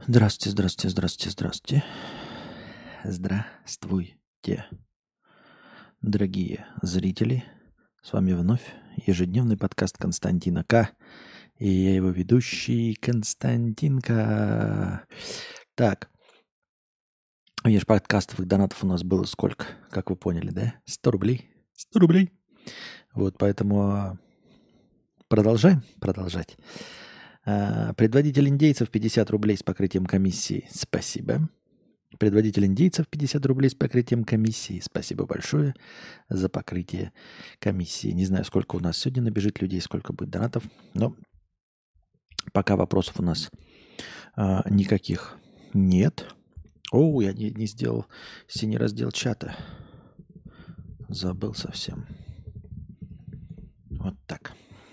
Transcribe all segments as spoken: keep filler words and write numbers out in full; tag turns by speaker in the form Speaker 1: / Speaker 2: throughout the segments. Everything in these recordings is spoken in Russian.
Speaker 1: Здравствуйте, здравствуйте, здравствуйте, здравствуйте. Здравствуйте, дорогие зрители. С вами вновь ежедневный подкаст Константина К. И я его ведущий Константинка. Так, межподкастовых донатов у нас было сколько, как вы поняли, да? сто рублей. сто рублей. Вот, поэтому а, продолжаем продолжать. А, Предводитель индейцев пятьдесят рублей с покрытием комиссии. Спасибо. Предводитель индейцев пятьдесят рублей с покрытием комиссии. Спасибо большое за покрытие комиссии. Не знаю, сколько у нас сегодня набежит людей, сколько будет донатов, но пока вопросов у нас а, никаких нет. О, я не, не сделал синий раздел чата. Забыл совсем. Вот так.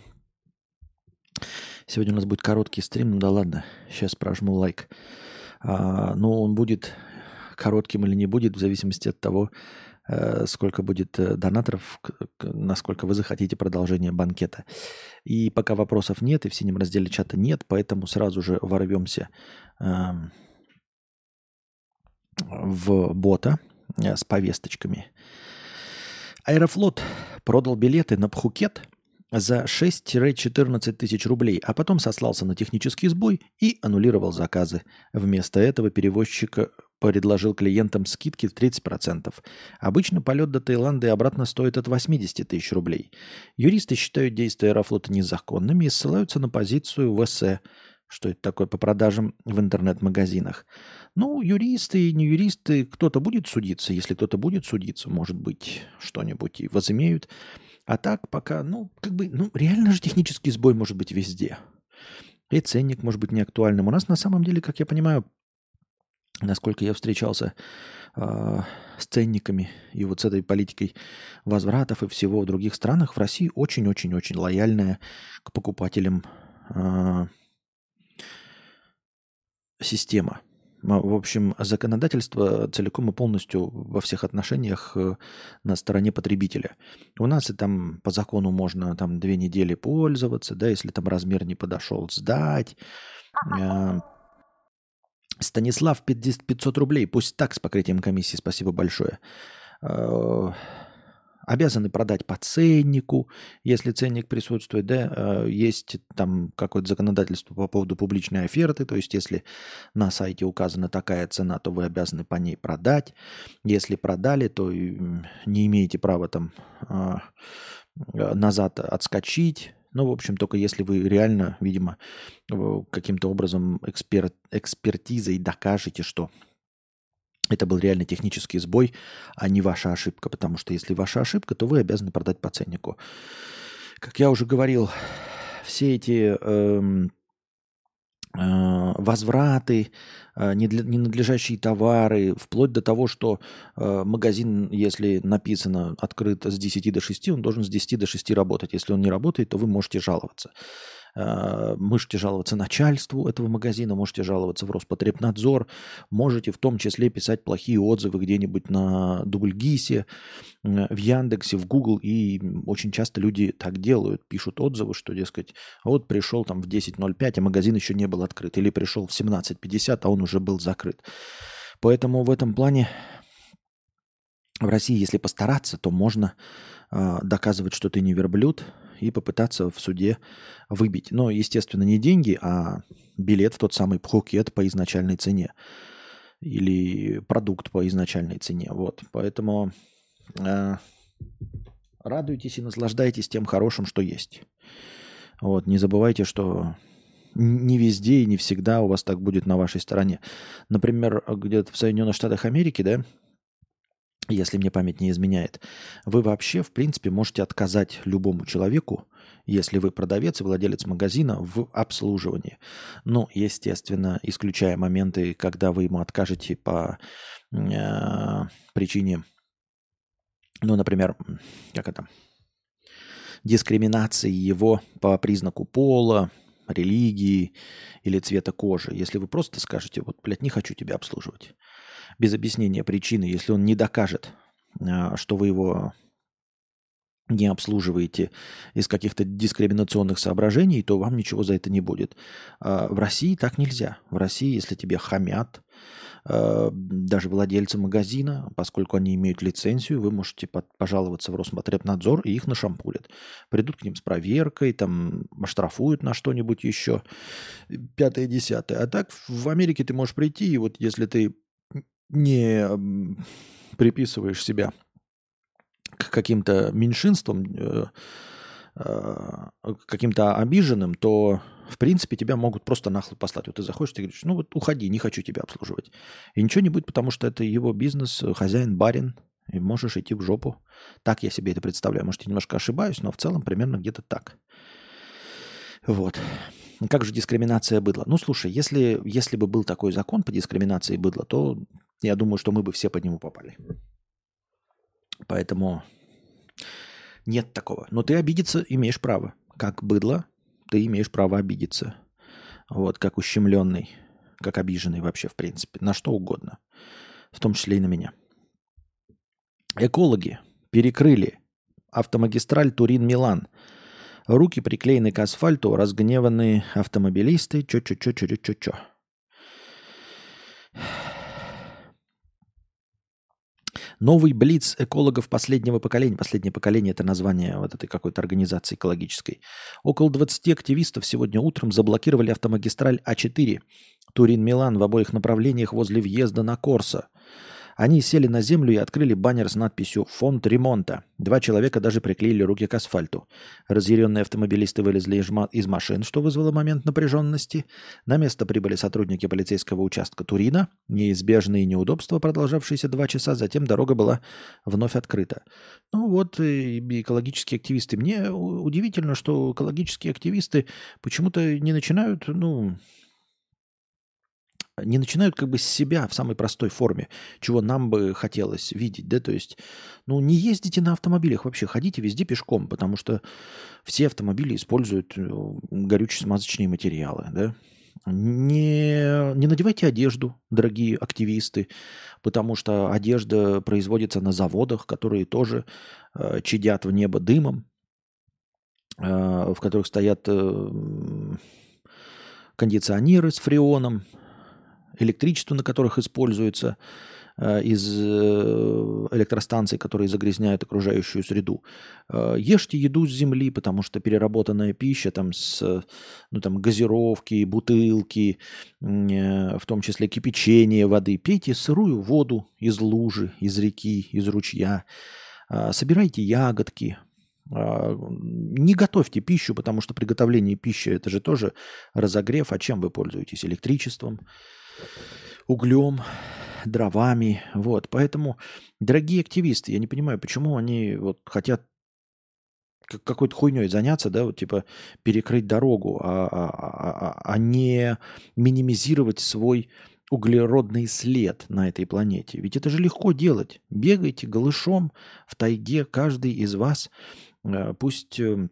Speaker 1: Сегодня у нас будет короткий стрим, ну да ладно, сейчас прожму лайк. А, но он будет коротким или не будет, в зависимости от того, э, сколько будет э, донаторов, к- к- насколько вы захотите продолжение банкета. И пока вопросов нет, и в синем разделе чата нет, поэтому сразу же ворвемся эм, в бота э, с повесточками. Аэрофлот продал билеты на Пхукет за шесть-четырнадцать тысяч рублей, а потом сослался на технический сбой и аннулировал заказы. Вместо этого перевозчик предложил клиентам скидки в тридцать процентов. Обычно полет до Таиланда и обратно стоит от восемьдесят тысяч рублей. Юристы считают действия Аэрофлота незаконными и ссылаются на позицию ВС, что это такое, по продажам в интернет-магазинах. Ну, юристы и не юристы, кто-то будет судиться. Если кто-то будет судиться, может быть, что-нибудь и возымеют. А так пока, ну, как бы, ну, реально же технический сбой может быть везде. И ценник может быть неактуальным. У нас на самом деле, как я понимаю, насколько я встречался а, с ценниками и вот с этой политикой возвратов и всего в других странах, в России очень-очень-очень лояльная к покупателям а, система. М, В общем, законодательство целиком и полностью во всех отношениях э, на стороне потребителя. У нас и там по закону можно там две недели пользоваться, да, если там размер не подошел, сдать. Э, Станислав пятьдесят пятьсот рублей, пусть так с покрытием комиссии, спасибо большое. Э, Обязаны продать по ценнику, если ценник присутствует, да, э, есть там какое-то законодательство по поводу публичной оферты, то есть если на сайте указана такая цена, то вы обязаны по ней продать. Если продали, то м, не имеете права там а, э, назад отскочить. Ну, в общем, только если вы реально, видимо, э, каким-то образом эксперт, экспертизой докажете, что это был реально технический сбой, а не ваша ошибка. Потому что если ваша ошибка, то вы обязаны продать по ценнику. Как я уже говорил, все эти эм, э, возвраты, э, недля- ненадлежащие товары, вплоть до того, что э, магазин, если написано открыт с десяти до шести, он должен с десяти до шести работать. Если он не работает, то вы можете жаловаться. Э, Можете жаловаться начальству этого магазина, можете жаловаться в Роспотребнадзор, можете в том числе писать плохие отзывы где-нибудь на Дубльгисе, э, в Яндексе, в Google, и очень часто люди так делают, пишут отзывы, что, дескать, а вот пришел там в десять ноль пять, а магазин еще не был открыт, или пришел в семнадцать пятьдесят, а он уже был закрыт. Поэтому в этом плане в России, если постараться, то можно а, доказывать, что ты не верблюд, и попытаться в суде выбить. Но, естественно, не деньги, а билет в тот самый Пхукет по изначальной цене или продукт по изначальной цене. Вот, поэтому э, радуйтесь и наслаждайтесь тем хорошим, что есть. Вот, не забывайте, что н- не везде и не всегда у вас так будет на вашей стороне. Например, где-то в Соединенных Штатах Америки, да, если мне память не изменяет, вы вообще, в принципе, можете отказать любому человеку, если вы продавец и владелец магазина, в обслуживании. Ну, естественно, исключая моменты, когда вы ему откажете по э, причине, ну, например, м, как это, дискриминации его по признаку пола, религии или цвета кожи. Если вы просто скажете, вот, блядь, не хочу тебя обслуживать, без объяснения причины, если он не докажет, а, что вы его не обслуживаете из каких-то дискриминационных соображений, то вам ничего за это не будет. А в России так нельзя. В России, если тебе хамят, э, даже владельцы магазина, поскольку они имеют лицензию, вы можете под- пожаловаться в Росмотребнадзор, и их нашампурят. Придут к ним с проверкой, там, оштрафуют на что-нибудь еще, пятое, десятое. А так в Америке ты можешь прийти, и вот если ты не м, приписываешь себя к каким-то меньшинствам, э, э, к каким-то обиженным, то, в принципе, тебя могут просто нахуй послать. Вот ты заходишь, ты говоришь, ну вот уходи, не хочу тебя обслуживать. И ничего не будет, потому что это его бизнес, хозяин, барин, и можешь идти в жопу. Так я себе это представляю. Может, я немножко ошибаюсь, но в целом примерно где-то так. Вот. Как же дискриминация быдла? Ну, слушай, если, если бы был такой закон по дискриминации быдла, то я думаю, что мы бы все под него попали. Поэтому нет такого. Но ты обидеться имеешь право. Как быдло, ты имеешь право обидеться. Вот, как ущемленный, как обиженный вообще, в принципе. На что угодно. В том числе и на меня. Экологи перекрыли автомагистраль Турин-Милан. Руки приклеены к асфальту, разгневанные автомобилисты. Чё-чё-чё-чё-чё-чё. Новый блиц экологов последнего поколения. Последнее поколение – это название вот этой какой-то организации экологической. Около двадцати активистов сегодня утром заблокировали автомагистраль А четыре Турин-Милан в обоих направлениях возле въезда на Корсо. Они сели на землю и открыли баннер с надписью «Фонд ремонта». Два человека даже приклеили руки к асфальту. Разъяренные автомобилисты вылезли из, ма- из машин, что вызвало момент напряженности. На место прибыли сотрудники полицейского участка Турина. Неизбежные неудобства, продолжавшиеся два часа, затем дорога была вновь открыта. Ну вот и экологические активисты. Мне у- удивительно, что экологические активисты почему-то не начинают, ну, не начинают как бы с себя в самой простой форме, чего нам бы хотелось видеть, да, то есть, ну, не ездите на автомобилях вообще, ходите везде пешком, потому что все автомобили используют э, горюче-смазочные материалы, да. Не, не надевайте одежду, дорогие активисты, потому что одежда производится на заводах, которые тоже э, чадят в небо дымом, э, в которых стоят э, кондиционеры с фреоном, электричество, на которых используется э, из э, электростанций, которые загрязняют окружающую среду. Э, ешьте еду с земли, потому что переработанная пища, там, с, ну, там, газировки, бутылки, э, в том числе кипячение воды. Пейте сырую воду из лужи, из реки, из ручья. Э, собирайте ягодки. Э, не готовьте пищу, потому что приготовление пищи – это же тоже разогрев. А чем вы пользуетесь? Электричеством, углем, дровами. Вот. Поэтому, дорогие активисты, я не понимаю, почему они вот хотят как- какой-то хуйней заняться, да, вот типа перекрыть дорогу, а, а- а- а- а не минимизировать свой углеродный след на этой планете. Ведь это же легко делать. Бегайте голышом в тайге, каждый из вас, э, пусть э,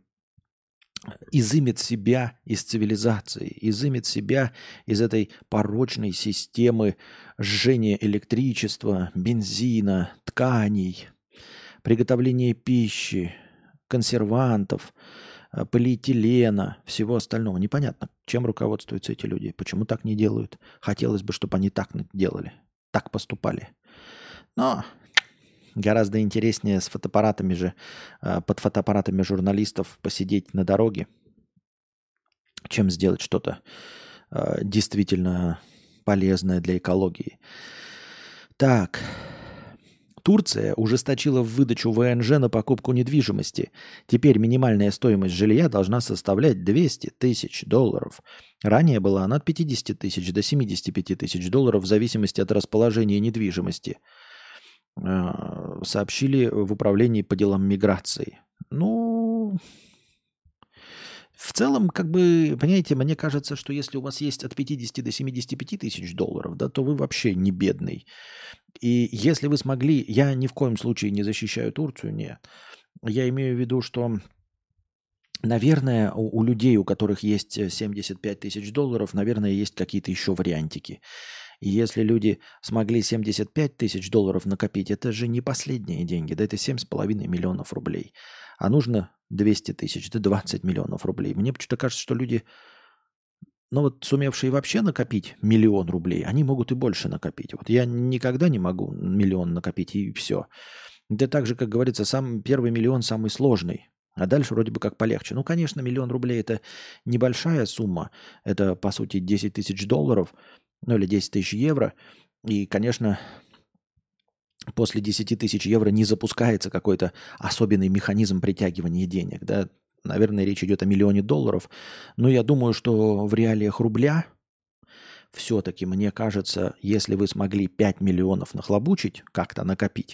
Speaker 1: изымет себя из цивилизации, изымет себя из этой порочной системы жжения электричества, бензина, тканей, приготовления пищи, консервантов, э, полиэтилена, всего остального. Непонятно, чем руководствуются эти люди, почему так не делают. Хотелось бы, чтобы они так н- делали, так поступали. Но гораздо интереснее с фотоаппаратами же, э, под фотоаппаратами журналистов посидеть на дороге, чем сделать что-то э, действительно полезное для экологии. Так, Турция ужесточила выдачу вэ эн жэ на покупку недвижимости. Теперь минимальная стоимость жилья должна составлять двести тысяч долларов. Ранее была она от пятидесяти тысяч до семидесяти пяти тысяч долларов в зависимости от расположения недвижимости, э, сообщили в управлении по делам миграции. Ну, в целом, как бы, понимаете, мне кажется, что если у вас есть от пятидесяти до семидесяти пяти тысяч долларов, да, то вы вообще не бедный. И если вы смогли, я ни в коем случае не защищаю Турцию, нет. Я имею в виду, что, наверное, у, у людей, у которых есть э, семьдесят пять тысяч долларов, наверное, есть какие-то еще вариантики. И если люди смогли семьдесят пять тысяч долларов накопить, это же не последние деньги, да, это семь с половиной миллионов рублей. А нужно двести тысяч, да двадцать миллионов рублей. Мне почему-то кажется, что люди, ну вот сумевшие вообще накопить миллион рублей, они могут и больше накопить. Вот я никогда не могу миллион накопить, и все. Это так же, как говорится, сам первый миллион самый сложный. А дальше вроде бы как полегче. Ну, конечно, миллион рублей – это небольшая сумма. Это, по сути, десять тысяч долларов, ну или десять тысяч евро. И, конечно, после десять тысяч евро не запускается какой-то особенный механизм притягивания денег. Да? Наверное, речь идет о миллионе долларов. Но я думаю, что в реалиях рубля все-таки, мне кажется, если вы смогли пять миллионов нахлобучить, как-то накопить,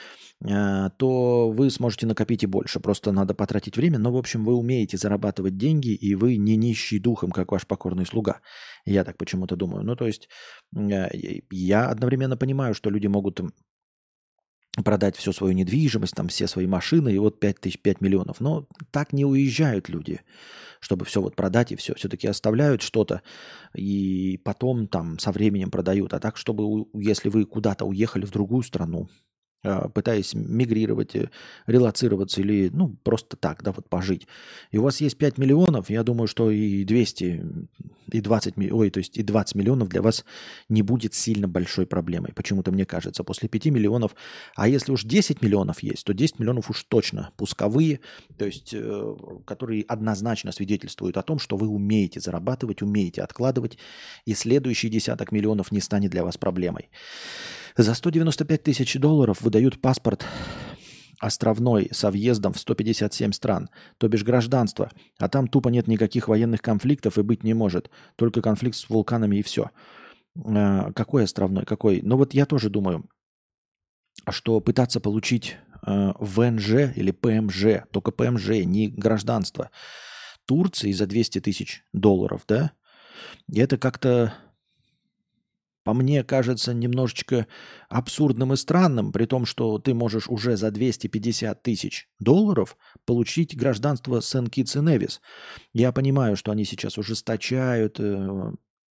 Speaker 1: то вы сможете накопить и больше. Просто надо потратить время. Но, в общем, вы умеете зарабатывать деньги, и вы не нищий духом, как ваш покорный слуга. Я так почему-то думаю. Ну, то есть я одновременно понимаю, что люди могут продать всю свою недвижимость, там все свои машины, и вот пять тысяч, пять миллионов. Но так не уезжают люди, чтобы все вот продать и все. Все-таки оставляют что-то, и потом там со временем продают. А так, чтобы, если вы куда-то уехали в другую страну, пытаясь мигрировать, релоцироваться или, ну, просто так, да, вот пожить. И у вас есть пять миллионов, я думаю, что и двести, и двадцать, ой, то есть и двадцать миллионов для вас не будет сильно большой проблемой. Почему-то мне кажется, после пяти миллионов, а если уж десять миллионов есть, то десять миллионов уж точно пусковые, то есть, э, которые однозначно свидетельствуют о том, что вы умеете зарабатывать, умеете откладывать, и следующий десяток миллионов не станет для вас проблемой. За сто девяносто пять тысяч долларов выдают паспорт островной со въездом в сто пятьдесят семь стран, то бишь гражданство, а там тупо нет никаких военных конфликтов и быть не может, только конфликт с вулканами и все. А, какой островной, какой? Ну вот я тоже думаю, что пытаться получить э, ВНЖ или ПМЖ, только ПМЖ, не гражданство, Турции за двести тысяч долларов, да, и это как-то... по мне кажется немножечко абсурдным и странным, при том, что ты можешь уже за двести пятьдесят тысяч долларов получить гражданство Сент-Китс и Невис. Я понимаю, что они сейчас ужесточают э,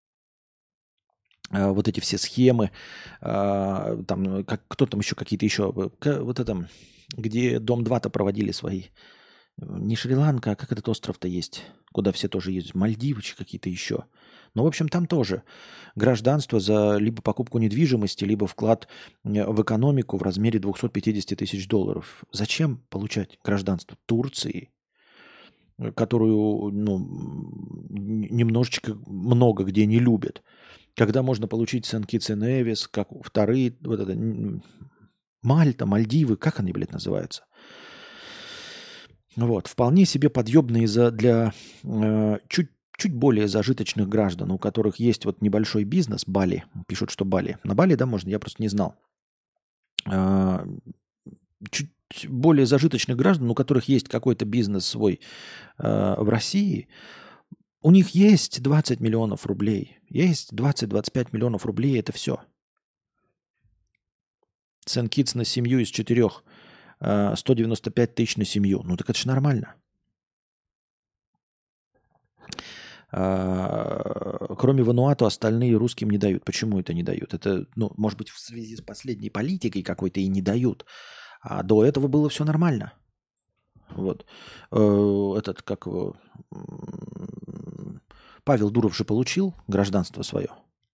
Speaker 1: э, вот эти все схемы, э, там, как, кто там еще какие-то еще, к, вот это, где Дом-два-то проводили свои, не Шри-Ланка, а как этот остров-то есть, куда все тоже ездят, Мальдивы какие-то еще. Ну, в общем, там тоже гражданство за либо покупку недвижимости, либо вклад в экономику в размере двести пятьдесят тысяч долларов. Зачем получать гражданство Турции, которую, ну, немножечко много где не любят, когда можно получить Сент-Китс и Невис, как вторые, вот это, Мальта, Мальдивы, как они, блядь, называются? Вот, вполне себе подъебные за, для э, чуть чуть более зажиточных граждан, у которых есть вот небольшой бизнес, Бали, пишут, что Бали. На Бали, да, можно, я просто не знал. А, чуть более зажиточных граждан, у которых есть какой-то бизнес свой а, в России, у них есть двадцать миллионов рублей, есть двадцать-двадцать пять миллионов рублей, это все. Сент-Китс на семью из четырех, а, сто девяносто пять тысяч на семью. Ну так это же нормально. Кроме Вануату, остальные русским не дают. Почему это не дают? Это, ну, может быть, в связи с последней политикой какой-то и не дают. А до этого было все нормально. Вот. Этот, как его... Павел Дуров же получил гражданство свое.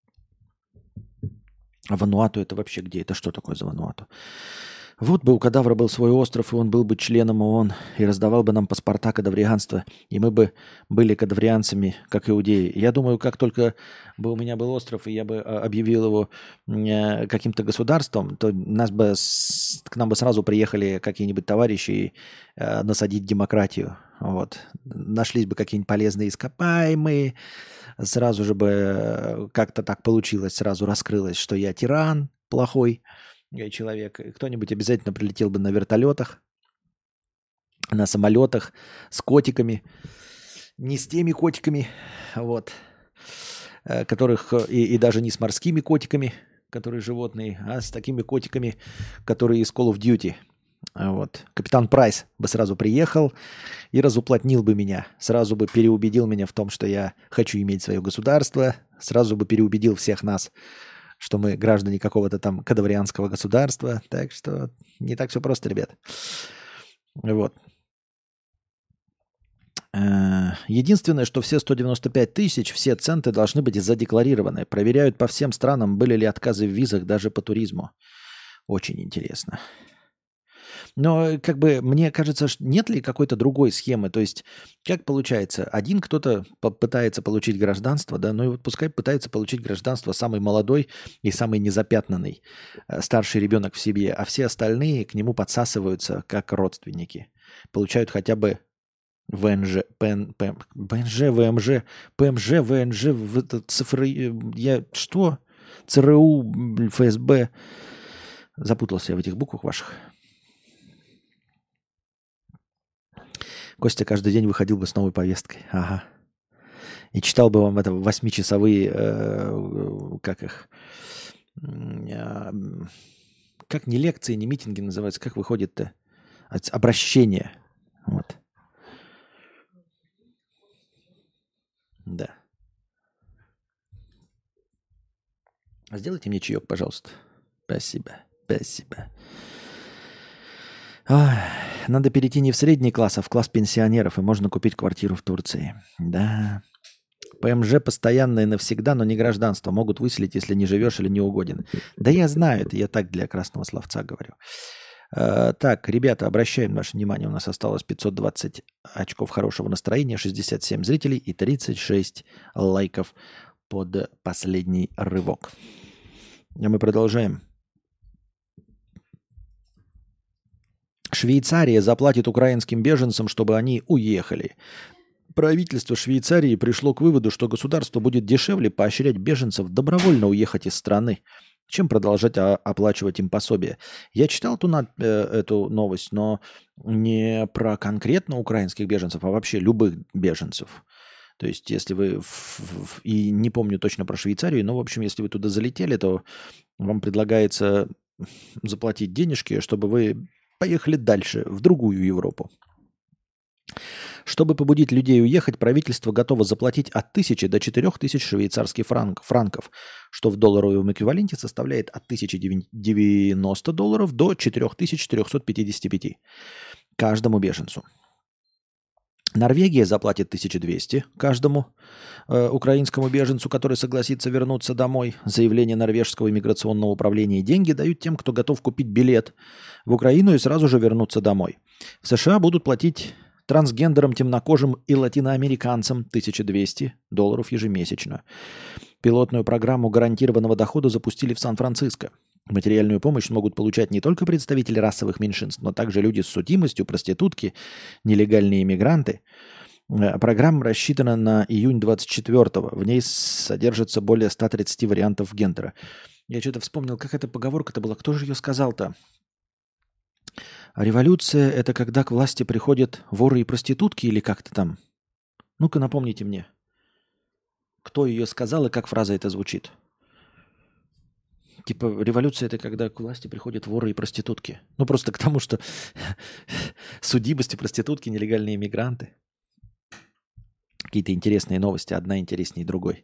Speaker 1: А Вануату это вообще где? Это что такое за Вануату? Вот бы у кадавра был свой остров, и он был бы членом ООН, и раздавал бы нам паспорта кадаврианства, и мы бы были кадаврианцами, как иудеи. Я думаю, как только бы у меня был остров, и я бы объявил его каким-то государством, то нас бы, к нам бы сразу приехали какие-нибудь товарищи и насадить демократию. Вот. Нашлись бы какие-нибудь полезные ископаемые, сразу же бы как-то так получилось, сразу раскрылось, что я тиран плохой человек. Кто-нибудь обязательно прилетел бы на вертолетах, на самолетах с котиками, не с теми котиками, вот, которых и, и даже не с морскими котиками, которые животные, а с такими котиками, которые из Call of Duty. Вот. Капитан Прайс бы сразу приехал и разуплотнил бы меня, сразу бы переубедил меня в том, что я хочу иметь свое государство, сразу бы переубедил всех нас что мы граждане какого-то там кадаврианского государства. Так что не так все просто, ребят. Вот. Единственное, что все сто девяносто пять тысяч, все центы должны быть задекларированы. Проверяют по всем странам, были ли отказы в визах даже по туризму. Очень интересно. Но как бы мне кажется, нет ли какой-то другой схемы? То есть как получается? Один кто-то пытается получить гражданство, да, ну и вот пускай пытается получить гражданство самый молодой и самый незапятнанный, старший ребенок в семье, а все остальные к нему подсасываются как родственники. Получают хотя бы ВНЖ, ПН, ПМ, БНЖ, ВМЖ, ПМЖ, ВНЖ, в это цифры, я что? ЦРУ, ФСБ. Запутался я в этих буквах ваших. Костя каждый день выходил бы с новой повесткой. Ага. И читал бы вам это восьмичасовые, э, как их, э, как не лекции, не митинги называются, как выходит-то? Обращение. Вот. Да. Сделайте мне чаек, пожалуйста. Спасибо. Спасибо. Ой, надо перейти не в средний класс, а в класс пенсионеров, и можно купить квартиру в Турции. Да. ПМЖ постоянно и навсегда, но не гражданство. Могут выселить, если не живешь или не угоден. Да я знаю, это я так для красного словца говорю. Uh, так, ребята, обращаем наше внимание. У нас осталось пятьсот двадцать очков хорошего настроения, шестьдесят семь зрителей и тридцать шесть лайков под последний рывок. А мы продолжаем. Швейцария заплатит украинским беженцам, чтобы они уехали. Правительство Швейцарии пришло к выводу, что государство будет дешевле поощрять беженцев добровольно уехать из страны, чем продолжать оплачивать им пособие. Я читал эту, эту новость, но не про конкретно украинских беженцев, а вообще любых беженцев. То есть, если вы, и не помню точно про Швейцарию, но, в общем, если вы туда залетели, то вам предлагается заплатить денежки, чтобы вы поехали дальше, в другую Европу. Чтобы побудить людей уехать, правительство готово заплатить от тысячи до четырёх тысяч швейцарских франк, франков, что в долларовом эквиваленте составляет от тысячи девяноста долларов до четырёх тысяч четырёхсот пятидесяти пяти каждому беженцу. Норвегия заплатит тысячу двести каждому э, украинскому беженцу, который согласится вернуться домой. Заявление норвежского иммиграционного управления: деньги дают тем, кто готов купить билет в Украину и сразу же вернуться домой. В США будут платить трансгендерам, темнокожим и латиноамериканцам тысячу двести долларов ежемесячно. Пилотную программу гарантированного дохода запустили в Сан-Франциско. Материальную помощь могут получать не только представители расовых меньшинств, но также люди с судимостью, проститутки, нелегальные иммигранты. Программа рассчитана на июнь двадцать четвёртого. В ней содержится более ста тридцати вариантов гендера. Я что-то вспомнил, как эта поговорка-то была. Кто же ее сказал-то? Революция – это когда к власти приходят воры и проститутки или как-то там? Ну-ка напомните мне, кто ее сказал и как фраза эта звучит. Типа революция – это когда к власти приходят воры и проститутки. Ну просто к тому, что судимости, проститутки, нелегальные иммигранты. Какие-то интересные новости, одна интереснее другой.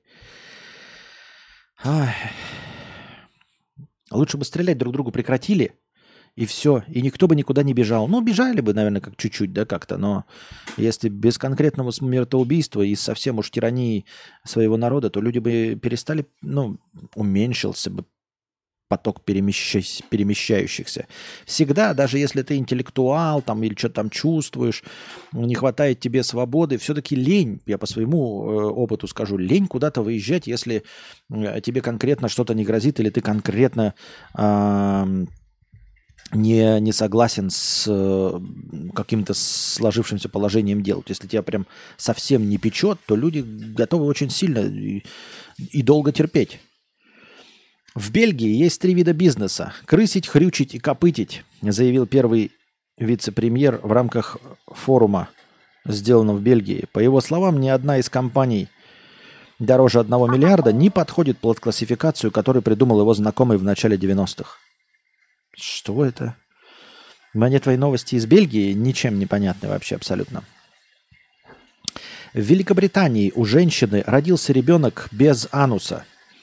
Speaker 1: Ай. Лучше бы стрелять друг другу прекратили. И все, и никто бы никуда не бежал. Ну, бежали бы, наверное, как чуть-чуть, да, как-то, но если без конкретного смертоубийства и совсем уж тирании своего народа, то люди бы перестали, ну, уменьшился бы поток перемещ... перемещающихся. Всегда, даже если ты интеллектуал там, или что-то там чувствуешь, не хватает тебе свободы, все-таки лень, я по своему э, опыту скажу, лень куда-то выезжать, если э, тебе конкретно что-то не грозит, или ты конкретно... Э, Не, не согласен с э, каким-то сложившимся положением дел. Если тебя прям совсем не печет, то люди готовы очень сильно и, и долго терпеть. В Бельгии есть три вида бизнеса. Крысить, хрючить и копытить, заявил первый вице-премьер в рамках форума, сделанного в Бельгии. По его словам, ни одна из компаний дороже одного миллиарда не подходит под классификацию, которую придумал его знакомый в начале девяностых. Что это? Мне твои новости из Бельгии ничем не понятны вообще абсолютно. В Великобритании у женщины родился ребенок без ануса.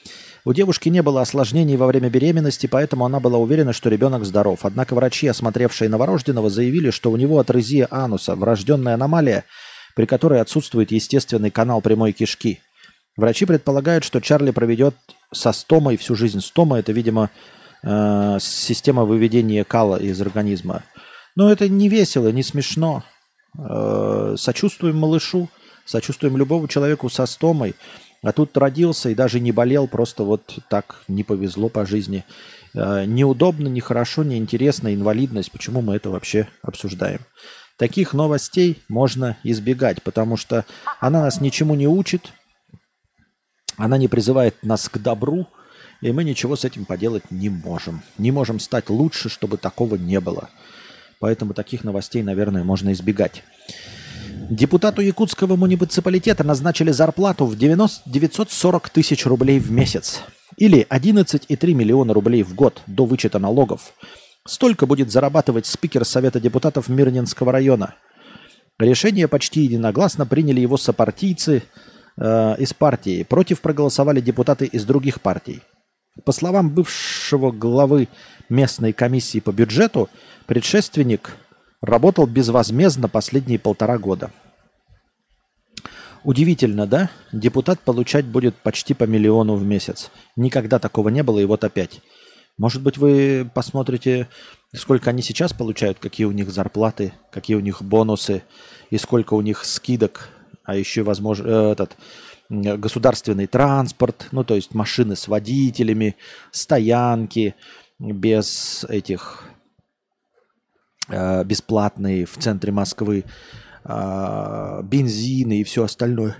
Speaker 1: У девушки не было осложнений во время беременности, поэтому она была уверена, что ребенок здоров. Однако врачи, осмотревшие новорожденного, заявили, что у него атрезия ануса, врожденная аномалия, при которой отсутствует естественный канал прямой кишки. Врачи предполагают, что Чарли проведет со стомой всю жизнь. Стома – это, видимо, э, система выведения кала из организма. Но это не весело, не смешно. Э, сочувствуем малышу, сочувствуем любому человеку со стомой. А тут родился и даже не болел, просто вот так не повезло по жизни. Э, неудобно, нехорошо, неинтересно, инвалидность. Почему мы это вообще обсуждаем? Таких новостей можно избегать, потому что она нас ничему не учит, она не призывает нас к добру, и мы ничего с этим поделать не можем. Не можем стать лучше, чтобы такого не было. Поэтому таких новостей, наверное, можно избегать. Депутату якутского муниципалитета назначили зарплату в девятьсот сорок тысяч рублей в месяц. Или одиннадцать целых три миллиона рублей в год до вычета налогов. Столько будет зарабатывать спикер Совета депутатов Мирнинского района. Решение почти единогласно приняли его сопартийцы э, из партии. Против проголосовали депутаты из других партий. По словам бывшего главы местной комиссии по бюджету, предшественник работал безвозмездно последние полтора года. Удивительно, да? Депутат получать будет почти по миллиону в месяц. Никогда такого не было, и вот опять. Может быть, вы посмотрите, сколько они сейчас получают, какие у них зарплаты, какие у них бонусы и сколько у них скидок, а еще, возможно, этот государственный транспорт, ну, то есть машины с водителями, стоянки без этих э, бесплатные в центре Москвы, э, бензины и все остальное.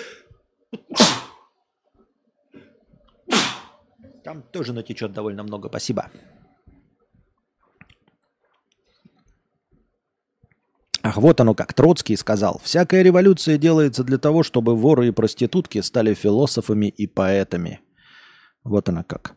Speaker 1: Там тоже натечет довольно много. Спасибо. Ах, вот оно как. Троцкий сказал. Всякая революция делается для того, чтобы воры и проститутки стали философами и поэтами. Вот оно как.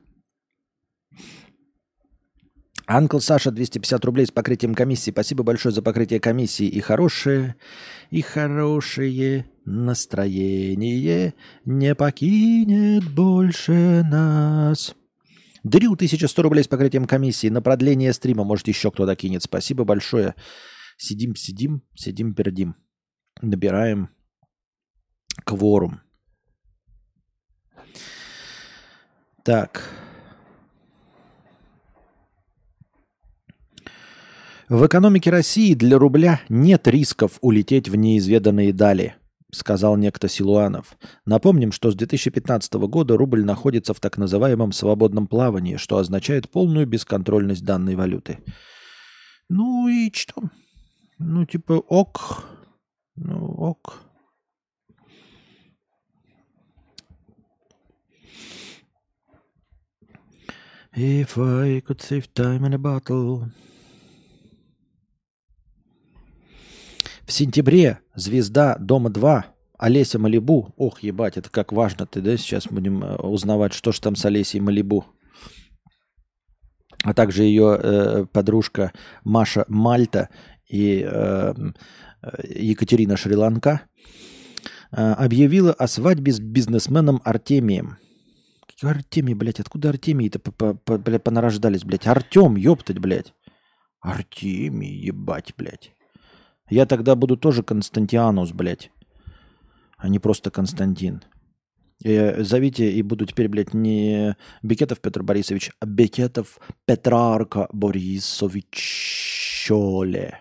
Speaker 1: Анкл Саша, двести пятьдесят рублей с покрытием комиссии. Спасибо большое за покрытие комиссии. И хорошее, и хорошее настроение не покинет больше нас. Дрю, тысяча сто рублей с покрытием комиссии. На продление стрима, может, еще кто-то кинет. Спасибо большое. Сидим, сидим, сидим, пердим. Набираем кворум. Так. В экономике России для рубля нет рисков улететь в неизведанные дали, сказал некто Силуанов. Напомним, что с две тысячи пятнадцатого года рубль находится в так называемом свободном плавании, что означает полную бесконтрольность данной валюты. Ну и что? Ну типа ок. Ну ок. If I could save time in a bottle. В сентябре звезда Дома-два Олеся Малибу. Ох, ебать, это как важно. Ты, да, сейчас будем узнавать, что же там с Олесей Малибу. А также ее э, подружка Маша Мальта и э, Екатерина Шри-Ланка э, объявила о свадьбе с бизнесменом Артемием. Какой Артемий, блядь? Откуда Артемии-то понарождались, блядь? Артем, ёптать, блядь. Артемий, ебать, блядь. Я тогда буду тоже Константианус, блядь, а не просто Константин. И зовите, и буду теперь, блядь, не Бекетов Петр Борисович, а Бекетов Петрарка Борисовичоле.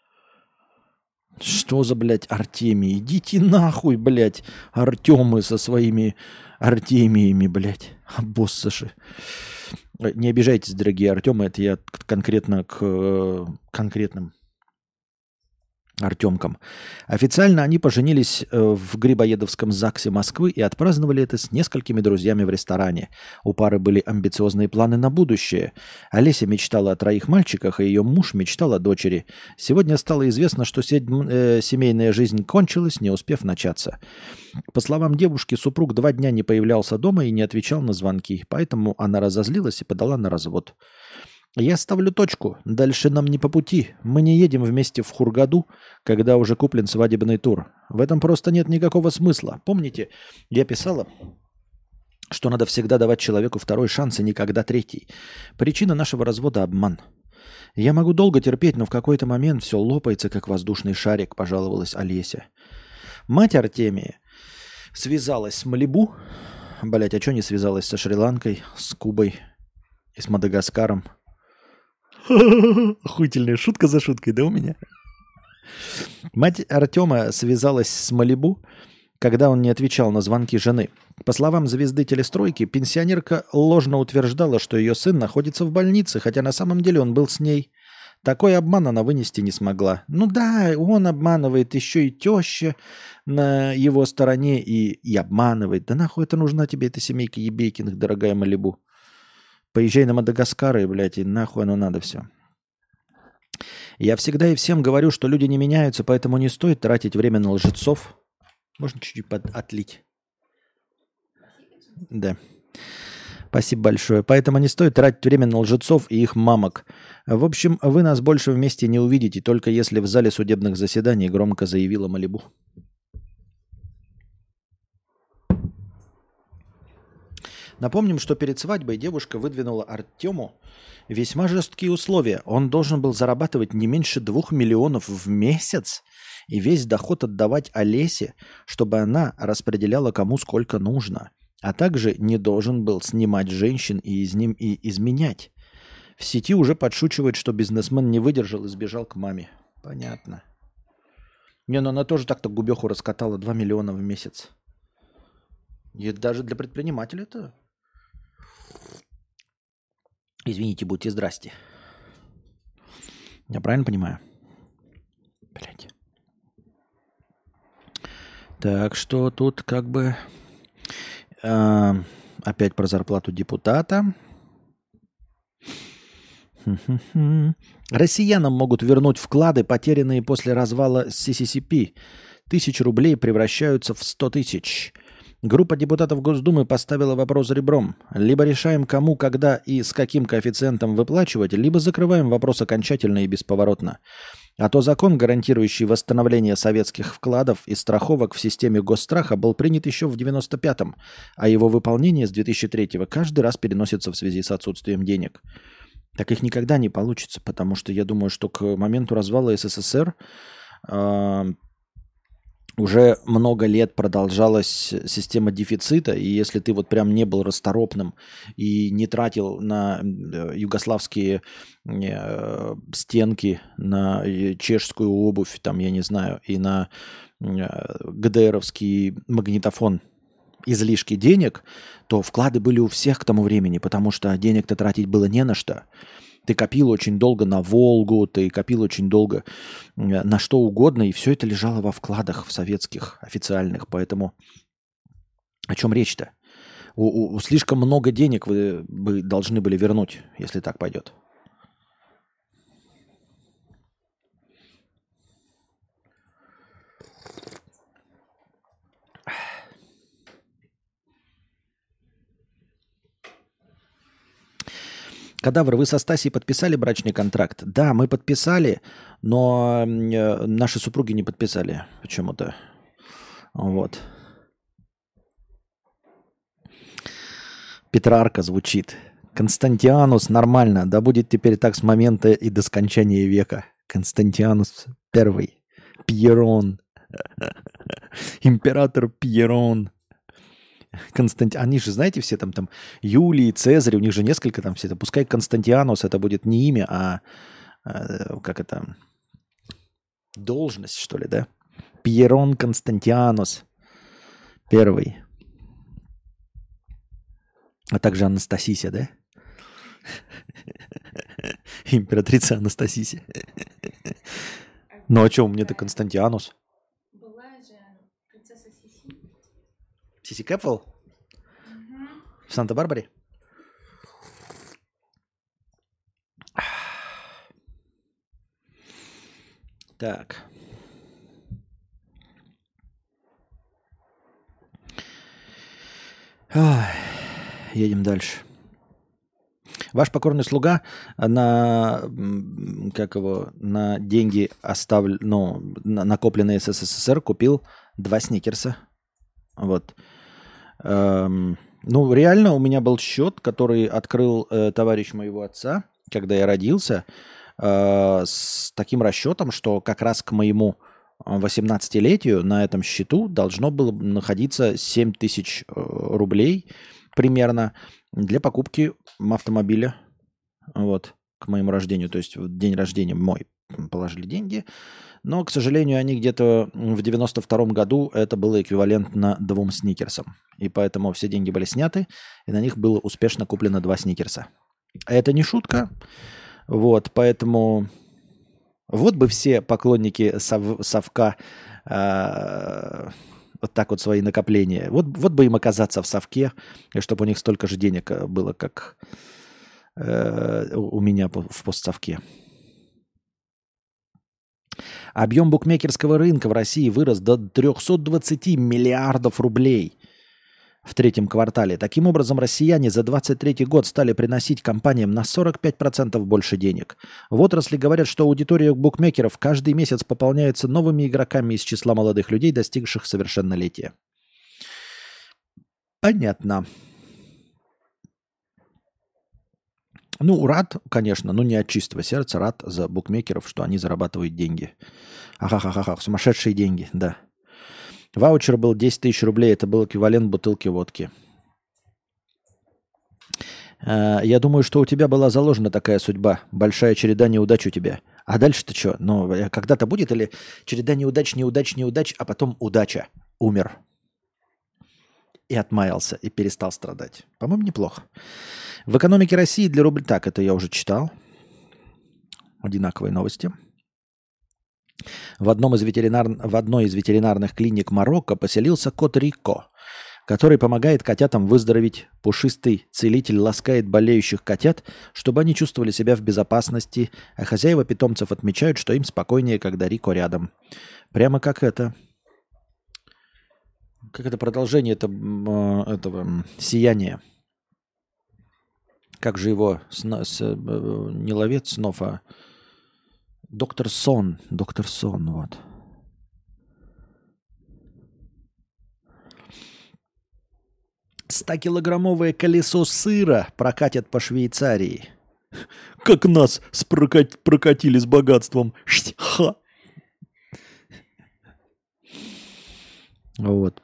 Speaker 1: Что за, блядь, Артемий? Идите нахуй, блядь, Артемы со своими Артемиями, блядь, обоссаши. Не обижайтесь, дорогие Артемы, это я конкретно к конкретным Артемкам. Официально они поженились в Грибоедовском ЗАГСе Москвы и отпраздновали это с несколькими друзьями в ресторане. У пары были амбициозные планы на будущее. Олеся мечтала о троих мальчиках, а ее муж мечтал о дочери. Сегодня стало известно, что семейная жизнь кончилась, не успев начаться. По словам девушки, супруг два дня не появлялся дома и не отвечал на звонки, поэтому она разозлилась и подала на развод. Я ставлю точку. Дальше нам не по пути. Мы не едем вместе в Хургаду, когда уже куплен свадебный тур. В этом просто нет никакого смысла. Помните, я писала что надо всегда давать человеку второй шанс и никогда третий. Причина нашего развода – обман. Я могу долго терпеть, но в какой-то момент все лопается, как воздушный шарик, пожаловалась Олеся. Мать Артемия связалась с Малибу. Блять, а что не связалась со Шри-Ланкой, с Кубой и с Мадагаскаром? Охуительная шутка за шуткой, да, у меня? Мать Артема связалась с Малибу, когда он не отвечал на звонки жены. По словам звезды телестройки, пенсионерка ложно утверждала, что ее сын находится в больнице, хотя на самом деле он был с ней. Такой обман она вынести не смогла. Ну да, он обманывает, еще и теща на его стороне и, и обманывает. Да нахуй это нужна тебе, эта семейка Ебейкиных, дорогая Малибу? Поезжай на Мадагаскар и, блядь, и нахуй оно надо все. Я всегда и всем говорю, что люди не меняются, поэтому не стоит тратить время на лжецов. Можно чуть-чуть под... отлить? Да. Спасибо большое. Поэтому не стоит тратить время на лжецов и их мамок. В общем, вы нас больше вместе не увидите, только если в зале судебных заседаний громко заявила Малибу. Напомним, что перед свадьбой девушка выдвинула Артему весьма жесткие условия. Он должен был зарабатывать не меньше двух миллионов в месяц и весь доход отдавать Олесе, чтобы она распределяла кому сколько нужно. А также не должен был снимать женщин и, из ним, и изменять. В сети уже подшучивают, что бизнесмен не выдержал и сбежал к маме. Понятно. Не, ну она тоже так-то губеху раскатала два миллиона в месяц. И даже для предпринимателя это... Извините, будьте здрасте. Я правильно понимаю? Блять. Так что тут как бы... Э, опять про зарплату депутата. Россиянам могут вернуть вклады, потерянные после развала си си си пи. Тысячи рублей превращаются в сто тысяч. Группа депутатов Госдумы поставила вопрос ребром. Либо решаем, кому, когда и с каким коэффициентом выплачивать, либо закрываем вопрос окончательно и бесповоротно. А то закон, гарантирующий восстановление советских вкладов и страховок в системе госстраха, был принят еще в девяносто пятом, а его выполнение с две тысячи третьего каждый раз переносится в связи с отсутствием денег. Так их никогда не получится, потому что я думаю, что к моменту развала эс эс эс эр э, уже много лет продолжалась система дефицита, и если ты вот прям не был расторопным и не тратил на югославские э, стенки, на чешскую обувь, там, я не знаю, и на э, ГДРовский магнитофон излишки денег, то вклады были у всех к тому времени, потому что денег-то тратить было не на что. Ты копил очень долго на Волгу, ты копил очень долго на что угодно, и все это лежало во вкладах в советских официальных. Поэтому о чем речь-то? У, у, у слишком много денег вы, вы должны были вернуть, если так пойдет. Кадавр, вы со Стасей подписали брачный контракт? Да, мы подписали, но э, наши супруги не подписали почему-то. Вот. Петрарка звучит. Константианус нормально. Да будет теперь так с момента и до скончания века. Константианус первый. Пьерон. Император Пьерон. Константи... Они же, знаете, все там, там Юлий, Цезарь, у них же несколько там все это. Пускай Константианус это будет не имя, а, а как это, должность, что ли, да? Пьерон Константианус первый. А также Анастасия, да? Императрица Анастасия. Ну а что, мне-то Константианус. Сиси Кэпфелл? Угу. В Санта-Барбаре? Так. Едем дальше. Ваш покорный слуга на, как его, на деньги, оставлен, ну, накопленные с СССР, купил два сникерса. Вот. Эм, Ну, реально, у меня был счет, который открыл э, товарищ моего отца, когда я родился, э, с таким расчетом, что как раз к моему восемнадцатилетию на этом счету должно было находиться семь тысяч э, рублей примерно для покупки автомобиля. Вот, к моему рождению, то есть в день рождения мой положили деньги. Но, к сожалению, они где-то в девяносто втором году это было эквивалентно двум сникерсам. И поэтому все деньги были сняты, и на них было успешно куплено два сникерса. Это не шутка. Вот, поэтому вот бы все поклонники сов, совка э, вот так вот свои накопления. Вот, вот бы им оказаться в совке, и чтобы у них столько же денег было, как э, у меня в постсовке. Объем букмекерского рынка в России вырос до трехсот двадцати миллиардов рублей в третьем квартале. Таким образом, россияне за двадцать третий год стали приносить компаниям на сорок пять процентов больше денег. В отрасли говорят, что аудитория букмекеров каждый месяц пополняется новыми игроками из числа молодых людей, достигших совершеннолетия. Понятно. Ну, рад, конечно, но не от чистого сердца, рад за букмекеров, что они зарабатывают деньги. Ахахахаха, сумасшедшие деньги, да. Ваучер был десять тысяч рублей, это был эквивалент бутылки водки. Я думаю, что у тебя была заложена такая судьба. Большая череда неудач у тебя. А дальше-то что? Ну, когда-то будет или череда неудач, неудач, неудач, а потом удача. Умер. И отмаялся, и перестал страдать. По-моему, неплохо. В экономике России для рубля... Так, это я уже читал. Одинаковые новости. В, одном из ветеринар... в одной из ветеринарных клиник Марокко поселился кот Рико, который помогает котятам выздороветь. Пушистый целитель ласкает болеющих котят, чтобы они чувствовали себя в безопасности, а хозяева питомцев отмечают, что им спокойнее, когда Рико рядом. Прямо как это... Как это продолжение это, этого сияния. Как же его, сна, с, не ловец снов, а доктор Сон. Доктор Сон, вот. стокилограммовое колесо сыра прокатят по Швейцарии. Как нас спрокат... прокатили с богатством. Ха! Вот.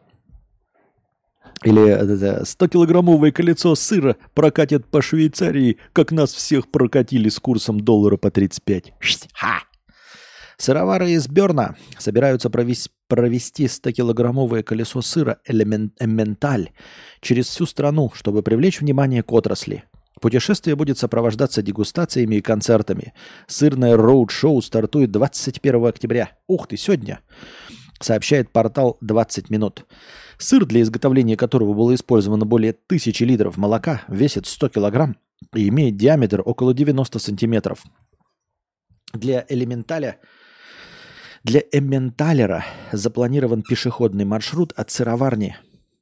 Speaker 1: Или стокилограммовое колесо сыра прокатят по Швейцарии, как нас всех прокатили с курсом доллара по тридцать пять. Ха! Сыровары из Берна собираются провести, провести стокилограммовое колесо сыра «Эмменталь» через всю страну, чтобы привлечь внимание к отрасли. Путешествие будет сопровождаться дегустациями и концертами. Сырное роуд-шоу стартует двадцать первого октября. Ух ты, сегодня! Сообщает портал двадцать минут. Сыр, для изготовления которого было использовано более тысячи литров молока, весит сто килограмм и имеет диаметр около девяносто сантиметров. Для элементаля, для эмменталера запланирован пешеходный маршрут от сыроварни.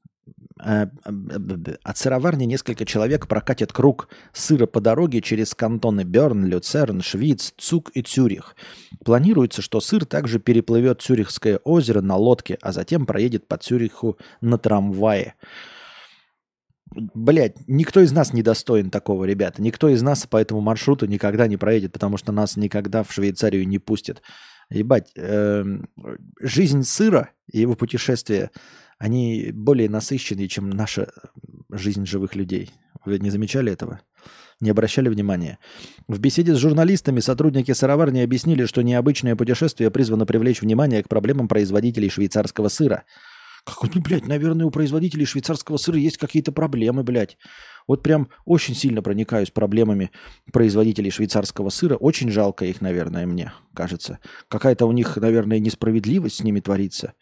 Speaker 1: От сыроварни несколько человек прокатят круг сыра по дороге через кантоны Берн, Люцерн, Швиц, Цуг и Цюрих. Планируется, что сыр также переплывет Цюрихское озеро на лодке, а затем проедет по Цюриху на трамвае. Блять, никто из нас не достоин такого, ребята. Никто из нас по этому маршруту никогда не проедет, потому что нас никогда в Швейцарию не пустят. Ебать, э, жизнь сыра и его путешествия, они более насыщенные, чем наша жизнь живых людей. Вы не замечали этого? Не обращали внимания? В беседе с журналистами сотрудники сыроварни объяснили, что необычное путешествие призвано привлечь внимание к проблемам производителей швейцарского сыра. Как, ну, блядь, наверное, у производителей швейцарского сыра есть какие-то проблемы, блядь. Вот прям очень сильно проникаюсь проблемами производителей швейцарского сыра. Очень жалко их, наверное, мне кажется. Какая-то у них, наверное, несправедливость с ними творится.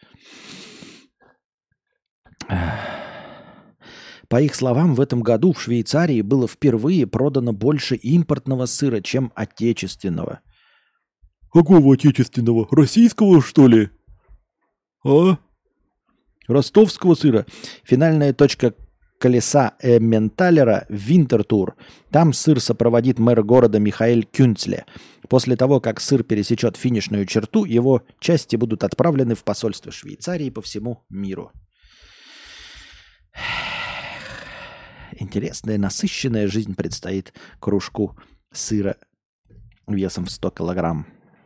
Speaker 1: По их словам, в этом году в Швейцарии было впервые продано больше импортного сыра, чем отечественного. Какого отечественного? Российского, что ли? А? Ростовского сыра. Финальная точка колеса Эмменталера – Винтертур. Там сыр сопроводит мэр города Михаэль Кюнцле. После того, как сыр пересечет финишную черту, его части будут отправлены в посольство Швейцарии по всему миру. интересная, насыщенная жизнь предстоит кружку сыра весом в сто килограмм.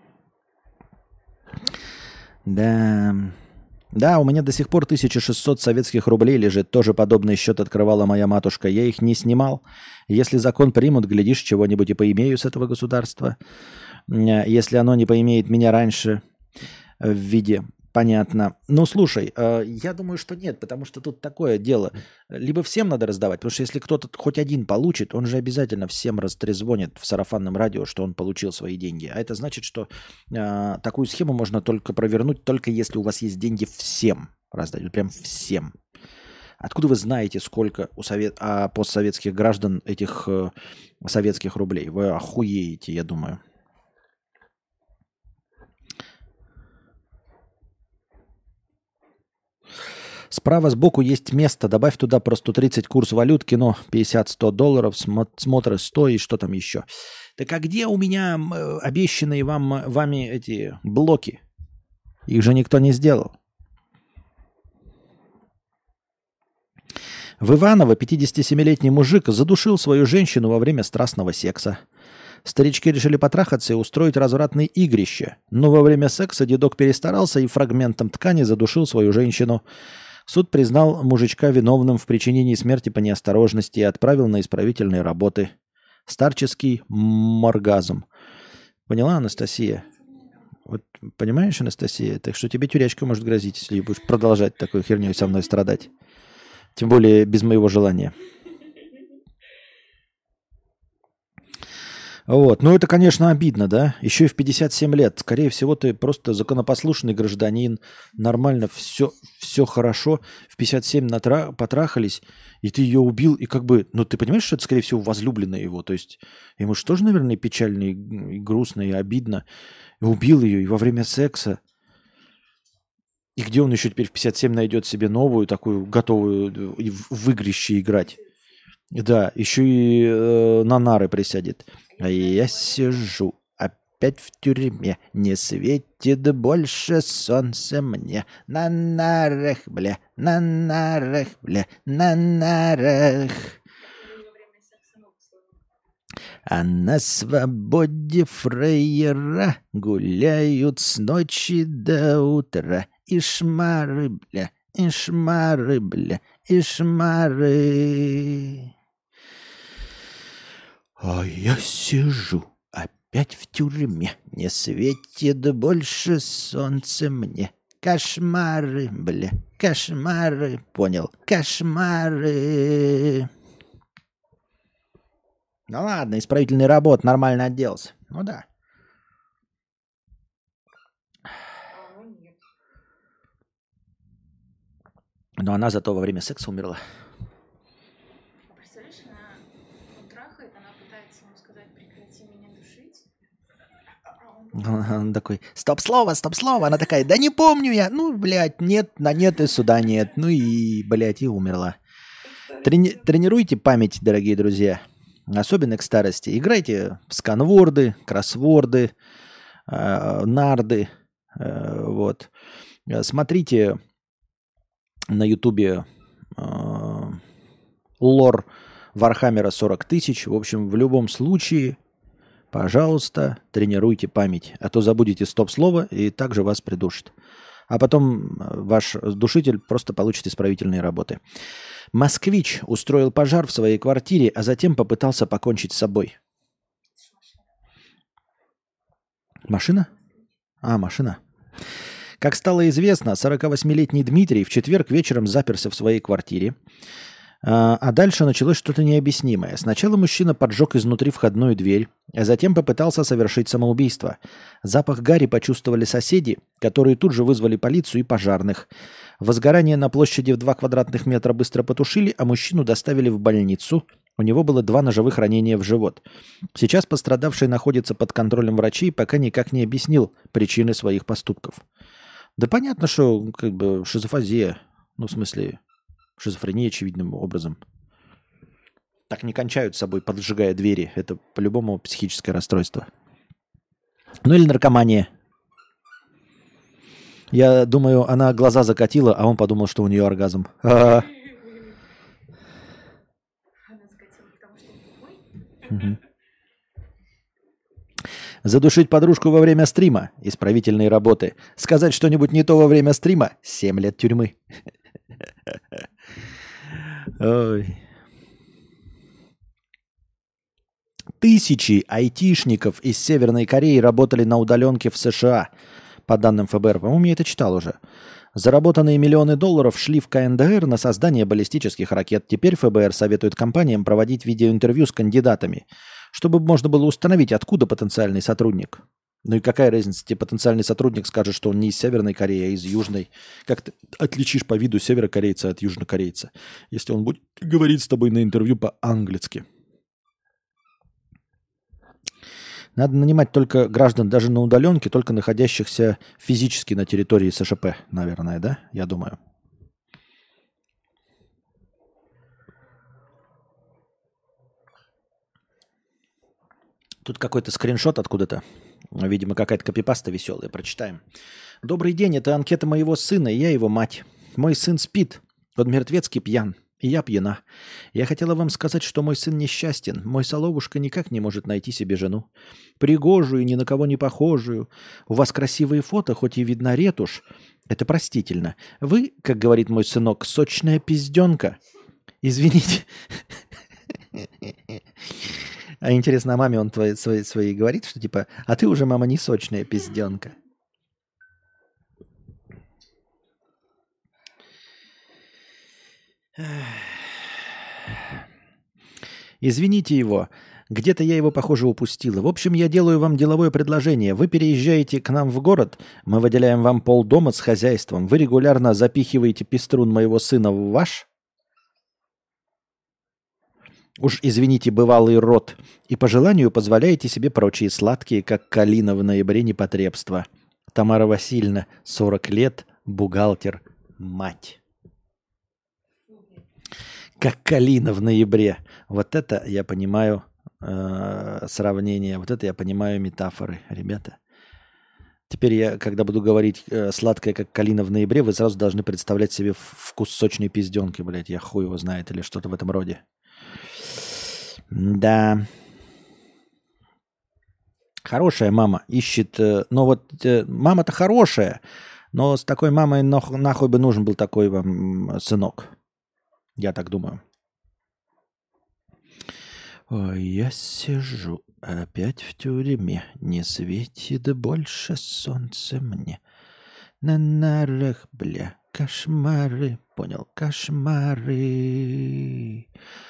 Speaker 1: Да... Да, у меня до сих пор тысяча шестьсот советских рублей лежит. Тоже подобный счет открывала моя матушка. Я их не снимал. Если закон примут, глядишь, чего-нибудь и поимею с этого государства. Если оно не поимеет меня раньше в виде... Понятно. Ну, слушай, я думаю, что нет, потому что тут такое дело. Либо всем надо раздавать, потому что если кто-то хоть один получит, он же обязательно всем растрезвонит в сарафанном радио, что он получил свои деньги. А это значит, что э, такую схему можно только провернуть, только если у вас есть деньги всем раздать. Вот прям всем. Откуда вы знаете, сколько у совет... а постсоветских граждан этих э, советских рублей? Вы охуеете, я думаю. Справа сбоку есть место. Добавь туда про сто тридцать курс валют, кино пятьдесят-сто долларов, смотры сто и что там еще. Так а где у меня обещанные вам, вами эти блоки? Их же никто не сделал. В Иваново пятидесятисемилетний мужик задушил свою женщину во время страстного секса. Старички решили потрахаться и устроить развратные игрища. Но во время секса дедок перестарался и фрагментом ткани задушил свою женщину. Суд признал мужичка виновным в причинении смерти по неосторожности и отправил на исправительные работы. Старческий моргазм. Поняла, Анастасия? Вот понимаешь, Анастасия? Так что тебе тюрячка может грозить, если будешь продолжать такой херней со мной страдать. Тем более без моего желания. Вот. Ну, это, конечно, обидно, да? Еще и в пятьдесят семь лет. Скорее всего, ты просто законопослушный гражданин, нормально, все, все хорошо. В пятьдесят семь натра... потрахались, и ты ее убил, и как бы... Ну, ты понимаешь, что это, скорее всего, возлюбленная его? То есть ему же тоже, наверное, печально, и грустно, и обидно. И убил ее, и во время секса. И где он еще теперь в пятьдесят семь найдет себе новую, такую, готовую в игрище играть? Да, еще и э, на нары присядет. А я сижу опять в тюрьме, не светит больше солнце мне. На нарах, бля, на нарах, бля, на нарах. А на свободе фрейера гуляют с ночи до утра. И шмары, бля, и шмары, бля, и шмары. А я сижу опять в тюрьме, не светит больше солнце мне. Кошмары, бля, кошмары, понял, кошмары. Ну ладно, исправительный работ, нормально отделался. Ну да. Но она зато во время секса умерла. Он такой, стоп-слово, стоп-слово. Она такая, да не помню я. Ну, блядь, нет, на нет и суда нет. Ну и, блядь, и умерла. Трени- тренируйте память, дорогие друзья. Особенно к старости. Играйте в сканворды, кроссворды, э, нарды. Э, вот. Смотрите на ютубе э, лор Вархаммера сорок тысяч. В общем, в любом случае... Пожалуйста, тренируйте память, а то забудете стоп-слово и также вас придушит. А потом ваш душитель просто получит исправительные работы. Москвич устроил пожар в своей квартире, а затем попытался покончить с собой. Машина? А, машина. Как стало известно, сорокавосьмилетний Дмитрий в четверг вечером заперся в своей квартире. А дальше началось что-то необъяснимое. Сначала мужчина поджег изнутри входную дверь, а затем попытался совершить самоубийство. Запах гари почувствовали соседи, которые тут же вызвали полицию и пожарных. Возгорание на площади в два квадратных метра быстро потушили, а мужчину доставили в больницу. У него было два ножевых ранения в живот. Сейчас пострадавший находится под контролем врачей, пока никак не объяснил причины своих поступков. Да понятно, что как бы шизофазия, ну в смысле... Шизофрения очевидным образом. Так не кончают с собой, поджигая двери. Это по-любому психическое расстройство. Ну или наркомания. Я думаю, она глаза закатила, а он подумал, что у нее оргазм. А-а-а. Угу. Задушить подружку во время стрима. Исправительные работы. Сказать что-нибудь не то во время стрима. Семь лет тюрьмы. Ой. Тысячи айтишников из Северной Кореи работали на удаленке в США, по данным ФБР. По-моему, я это читал уже. Заработанные миллионы долларов шли в КНДР на создание баллистических ракет. Теперь ФБР советует компаниям проводить видеоинтервью с кандидатами, чтобы можно было установить, откуда потенциальный сотрудник. Ну и какая разница, тебе потенциальный сотрудник скажет, что он не из Северной Кореи, а из Южной. Как ты отличишь по виду северокорейца от южнокорейца, если он будет говорить с тобой на интервью по-английски? Надо нанимать только граждан даже на удаленке, только находящихся физически на территории СШП, наверное, да? Я думаю. Тут какой-то скриншот откуда-то. Видимо, какая-то копипаста веселая. Прочитаем. Добрый день, это анкета моего сына, и я его мать. Мой сын спит, он мертвецкий пьян, и я пьяна. Я хотела вам сказать, что мой сын несчастен. Мой соловушка никак не может найти себе жену. Пригожую, ни на кого не похожую. У вас красивые фото, хоть и видна ретушь. Это простительно. Вы, как говорит мой сынок, сочная пизденка. Извините. А интересно, а маме он твоей, своей, своей говорит, что типа, а ты уже, мама, не сочная пизденка. Извините его. Где-то я его, похоже, упустила. В общем, я делаю вам деловое предложение. Вы переезжаете к нам в город, мы выделяем вам полдома с хозяйством. Вы регулярно запихиваете пеструн моего сына в ваш... Уж извините, бывалый род. И по желанию позволяете себе прочие сладкие, как калина в ноябре, непотребства. Тамара Васильевна, сорок лет, бухгалтер, мать. Как калина в ноябре. Вот это я понимаю э, сравнение, вот это я понимаю метафоры, ребята. Теперь я, когда буду говорить э, сладкое, как калина в ноябре, вы сразу должны представлять себе вкус сочной пизденки, блядь, я хуй его знает, или что-то в этом роде. Да. Хорошая мама ищет... Э, но вот э, мама-то хорошая, но с такой мамой нах, нахуй бы нужен был такой вам сынок. Я так думаю. Ой, я сижу опять в тюрьме, не светит больше солнце мне. На нарах, бля, кошмары, понял, кошмары.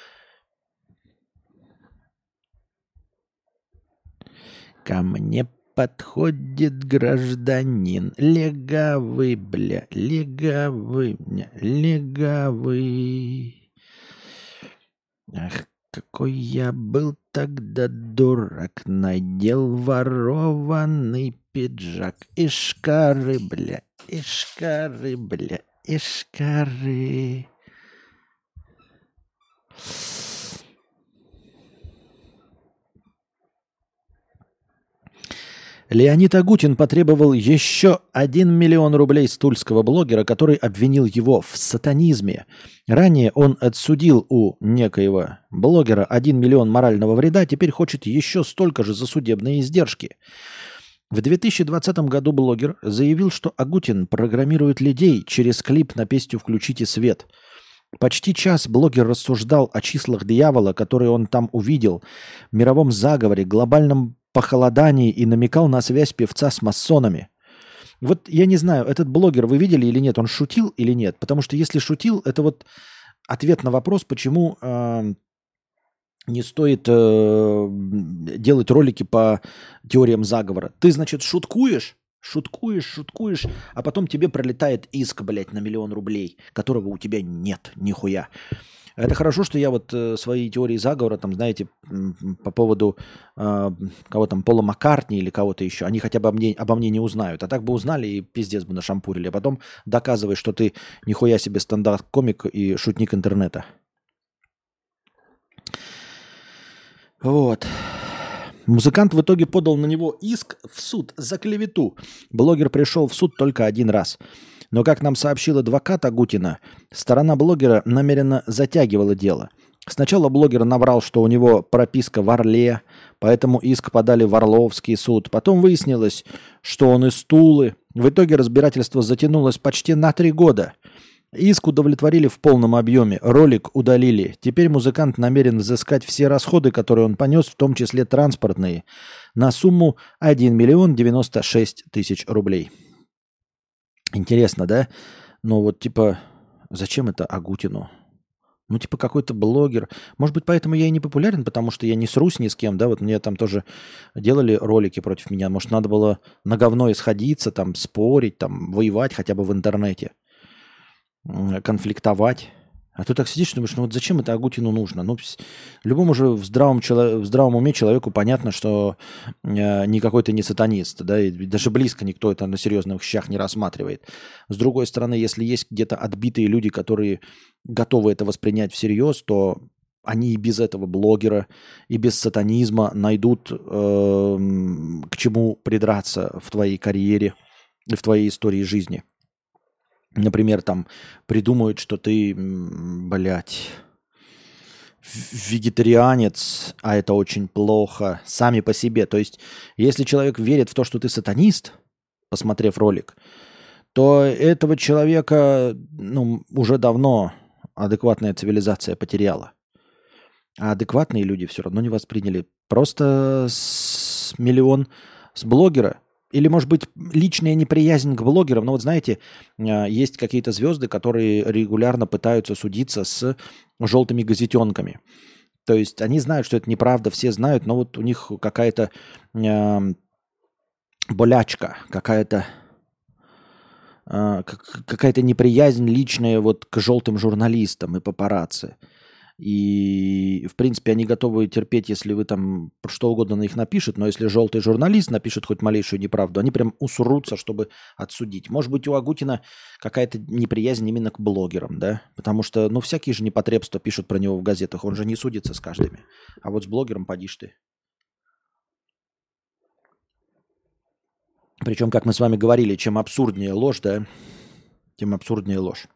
Speaker 1: Ко мне подходит гражданин, легавый, бля, легавый, бля, легавый. Ах, какой я был тогда дурак, надел ворованный пиджак. Ишкары, бля, ишкары, бля, ишкары. Леонид Агутин потребовал еще один миллион рублей с тульского блогера, который обвинил его в сатанизме. Ранее он отсудил у некоего блогера один миллион морального вреда, теперь хочет еще столько же за судебные издержки. В две тысячи двадцатом году блогер заявил, что Агутин программирует людей через клип на песню «Включите свет». Почти час блогер рассуждал о числах дьявола, которые он там увидел, мировом заговоре, глобальном похолодании и намекал на связь певца с масонами. Вот я не знаю, этот блогер вы видели или нет, он шутил или нет? Потому что если шутил, это вот ответ на вопрос, почему э, не стоит э, делать ролики по теориям заговора. Ты, значит, шуткуешь, шуткуешь, шуткуешь, а потом тебе пролетает иск, блядь, на миллион рублей, которого у тебя нет, нихуя. Это хорошо, что я вот э, свои теории заговора, там, знаете, по поводу э, кого там, Пола Маккартни или кого-то еще, они хотя бы обо мне, обо мне не узнают. А так бы узнали и пиздец бы нашампурили. А потом доказывай, что ты нихуя себе стендап-комик и шутник интернета. Вот. Музыкант в итоге подал на него иск в суд за клевету. Блогер пришел в суд только один раз. Но, как нам сообщил адвокат Агутина, сторона блогера намеренно затягивала дело. Сначала блогер наврал, что у него прописка в Орле, поэтому иск подали в Орловский суд. Потом выяснилось, что он из Тулы. В итоге разбирательство затянулось почти на три года. Иск удовлетворили в полном объеме, ролик удалили. Теперь музыкант намерен взыскать все расходы, которые он понес, в том числе транспортные, на сумму один миллион девяносто шесть тысяч рублей. Интересно, да? Но вот типа, зачем это Агутину? Ну, типа какой-то блогер. Может быть, поэтому я и не популярен, потому что я не срусь ни с кем, да? Вот мне там тоже делали ролики против меня. Может, надо было на говно исходиться, там, спорить, там, воевать хотя бы в интернете, конфликтовать. А ты так сидишь и думаешь, ну вот зачем это Агутину нужно? Ну, любому же в здравом, чело... в здравом уме человеку понятно, что э, никакой ты не сатанист, да, и даже близко никто это на серьезных щах не рассматривает. С другой стороны, если есть где-то отбитые люди, которые готовы это воспринять всерьез, то они и без этого блогера, и без сатанизма найдут э, к чему придраться в твоей карьере и в твоей истории жизни. Например, там придумают, что ты, блядь, вегетарианец, а это очень плохо, сами по себе. То есть, если человек верит в то, что ты сатанист, посмотрев ролик, то этого человека, ну, уже давно адекватная цивилизация потеряла. А адекватные люди все равно не восприняли. Просто с миллион с блогера. Или, может быть, личная неприязнь к блогерам. Но вот знаете, есть какие-то звезды, которые регулярно пытаются судиться с желтыми газетенками. То есть они знают, что это неправда, все знают, но вот у них какая-то э, болячка, какая-то э, какая-то неприязнь личная вот к желтым журналистам и папарацци. И, в принципе, они готовы терпеть, если вы там что угодно на них напишут, но если желтый журналист напишет хоть малейшую неправду, они прям усрутся, чтобы отсудить. Может быть, у Агутина какая-то неприязнь именно к блогерам, да? Потому что, ну, всякие же непотребства пишут про него в газетах, он же не судится с каждыми. А вот с блогером поди ж ты. Причем, как мы с вами говорили, чем абсурднее ложь, да, тем абсурднее ложь.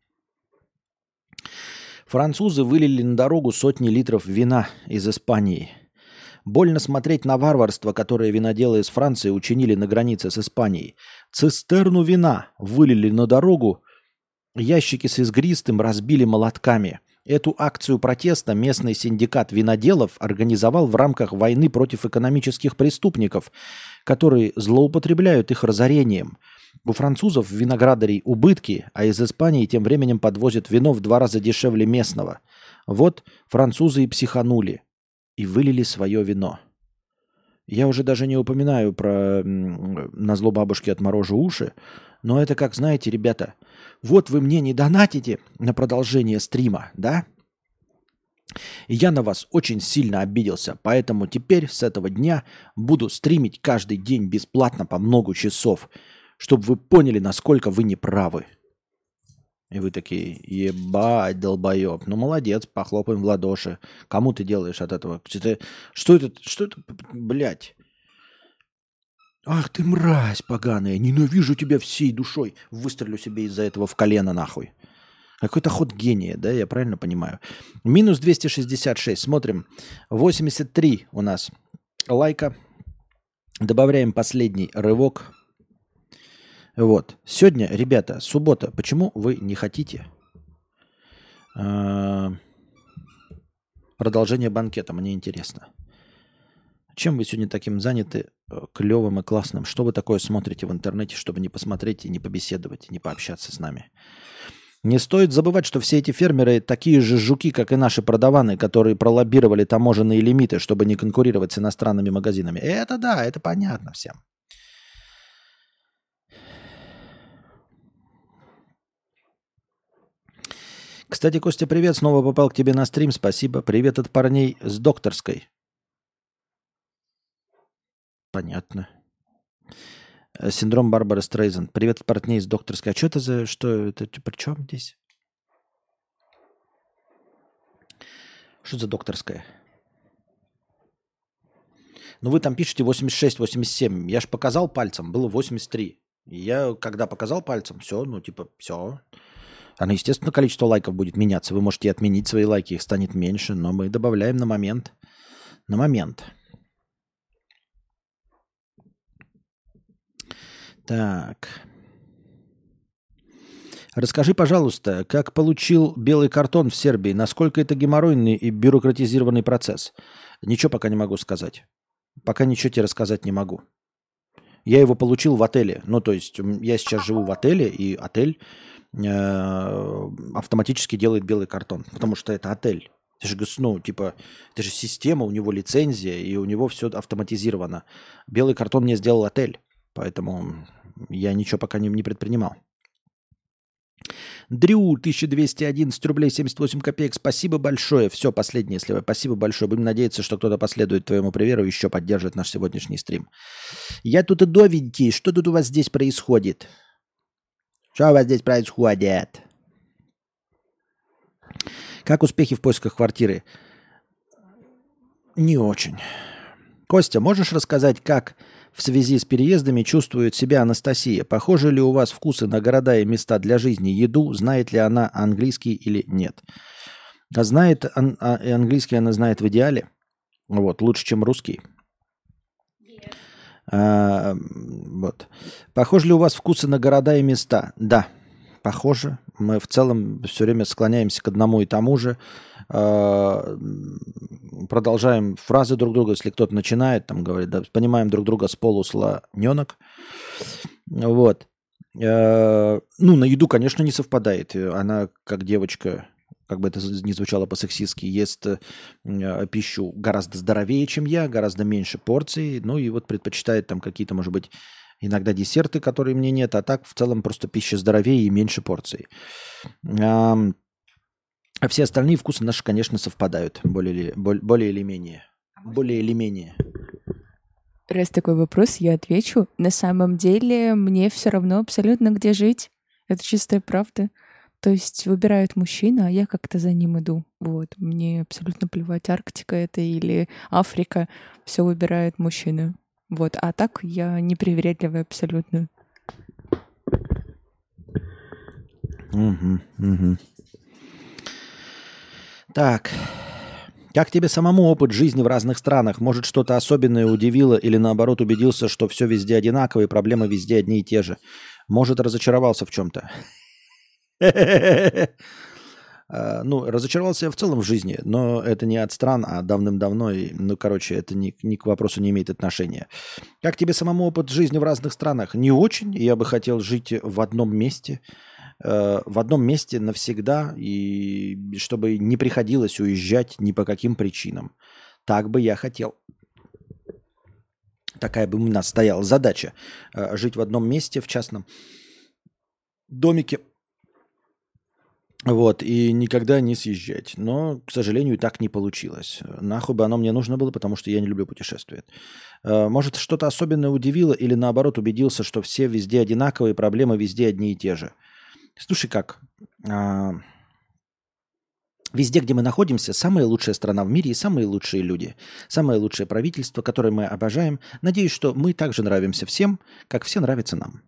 Speaker 1: Французы вылили на дорогу сотни литров вина из Испании. Больно смотреть на варварство, которое виноделы из Франции учинили на границе с Испанией. Цистерну вина вылили на дорогу, ящики с изгристым разбили молотками. Эту акцию протеста местный синдикат виноделов организовал в рамках войны против экономических преступников, которые злоупотребляют их разорением. У французов виноградарей убытки, а из Испании тем временем подвозят вино в два раза дешевле местного. Вот французы и психанули, и вылили свое вино. Я уже даже не упоминаю про назло бабушки отморожу уши, но это как, знаете, ребята, вот вы мне не донатите на продолжение стрима, да? И я на вас очень сильно обиделся, поэтому теперь с этого дня буду стримить каждый день бесплатно по много часов, чтобы вы поняли, насколько вы неправы. И вы такие, ебать, долбоеб. Ну, молодец, похлопаем в ладоши. Кому ты делаешь от этого? Что это, что это, блядь? Ах ты мразь поганая, ненавижу тебя всей душой. Выстрелю себе из-за этого в колено нахуй. Какой-то ход гения, да, я правильно понимаю? Минус двести шестьдесят шесть, смотрим. восемьдесят три у нас лайка. Добавляем последний рывок. Вот. Сегодня, ребята, суббота. Почему вы не хотите продолжение банкета? Мне интересно. Чем вы сегодня таким заняты, клевым и классным? Что вы такое смотрите в интернете, чтобы не посмотреть и не побеседовать, и не пообщаться с нами? Не стоит забывать, что все эти фермеры такие же жуки, как и наши продаваны, которые пролоббировали таможенные лимиты, чтобы не конкурировать с иностранными магазинами. Это да, это понятно всем. Кстати, Костя, привет. Снова попал к тебе на стрим. Спасибо. Привет от парней с докторской. Понятно. Синдром Барбары Стрейзен. Привет от парней с докторской. А что это за... Что это? При чем здесь? Что за докторская? Ну, вы там пишете восемьдесят шесть восемьдесят семь. Я же показал пальцем. Было восемьдесят три. И я, когда показал пальцем, все, ну, типа, все... Оно, естественно, количество лайков будет меняться. Вы можете отменить свои лайки, их станет меньше, но мы добавляем на момент. На момент. Так. Расскажи, пожалуйста, как получил белый картон в Сербии? Насколько это геморройный и бюрократизированный процесс? Ничего пока не могу сказать. Пока ничего тебе рассказать не могу. Я его получил в отеле. Ну, то есть я сейчас живу в отеле, и отель э, автоматически делает белый картон, потому что это отель. Это же, ну, типа, это же система, у него лицензия, и у него все автоматизировано. Белый картон мне сделал отель, поэтому я ничего пока не, не предпринимал. Дрю, тысяча двести одиннадцать рублей семьдесят восемь копеек. Спасибо большое. Все, последнее слово. Спасибо большое. Будем надеяться, что кто-то последует твоему примеру и еще поддержит наш сегодняшний стрим. Я тут и новенький. Что тут у вас здесь происходит? Что у вас здесь происходит? Как успехи в поисках квартиры? Не очень. Костя, можешь рассказать, как в связи с переездами чувствует себя Анастасия? Похожи ли у вас вкусы на города и места для жизни, еду? Знает ли она английский или нет? А знает ан- а- английский она знает в идеале. Вот, лучше, чем русский. А, вот. Похожи ли у вас вкусы на города и места? Да, похоже. Мы в целом все время склоняемся к одному и тому же. А, продолжаем фразы друг друга. Если кто-то начинает, там говорит, да, понимаем друг друга с полуслоненок. Вот. А, ну, на еду, конечно, не совпадает. Она, как девочка, как бы это ни звучало по-сексистски, ест э, пищу гораздо здоровее, чем я, гораздо меньше порций. Ну и вот предпочитает там какие-то, может быть, иногда десерты, которые мне нет, а так в целом просто пища здоровее и меньше порций. А, а все остальные вкусы наши, конечно, совпадают более или, более или менее. Более или менее.
Speaker 2: Раз такой вопрос, я отвечу. На самом деле мне все равно абсолютно где жить. Это чистая правда. То есть выбирает мужчина, а я как-то за ним иду. Вот. Мне абсолютно плевать, Арктика это или Африка. Все выбирает мужчина. Вот. А так я непривередливая абсолютно.
Speaker 1: Угу, угу. Так. Как тебе самому опыт жизни в разных странах? Может, что-то особенное удивило или наоборот убедился, что все везде одинаково и проблемы везде одни и те же? Может, разочаровался в чем-то? Ну, разочаровался я в целом в жизни, но это не от стран, а давным-давно. И, ну, короче, это ни, ни к вопросу не имеет отношения. Как тебе самому опыт жизни в разных странах? Не очень. Я бы хотел жить в одном месте, э, в одном месте навсегда, и чтобы не приходилось уезжать ни по каким причинам. Так бы я хотел. Такая бы у нас стояла задача. Э, жить в одном месте, в частном домике. Вот, и никогда не съезжать. Но, к сожалению, так не получилось. Нахуй бы оно мне нужно было, потому что я не люблю путешествия. Может, что-то особенное удивило или, наоборот, убедился, что все везде одинаковые, проблемы везде одни и те же. Слушай, как? Везде, где мы находимся, самая лучшая страна в мире и самые лучшие люди. Самое лучшее правительство, которое мы обожаем. Надеюсь, что мы также нравимся всем, как все нравятся нам.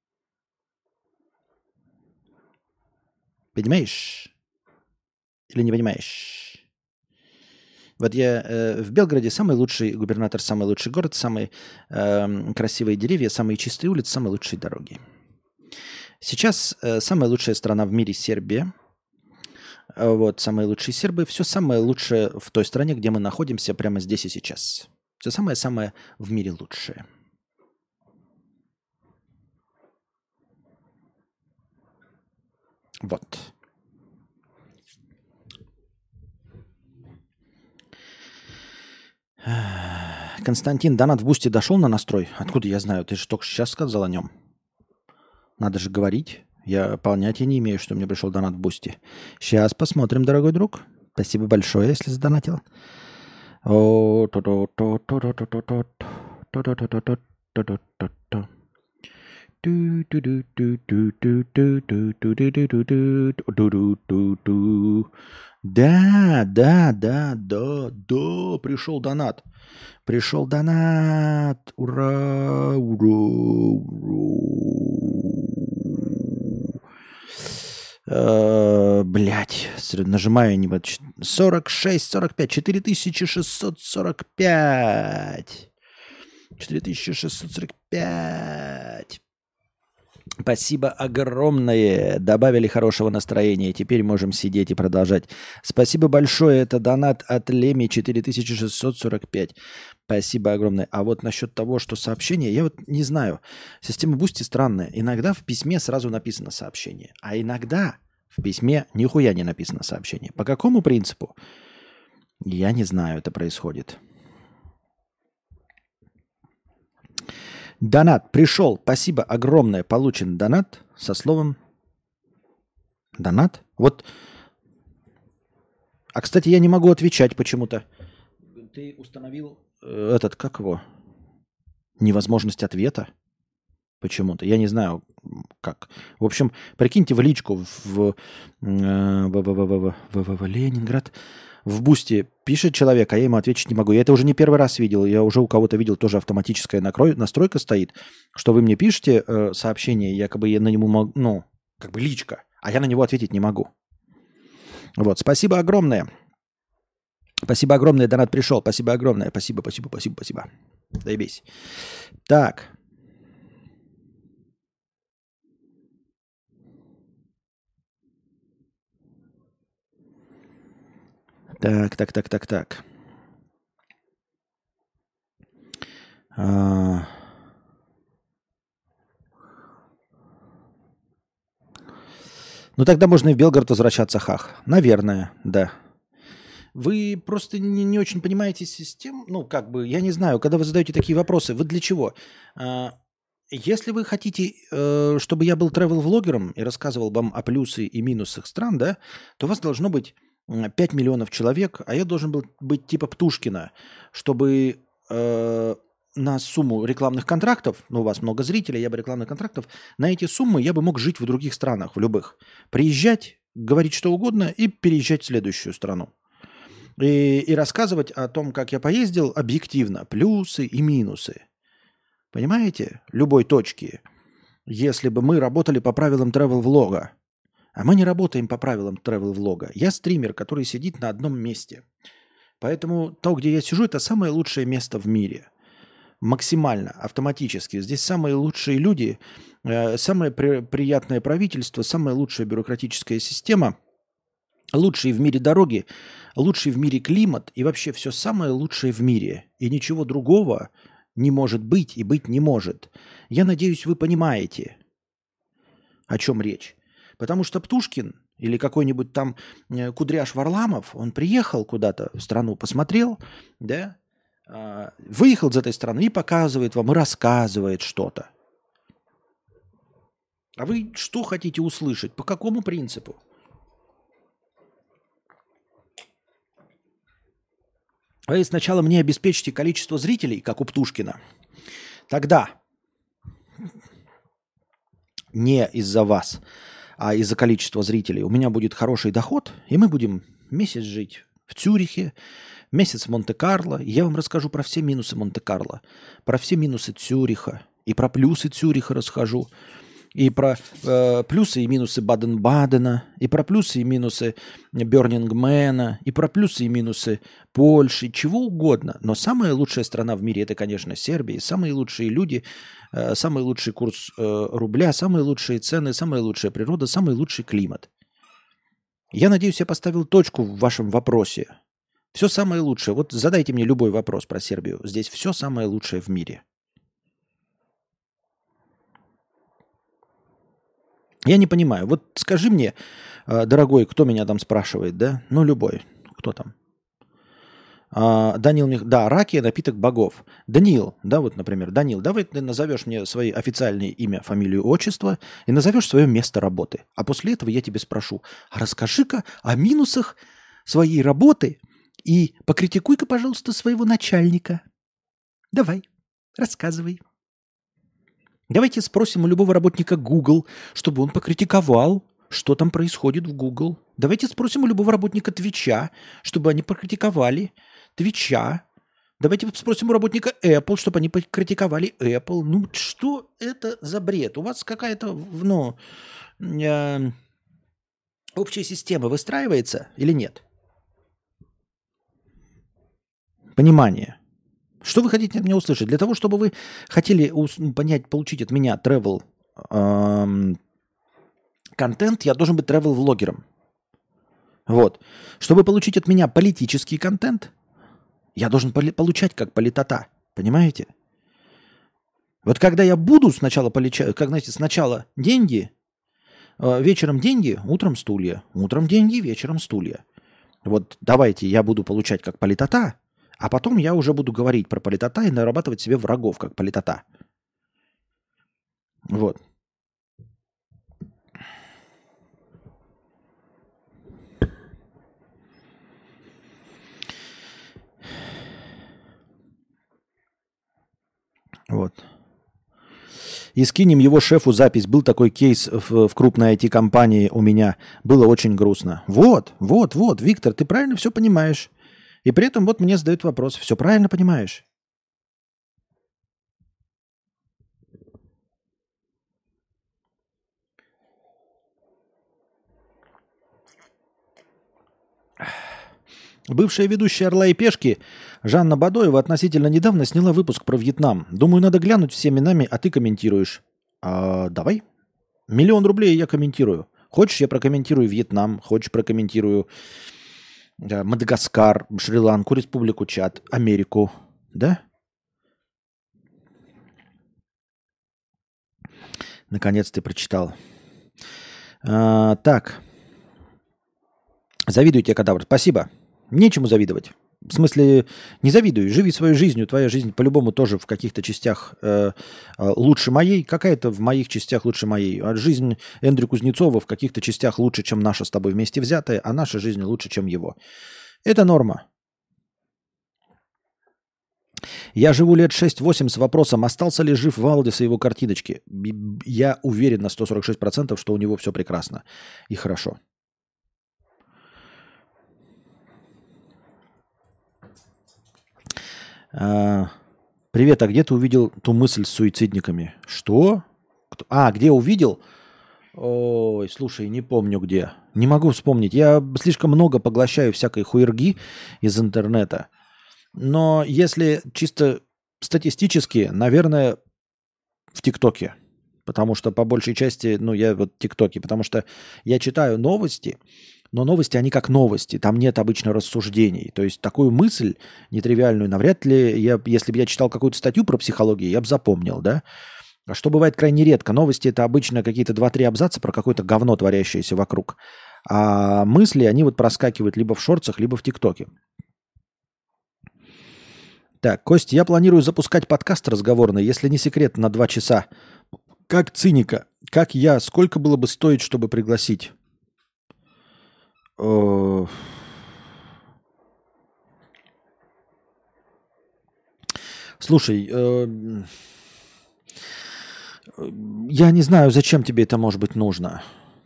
Speaker 1: Понимаешь? Или не понимаешь? Вот я э, в Белгороде самый лучший губернатор, самый лучший город, самые э, красивые деревья, самые чистые улицы, самые лучшие дороги. Сейчас э, самая лучшая страна в мире Сербия. Вот, самые лучшие сербы. Все самое лучшее в той стране, где мы находимся прямо здесь и сейчас. Все самое-самое в мире лучшее. Вот. Константин, донат в Бусти дошел на настрой? Откуда я знаю? Ты же только сейчас сказал о нем. Надо же говорить. Я понятия не имею, что мне пришел донат в Бусти. Сейчас посмотрим, дорогой друг. Спасибо большое, если задонатил. Да, да, да, да, да, пришел донат. Пришел донат. Ура, ура, ура. Э, блять, нажимаю не вот сорок шесть, сорок пять, четыре тысячи шестьсот сорок пять. четыре тысячи шестьсот сорок пять. Спасибо огромное. Добавили хорошего настроения. Теперь можем сидеть и продолжать. Спасибо большое. Это донат от Леми четыре тысячи шестьсот сорок пять. Спасибо огромное. А вот насчет того, что сообщение, я вот не знаю. Система Бусти странная. Иногда в письме сразу написано сообщение. А иногда в письме нихуя не написано сообщение. По какому принципу? Я не знаю, это происходит. Донат пришел. Спасибо огромное. Получен донат со словом донат. Вот. А, кстати, я не могу отвечать почему-то. Ты установил э, этот, как его? Невозможность ответа. Почему-то. Я не знаю, как. В общем, прикиньте в личку в, в, в, в, в, в, в Ленинград. В Бусти пишет человек, а я ему ответить не могу. Я это уже не первый раз видел. Я уже у кого-то видел, тоже автоматическая накрой, настройка стоит, что вы мне пишете э, сообщение, якобы я на нему могу, ну, как бы личка, а я на него ответить не могу. Вот, спасибо огромное. Спасибо огромное, донат пришел. Спасибо огромное. Спасибо, спасибо, спасибо, спасибо. Заебись. Так. Так, так, так, так, так. А... Ну тогда можно и в Белгород возвращаться, хах. Наверное, да. Вы просто не, не очень понимаете систему. Ну, как бы, я не знаю, когда вы задаете такие вопросы, вы для чего? А, если вы хотите, э, чтобы я был travel-влогером и рассказывал вам о плюсы и минусах стран, да, то у вас должно быть пять миллионов человек, а я должен был быть типа Птушкина, чтобы э, на сумму рекламных контрактов, ну, у вас много зрителей, я бы рекламных контрактов, на эти суммы я бы мог жить в других странах, в любых. Приезжать, говорить что угодно и переезжать в следующую страну. И, и рассказывать о том, как я поездил, объективно, плюсы и минусы. Понимаете? Любой точки. Если бы мы работали по правилам travel-влога, а мы не работаем по правилам travel-влога. Я стример, который сидит на одном месте. Поэтому то, где я сижу, это самое лучшее место в мире. Максимально, автоматически. Здесь самые лучшие люди, э, самое при- приятное правительство, самая лучшая бюрократическая система, лучшие в мире дороги, лучший в мире климат и вообще все самое лучшее в мире. И ничего другого не может быть и быть не может. Я надеюсь, вы понимаете, о чем речь. Потому что Птушкин или какой-нибудь там Кудряш Варламов, он приехал куда-то в страну, посмотрел, да, выехал из этой страны и показывает вам, и рассказывает что-то. А вы что хотите услышать? По какому принципу? Вы сначала мне обеспечите количество зрителей, как у Птушкина. Тогда не из-за вас, а из-за количества зрителей у меня будет хороший доход, и мы будем месяц жить в Цюрихе, месяц в Монте-Карло. Я вам расскажу про все минусы Монте-Карло, про все минусы Цюриха, и про плюсы Цюриха расскажу, и про э, плюсы и минусы Баден-Бадена, и про плюсы и минусы Бёрнингмена, и про плюсы и минусы Польши, чего угодно. Но самая лучшая страна в мире – это, конечно, Сербия. И самые лучшие люди, э, самый лучший курс э, рубля, самые лучшие цены, самая лучшая природа, самый лучший климат. Я надеюсь, я поставил точку в вашем вопросе. Все самое лучшее. Вот задайте мне любой вопрос про Сербию. Здесь все самое лучшее в мире. Я не понимаю. Вот скажи мне, дорогой, кто меня там спрашивает, да? Ну, любой. Кто там? А, Данил, да, ракия, напиток богов. Даниил, да, вот, например, Данил, давай ты назовешь мне свои официальные имя, фамилию, отчество и назовешь свое место работы. А после этого я тебе спрошу, а расскажи-ка о минусах своей работы и покритикуй-ка, пожалуйста, своего начальника. Давай, рассказывай. Давайте спросим у любого работника Google, чтобы он покритиковал, что там происходит в Google. Давайте спросим у любого работника Твича, чтобы они покритиковали Твича. Давайте спросим у работника Apple, чтобы они покритиковали Apple. Ну, что это за бред? У вас какая-то, ну, э, Общая система выстраивается или нет? Понимание. Что вы хотите от меня услышать? Для того, чтобы вы хотели ус- понять, получить от меня travel эм, контент, я должен быть travel-влогером. Вот. Чтобы получить от меня политический контент, я должен поли- получать как политота. Понимаете? Вот когда я буду сначала получать, как знаете, сначала деньги, э, вечером деньги, утром стулья. Утром деньги, вечером стулья. Вот давайте я буду получать как политота, а потом я уже буду говорить про политота и нарабатывать себе врагов как политота. Вот. Вот. И скинем его шефу запись. Был такой кейс в, в крупной ай ти-компании у меня. Было очень грустно. Вот, вот, вот, Виктор, ты правильно все понимаешь. И при этом вот мне задают вопрос. Все правильно понимаешь. Бывшая ведущая «Орла и пешки» Жанна Бадоева относительно недавно сняла выпуск про Вьетнам. Думаю, надо глянуть всеми нами, а ты комментируешь. А, давай. Миллион рублей я комментирую. Хочешь, я прокомментирую Вьетнам, хочешь, прокомментирую да, Мадагаскар, Шри-Ланку, Республику Чад, Америку. Да? Наконец ты прочитал. А, так. Завидую тебе, кадавр. Спасибо. Нечему завидовать. В смысле, не завидуй, живи своей жизнью. Твоя жизнь по-любому тоже в каких-то частях э, э, лучше моей, какая-то в моих частях лучше моей. А жизнь Эндрю Кузнецова в каких-то частях лучше, чем наша с тобой вместе взятая, а наша жизнь лучше, чем его. Это норма. Я живу лет шесть-восемь с вопросом, остался ли жив Валдис и его картиночки. Я уверен на сто сорок шесть процентов, что у него все прекрасно и хорошо. А, привет, а где ты увидел ту мысль с суицидниками? Что? Кто? А, где увидел? Ой, слушай, не помню где. Не могу вспомнить. Я слишком много поглощаю всякой хуерги из интернета. Но если чисто статистически, наверное, в ТикТоке. Потому что по большей части, ну, я вот в ТикТоке, потому что я читаю новости, но новости, они как новости, там нет обычно рассуждений. То есть такую мысль нетривиальную навряд ли, я, если бы я читал какую-то статью про психологию, я бы запомнил, да? А что бывает крайне редко. Новости – это обычно какие-то два-три абзаца про какое-то говно, творящееся вокруг. А мысли, они вот проскакивают либо в шортсах, либо в ТикТоке. Так, Костя, я планирую запускать подкаст разговорный, если не секрет, на два часа. Как циника, как я, сколько было бы стоить, чтобы пригласить? Э, Слушай, э, я не знаю, зачем тебе это может быть нужно.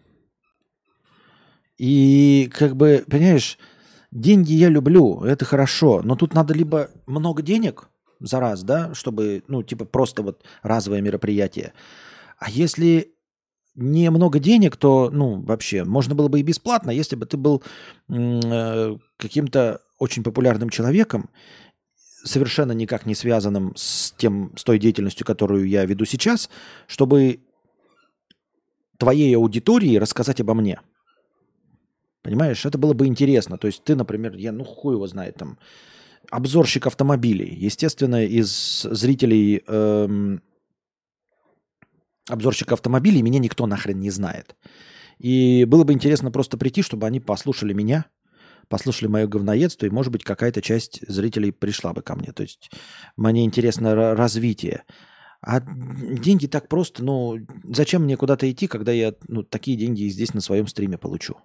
Speaker 1: И как бы, понимаешь, деньги я люблю, это хорошо, но тут надо либо много денег за раз, да, чтобы, ну, типа просто вот разовое мероприятие. А если не много денег, то, ну, вообще, можно было бы и бесплатно, если бы ты был м, э, каким-то очень популярным человеком, совершенно никак не связанным с тем, с той деятельностью, которую я веду сейчас, чтобы твоей аудитории рассказать обо мне. Понимаешь, это было бы интересно. То есть ты, например, я, ну хуй его знает, там, обзорщик автомобилей. Естественно, из зрителей эм, обзорщика автомобилей меня никто нахрен не знает. И было бы интересно просто прийти, чтобы они послушали меня, послушали мое говноедство, и, может быть, какая-то часть зрителей пришла бы ко мне. То есть мне интересно ра- развитие. А деньги так просто, ну, зачем мне куда-то идти, когда я ну, такие деньги здесь на своем стриме получу?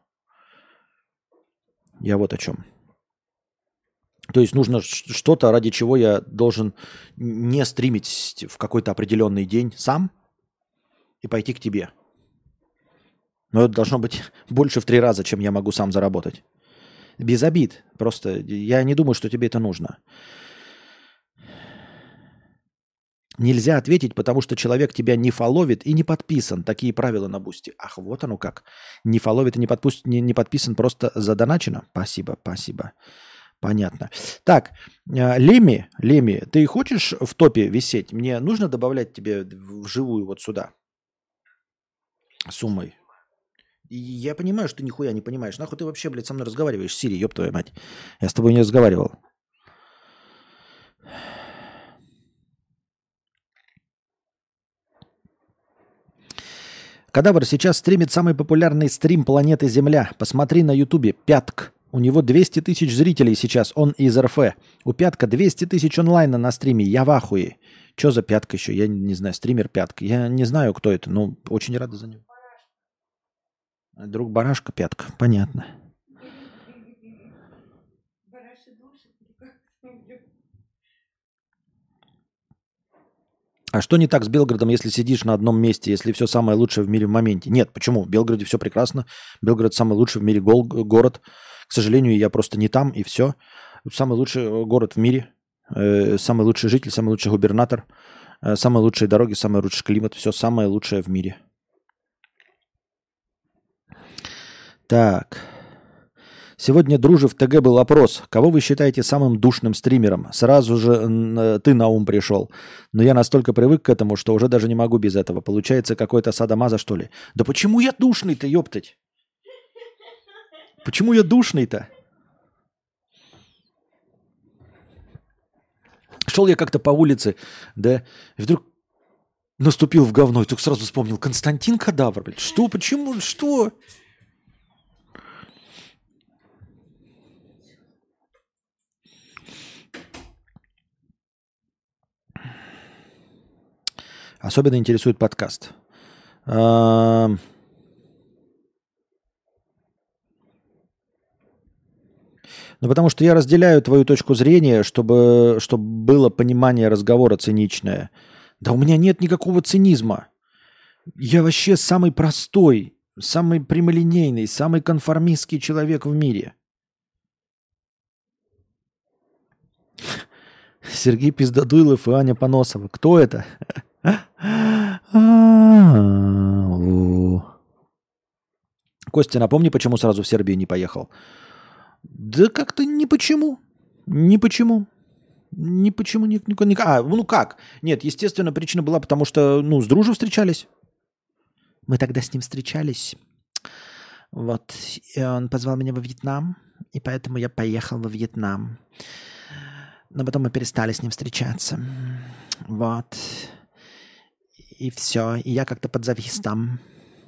Speaker 1: Я вот о чем. То есть нужно ш- что-то, ради чего я должен не стримить в какой-то определенный день сам и пойти к тебе. Но это должно быть больше в три раза, чем я могу сам заработать. Без обид. Просто я не думаю, что тебе это нужно. Нельзя ответить, потому что человек тебя не фоловит и не подписан. Такие правила на Бусти. Ах, вот оно как. Не фоловит и не, подпус... не, не подписан, просто задоначено. Спасибо, спасибо. Понятно. Так, э, Леми, Леми, ты хочешь в топе висеть? Мне нужно добавлять тебе вживую вот сюда суммой. И я понимаю, что ты нихуя не понимаешь. Нахуй ты вообще, блядь, со мной разговариваешь, Сири, ёб твою мать. Я с тобой не разговаривал. Кадавр сейчас стримит самый популярный стрим планеты Земля. Посмотри на Ютубе. Пятк. У него двести тысяч зрителей сейчас. Он из эр эф. У Пятка двести тысяч онлайна на стриме. Я в ахуе. Что за Пятка еще? Я не знаю. Стример Пятка. Я не знаю, кто это, но очень рада за него. Друг Барашка Пятка. Понятно. А что не так с Белгородом, если сидишь на одном месте, если все самое лучшее в мире в моменте? Нет, почему? В Белгороде все прекрасно. Белгород самый лучший в мире гол- город. К сожалению, я просто не там, и все. Самый лучший город в мире. Э, самый лучший житель, самый лучший губернатор. Э, самые лучшие дороги, самый лучший климат. Все самое лучшее в мире. Так. Сегодня, дружи, в ТГ был опрос. Кого вы считаете самым душным стримером? Сразу же н- ты на ум пришел. Но я настолько привык к этому, что уже даже не могу без этого. Получается какой-то садомаза, что ли? Да почему я душный-то, ёптать? Почему я душный-то? Шел я как-то по улице, да, и вдруг наступил в говно, и только сразу вспомнил. Константин Кадавр, блядь. Что? Почему? Что? Особенно интересует подкаст. А, Ну, потому что я разделяю твою точку зрения, чтобы, чтобы было понимание разговора циничное. Да у меня нет никакого цинизма. Я вообще самый простой, самый прямолинейный, самый конформистский человек в мире. Сергей Пиздодуйлов и Аня Поносова. Кто это? Костя, напомни, почему сразу в Сербию не поехал? Да как-то ни почему. Ни почему. Ни почему. Ни, ни, ни, а, ну как? Нет, естественно, причина была, потому что, ну, с дружем встречались. Мы тогда с ним встречались. Вот. И он позвал меня во Вьетнам, и поэтому я поехал во Вьетнам. Но потом мы перестали с ним встречаться. Вот. И все. И я как-то подзавис там.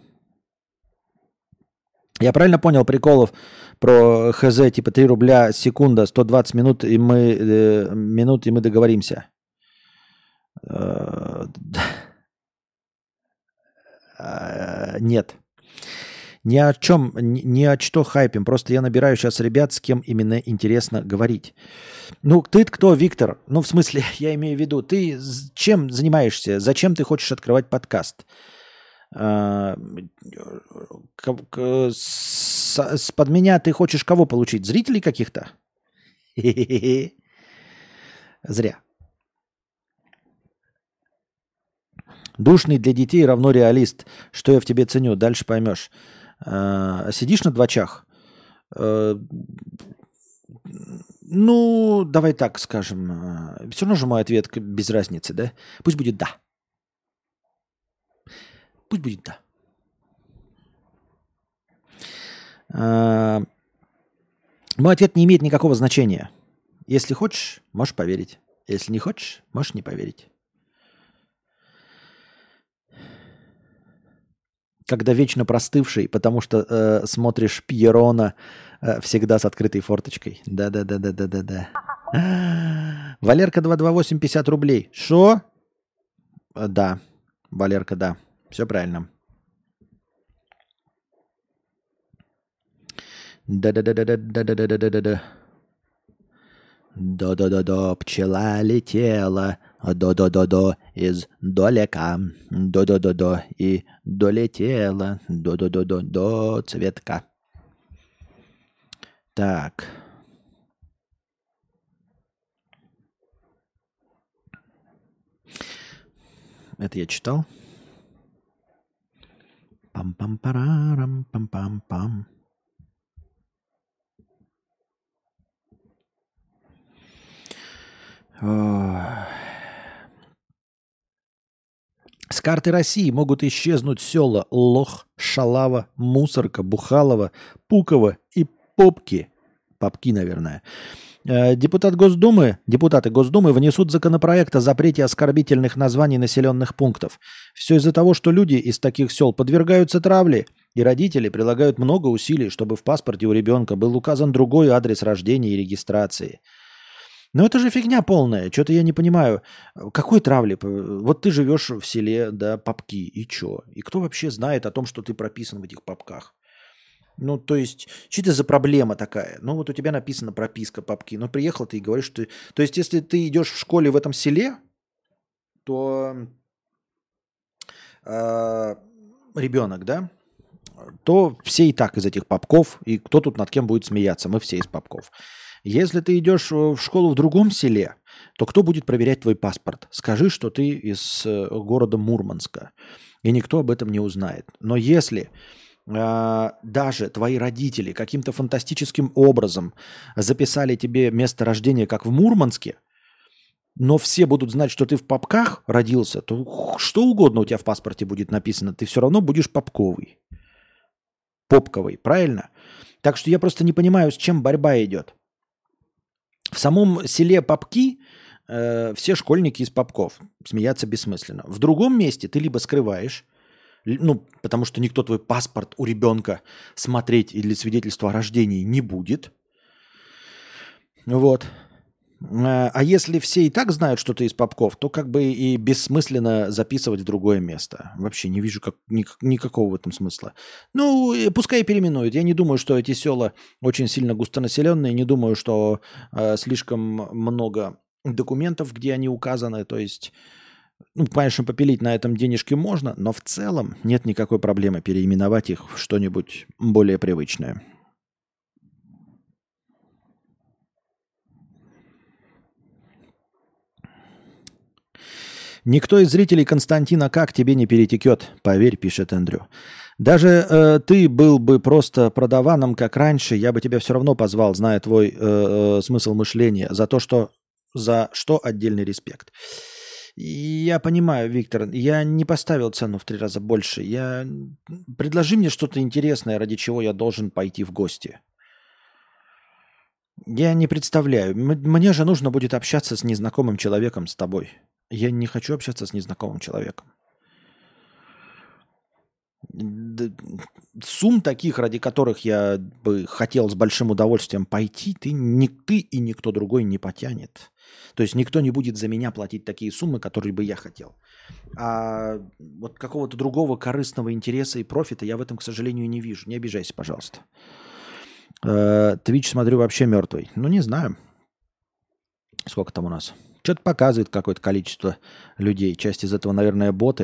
Speaker 1: Я правильно понял приколов про ХЗ, типа три рубля секунда, сто двадцать минут, и мы, э, минут, и мы договоримся? Э, Нет. Ни о чем, ни, ни о что хайпим. Просто я набираю сейчас ребят, с кем именно интересно говорить. Ну, ты кто, Виктор? Ну, в смысле, я имею в виду, ты чем занимаешься? Зачем ты хочешь открывать подкаст? А, с, с под меня ты хочешь кого получить? Зрителей каких-то? Зря. Душный для детей равно реалист. Что я в тебе ценю? Дальше поймешь. А, сидишь на двачах? А, ну, давай так скажем. Все равно же мой ответ без разницы, да? Пусть будет да. Пусть будет да. А, мой ответ не имеет никакого значения. Если хочешь, можешь поверить. Если не хочешь, можешь не поверить. Когда вечно простывший, потому что э, смотришь Пьерона э, всегда с открытой форточкой. Да-да-да-да-да-да-да. Валерка два два восемь пятьдесят рублей. Шо? Э, Да, Валерка, да. Все правильно. Да-да-да-да-да-да-да-да-да-да. Да-да-да-да, пчела летела, до-до-до-до, из долека, до-до-до-до, и долетела, до-до-до-до, до цветка. Так. Это я читал. Пам-пам-парарам, пам-пам-пам. С карты России могут исчезнуть села Лох, Шалава, Мусорка, Бухалова, Пуково и Попки. Попки, наверное. Депутат Госдумы, депутаты Госдумы внесут законопроект о запрете оскорбительных названий населенных пунктов. Все из-за того, что люди из таких сел подвергаются травле, и родители прилагают много усилий, чтобы в паспорте у ребенка был указан другой адрес рождения и регистрации. Но это же фигня полная. Что-то я не понимаю. Какой травли? Вот ты живешь в селе, да, Попки, и чё? И кто вообще знает о том, что ты прописан в этих попках? Ну, то есть, что это за проблема такая? Ну, вот у тебя написана прописка Попки. Но приехал ты и говоришь, что... То есть, если ты идешь в школе в этом селе, то э, ребенок, да, то все и так из этих попков, и кто тут над кем будет смеяться? Мы все из попков. Если ты идешь в школу в другом селе, то кто будет проверять твой паспорт? Скажи, что ты из города Мурманска, и никто об этом не узнает. Но если э, даже твои родители каким-то фантастическим образом записали тебе место рождения как в Мурманске, но все будут знать, что ты в Попках родился, то что угодно у тебя в паспорте будет написано, ты все равно будешь попковый. Попковый, правильно? Так что я просто не понимаю, с чем борьба идет. В самом селе Попки э, все школьники из Попков. Смеяться бессмысленно. В другом месте ты либо скрываешь, ну, потому что никто твой паспорт у ребенка смотреть или свидетельство о рождении не будет. Вот. А если все и так знают, что ты из Попков, то как бы и бессмысленно записывать в другое место. Вообще не вижу как, ник- никакого в этом смысла. Ну, пускай переименуют. Я не думаю, что эти села очень сильно густонаселенные. Не думаю, что э, слишком много документов, где они указаны. То есть, ну, конечно, попилить на этом денежки можно, но в целом нет никакой проблемы переименовать их в что-нибудь более привычное. Никто из зрителей Константина как тебе не перетекет, поверь, пишет Эндрю. Даже э, ты был бы просто продаваном, как раньше, я бы тебя все равно позвал, зная твой э, э, смысл мышления, за то, что за что отдельный респект. Я понимаю, Виктор, я не поставил цену в три раза больше. Я... Предложи мне что-то интересное, ради чего я должен пойти в гости. Я не представляю. Мне же нужно будет общаться с незнакомым человеком, с тобой. Я не хочу общаться с незнакомым человеком. Сумм таких, ради которых я бы хотел с большим удовольствием пойти, ты, ни ты и никто другой не потянет. То есть никто не будет за меня платить такие суммы, которые бы я хотел. А вот какого-то другого корыстного интереса и профита я в этом, к сожалению, не вижу. Не обижайся, пожалуйста. Твич, смотрю, вообще мертвый. Ну, не знаю. Сколько там у нас? Что-то показывает какое-то количество людей. Часть из этого, наверное, боты.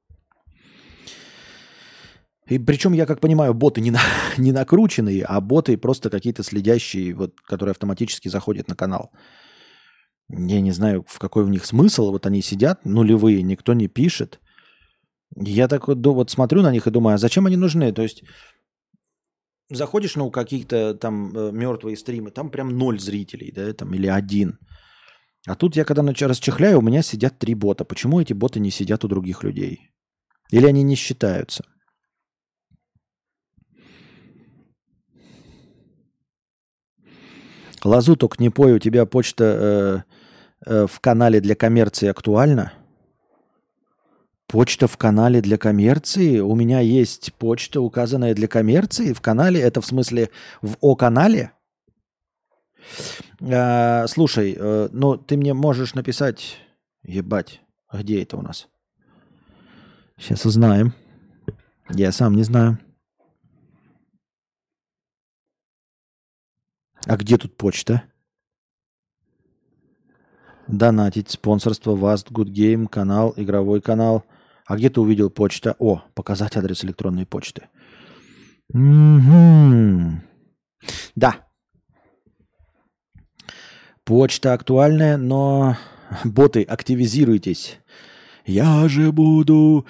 Speaker 1: И причем, я как понимаю, боты не, на, не накрученные, а боты просто какие-то следящие, вот, которые автоматически заходят на канал. Я не знаю, в какой в них смысл. Вот они сидят, нулевые, никто не пишет. Я так вот, вот смотрю на них и думаю, а зачем они нужны? То есть заходишь на ну, какие-то там э, мертвые стримы, там прям ноль зрителей, да, там, или один. А тут я когда расчехляю, у меня сидят три бота. Почему эти боты не сидят у других людей? Или они не считаются? Лазу только не пой, у тебя почта э, э, в канале для коммерции актуальна? Почта в канале для коммерции? У меня есть почта, указанная для коммерции в канале? Это в смысле в О-канале? А, слушай, э, ну ты мне можешь написать... Ебать, где это у нас? Сейчас узнаем. Я сам не знаю. А где тут почта? Донатить, спонсорство, Vast, Good Game, канал, игровой канал. А где ты увидел почта? О, показать адрес электронной почты. Угу. Да. Почта актуальная, но боты, активизируйтесь. Я же буду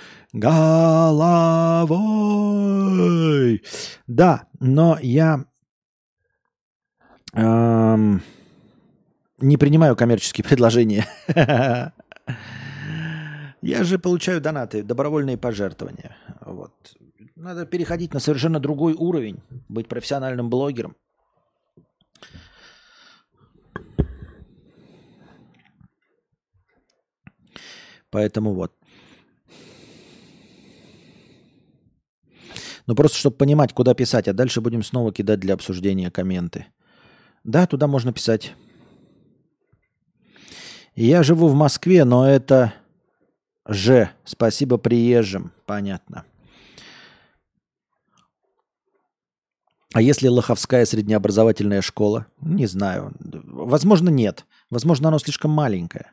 Speaker 1: головой. Да, но я эм, не принимаю коммерческие предложения. Я же получаю донаты, добровольные пожертвования. Вот. Надо переходить на совершенно другой уровень, быть профессиональным блогером. Поэтому вот. Ну, просто чтобы понимать, куда писать, а дальше будем снова кидать для обсуждения комменты. Да, туда можно писать. Я живу в Москве, но это же. Спасибо приезжим. Понятно. А если Лоховская среднеобразовательная школа? Не знаю. Возможно, нет. Возможно, оно слишком маленькое.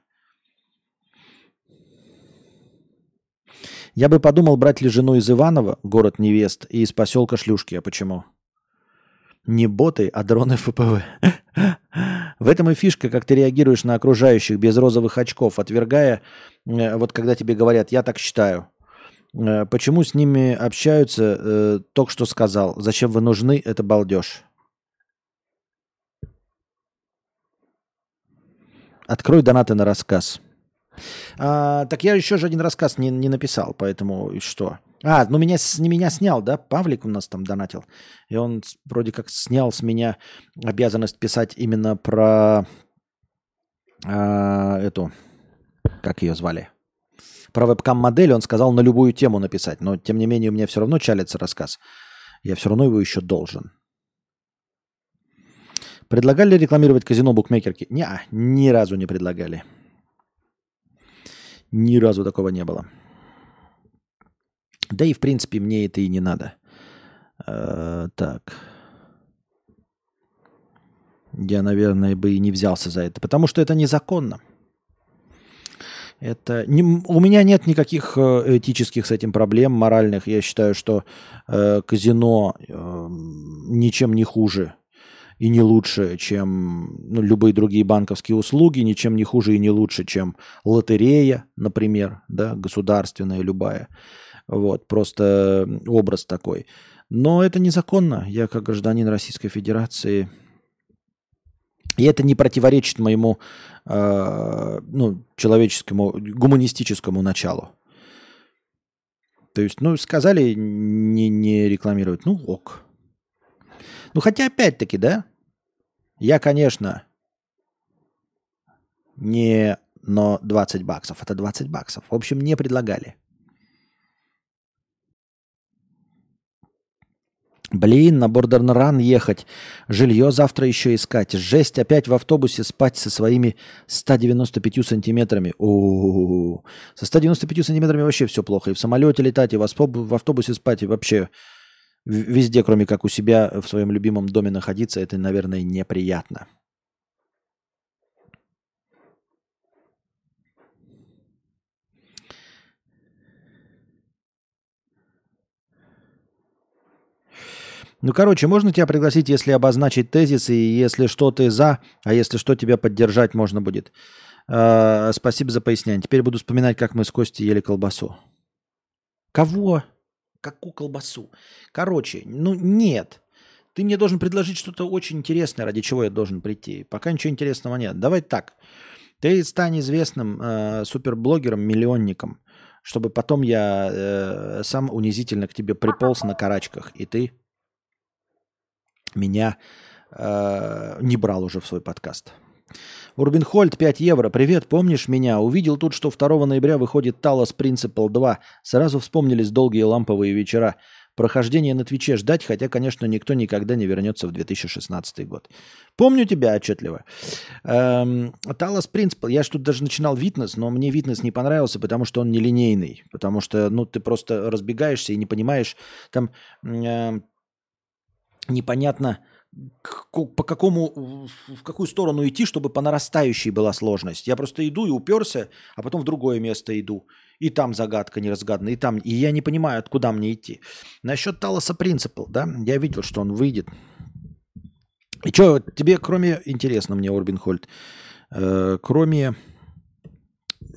Speaker 1: Я бы подумал, брать ли жену из Иванова, город невест, и из поселка Шлюшки. А почему? Не боты, а дроны эф пэ вэ. В этом и фишка, как ты реагируешь на окружающих без розовых очков, отвергая, вот когда тебе говорят, я так считаю. Почему с ними общаются, э, только что сказал. Зачем вы нужны, это балдеж. Открой донаты на рассказ. А, так я еще же один рассказ не, не написал, поэтому что? А, ну меня, не меня снял, да? Павлик у нас там донатил. И он вроде как снял с меня обязанность писать именно про а, эту, как ее звали? Про вебкам-модель он сказал на любую тему написать. Но, тем не менее, у меня все равно чалится рассказ. Я все равно его еще должен. Предлагали рекламировать казино букмекерки? Не, ни разу не предлагали. Ни разу такого не было. Да и, в принципе, мне это и не надо. А, так. Я, наверное, бы и не взялся за это. Потому что это незаконно. Это не, у меня нет никаких этических с этим проблем, моральных. Я считаю, что э, казино э, ничем не хуже и не лучше, чем ну, любые другие банковские услуги, ничем не хуже и не лучше, чем лотерея, например, да, государственная любая. Вот, просто образ такой. Но это незаконно. Я как гражданин Российской Федерации... И это не противоречит моему э, ну, человеческому, гуманистическому началу. То есть, ну, сказали не, не рекламировать. Ну, ок. Ну, хотя, опять-таки, да, я, конечно, не... Но двадцать баксов. Это двадцать баксов. В общем, не предлагали. Блин, на Border Run ехать, жилье завтра еще искать, жесть, опять в автобусе спать со своими ста девяноста пятью сантиметрами. О-о-о-о. Со ста девяноста пятью сантиметрами вообще все плохо. И в самолете летать, и в автобусе спать, и вообще везде, кроме как у себя в своем любимом доме находиться, это, наверное, неприятно. Ну, короче, можно тебя пригласить, если обозначить тезисы, и если что ты за, а если что, тебя поддержать можно будет. Э-э- спасибо за пояснение. Теперь буду вспоминать, как мы с Костей ели колбасу. Кого? Какую колбасу? Короче, ну нет. Ты мне должен предложить что-то очень интересное, ради чего я должен прийти. Пока ничего интересного нет. Давай так. Ты стань известным э- суперблогером, миллионником, чтобы потом я э- сам унизительно к тебе приполз на карачках, и ты... меня э, не брал уже в свой подкаст. Урбин Хольд, пять евро. Привет, помнишь меня? Увидел тут, что второго ноября выходит Talos Principle два. Сразу вспомнились долгие ламповые вечера. Прохождение на Твиче ждать, хотя, конечно, никто никогда не вернется в две тысячи шестнадцатый год. Помню тебя отчетливо. Эм, Talos Principle. Я ж тут даже начинал Витнес, но мне Витнес не понравился, потому что он нелинейный. Потому что, ну, ты просто разбегаешься и не понимаешь, там... Э, непонятно, по какому, в какую сторону идти, чтобы по нарастающей была сложность. Я просто иду и уперся, а потом в другое место иду. И там загадка неразгаданная, и там. И я не понимаю, откуда мне идти. Насчет Талоса Принципл, да, я видел, что он выйдет. И что, тебе, кроме, интересно мне, Орбин Хольд, э, кроме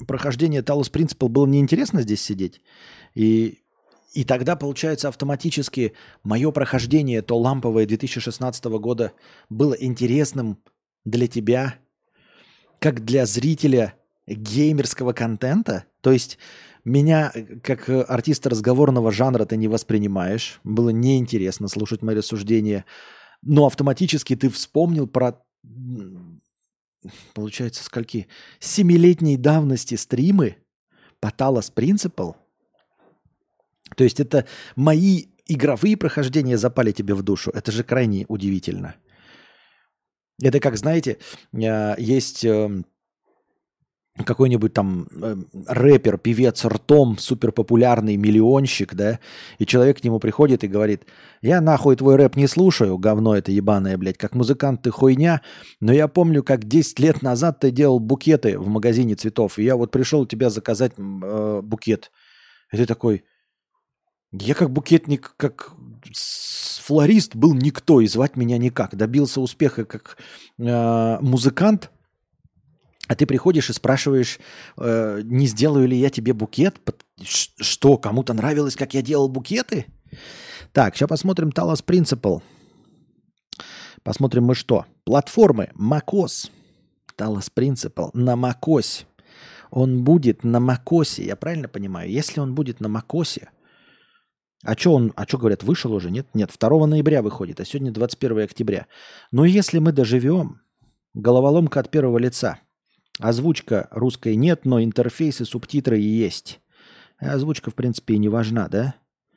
Speaker 1: прохождения Talos Principle было неинтересно здесь сидеть. И, и тогда, получается, автоматически мое прохождение, то ламповое две тысячи шестнадцатого года, было интересным для тебя, как для зрителя геймерского контента. То есть меня, как артиста разговорного жанра, ты не воспринимаешь. Было неинтересно слушать мои рассуждения. Но автоматически ты вспомнил про, получается, скольки? Семилетней давности стримы по Talos Principle. То есть это мои игровые прохождения запали тебе в душу. Это же крайне удивительно. Это как, знаете, есть какой-нибудь там рэпер, певец ртом, суперпопулярный миллионщик, да, и человек к нему приходит и говорит: я нахуй твой рэп не слушаю, говно это ебаное, блядь, как музыкант ты хуйня, но я помню, как десять лет назад ты делал букеты в магазине цветов, и я вот пришел тебя заказать э, букет. И ты такой: я как букетник, как флорист был никто, и звать меня никак. Добился успеха как э, музыкант, а ты приходишь и спрашиваешь, э, не сделаю ли я тебе букет? Что, кому-то нравилось, как я делал букеты? Так, сейчас посмотрим Talos Principle. Посмотрим мы что. Платформы macOS. Talos Principle на macOS. Он будет на macOS, я правильно понимаю? Если он будет на macOS... А что он, а что говорят, вышел уже? Нет, нет, второго ноября выходит, а сегодня двадцать первого октября. Но если мы доживем, головоломка от первого лица. Озвучка русской нет, но интерфейсы, субтитры есть. Озвучка, в принципе, и не важна, да?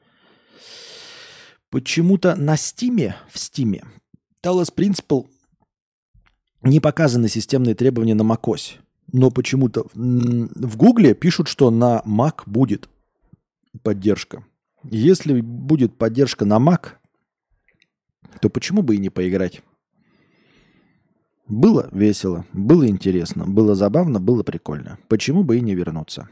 Speaker 1: Почему-то на Steam, в Steam, Talos Principle не показаны системные требования на macOS. Но почему-то в Гугле пишут, что на Mac будет поддержка. Если будет поддержка на Mac, то почему бы и не поиграть? Было весело, было интересно, было забавно, было прикольно. Почему бы и не вернуться?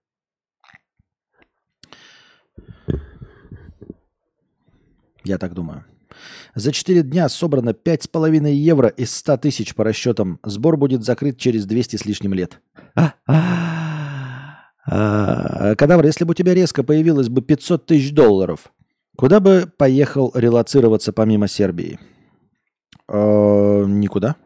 Speaker 1: Я так думаю. За четыре дня собрано пять с половиной евро из ста тысяч по расчетам. Сбор будет закрыт через двести с лишним лет. Кадавр, если бы у тебя резко появилось бы пятьсот тысяч долларов, куда бы поехал релоцироваться помимо Сербии? Никуда.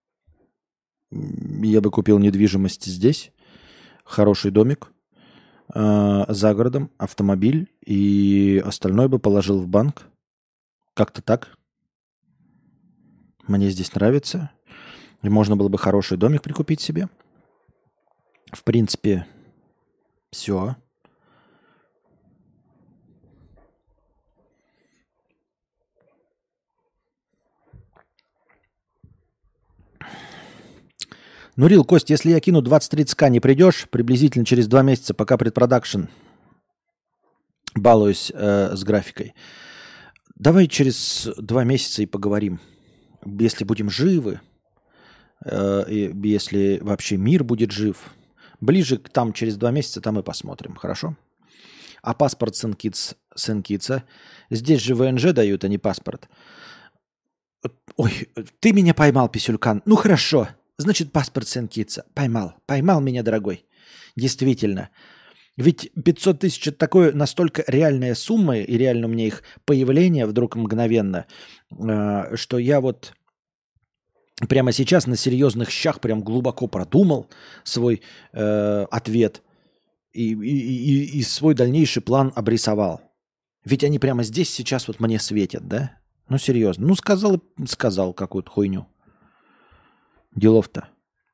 Speaker 1: Я бы купил недвижимость здесь, хороший домик, за городом, автомобиль, и остальное бы положил в банк. Как-то так. Мне здесь нравится. И можно было бы хороший домик прикупить себе. В принципе, все. Нурил, Кость, если я кину двадцать-тридцать тысяч, не придешь? Приблизительно через два месяца, пока предпродакшн. Балуюсь э, с графикой. Давай через два месяца и поговорим. Если будем живы, э, и если вообще мир будет жив, ближе к там через два месяца там и посмотрим, хорошо? А паспорт Сен-Китса, здесь же вэ эн жэ дают, а не паспорт. Ой, ты меня поймал, писюлькан. Ну хорошо, значит паспорт Сен-Китса. Поймал, поймал меня, дорогой. Действительно. Ведь пятьсот тысяч – это такое настолько реальная сумма, и реально у меня их появление вдруг мгновенно, что я вот прямо сейчас на серьезных щах прям глубоко продумал свой э, ответ и, и, и, и свой дальнейший план обрисовал. Ведь они прямо здесь сейчас вот мне светят, да? Ну, серьезно. Ну, сказал, сказал какую-то хуйню. Делов-то.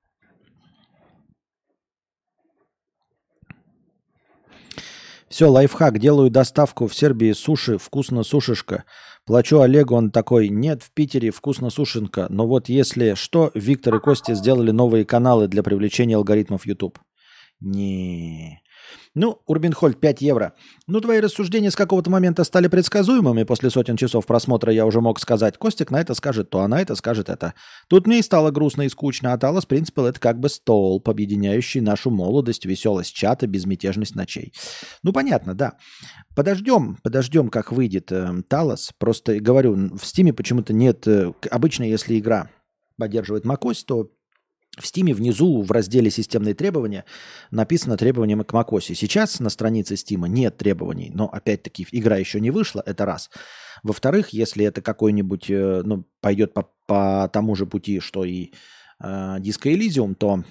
Speaker 1: Все, лайфхак. Делаю доставку в Сербии суши. Вкусно сушишка. Плачу Олегу, он такой: нет, в Питере вкусно сушенка. Но вот если что, Виктор и Костя сделали новые каналы для привлечения алгоритмов YouTube. Не. Ну, Урбинхольд, пять евро. Ну, твои рассуждения с какого-то момента стали предсказуемыми. После сотен часов просмотра я уже мог сказать: Костик на это скажет то, а на это скажет это. Тут мне и стало грустно и скучно. А Talos Principle — это как бы столб, объединяющий нашу молодость, веселость чата, безмятежность ночей. Ну, понятно, да. Подождем, подождем, как выйдет э, Talos. Просто говорю, в Steam почему-то нет... Э, обычно, если игра поддерживает macOS, то В Steam внизу в разделе «Системные требования» написано требования к macOS. Сейчас на странице Steam нет требований, но опять-таки игра еще не вышла, это раз. Во-вторых, если это какой-нибудь, ну, пойдет по, по тому же пути, что и э, Disco Elysium, то,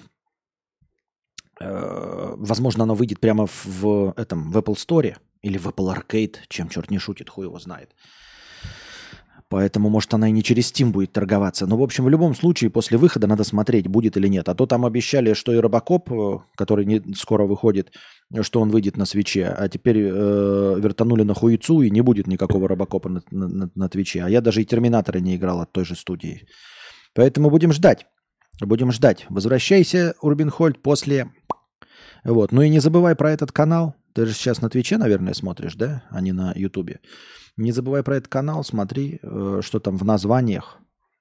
Speaker 1: э, возможно, оно выйдет прямо в, в, этом, в Apple Store или в Apple Arcade, чем черт не шутит, хуй его знает. Поэтому, может, она и не через Steam будет торговаться. Но, в общем, в любом случае, после выхода надо смотреть, будет или нет. А то там обещали, что и Робокоп, который не, скоро выходит, что он выйдет на Свитче, а теперь э, вертанули на хуйцу, и не будет никакого Робокопа на, на, на Твиче. А я даже и Терминатора не играл от той же студии. Поэтому будем ждать. Будем ждать. Возвращайся, Урбинхольд, после... Вот. Ну и не забывай про этот канал. Ты же сейчас на Твиче, наверное, смотришь, да? А не на Ютубе. Не забывай про этот канал, смотри, что там в названиях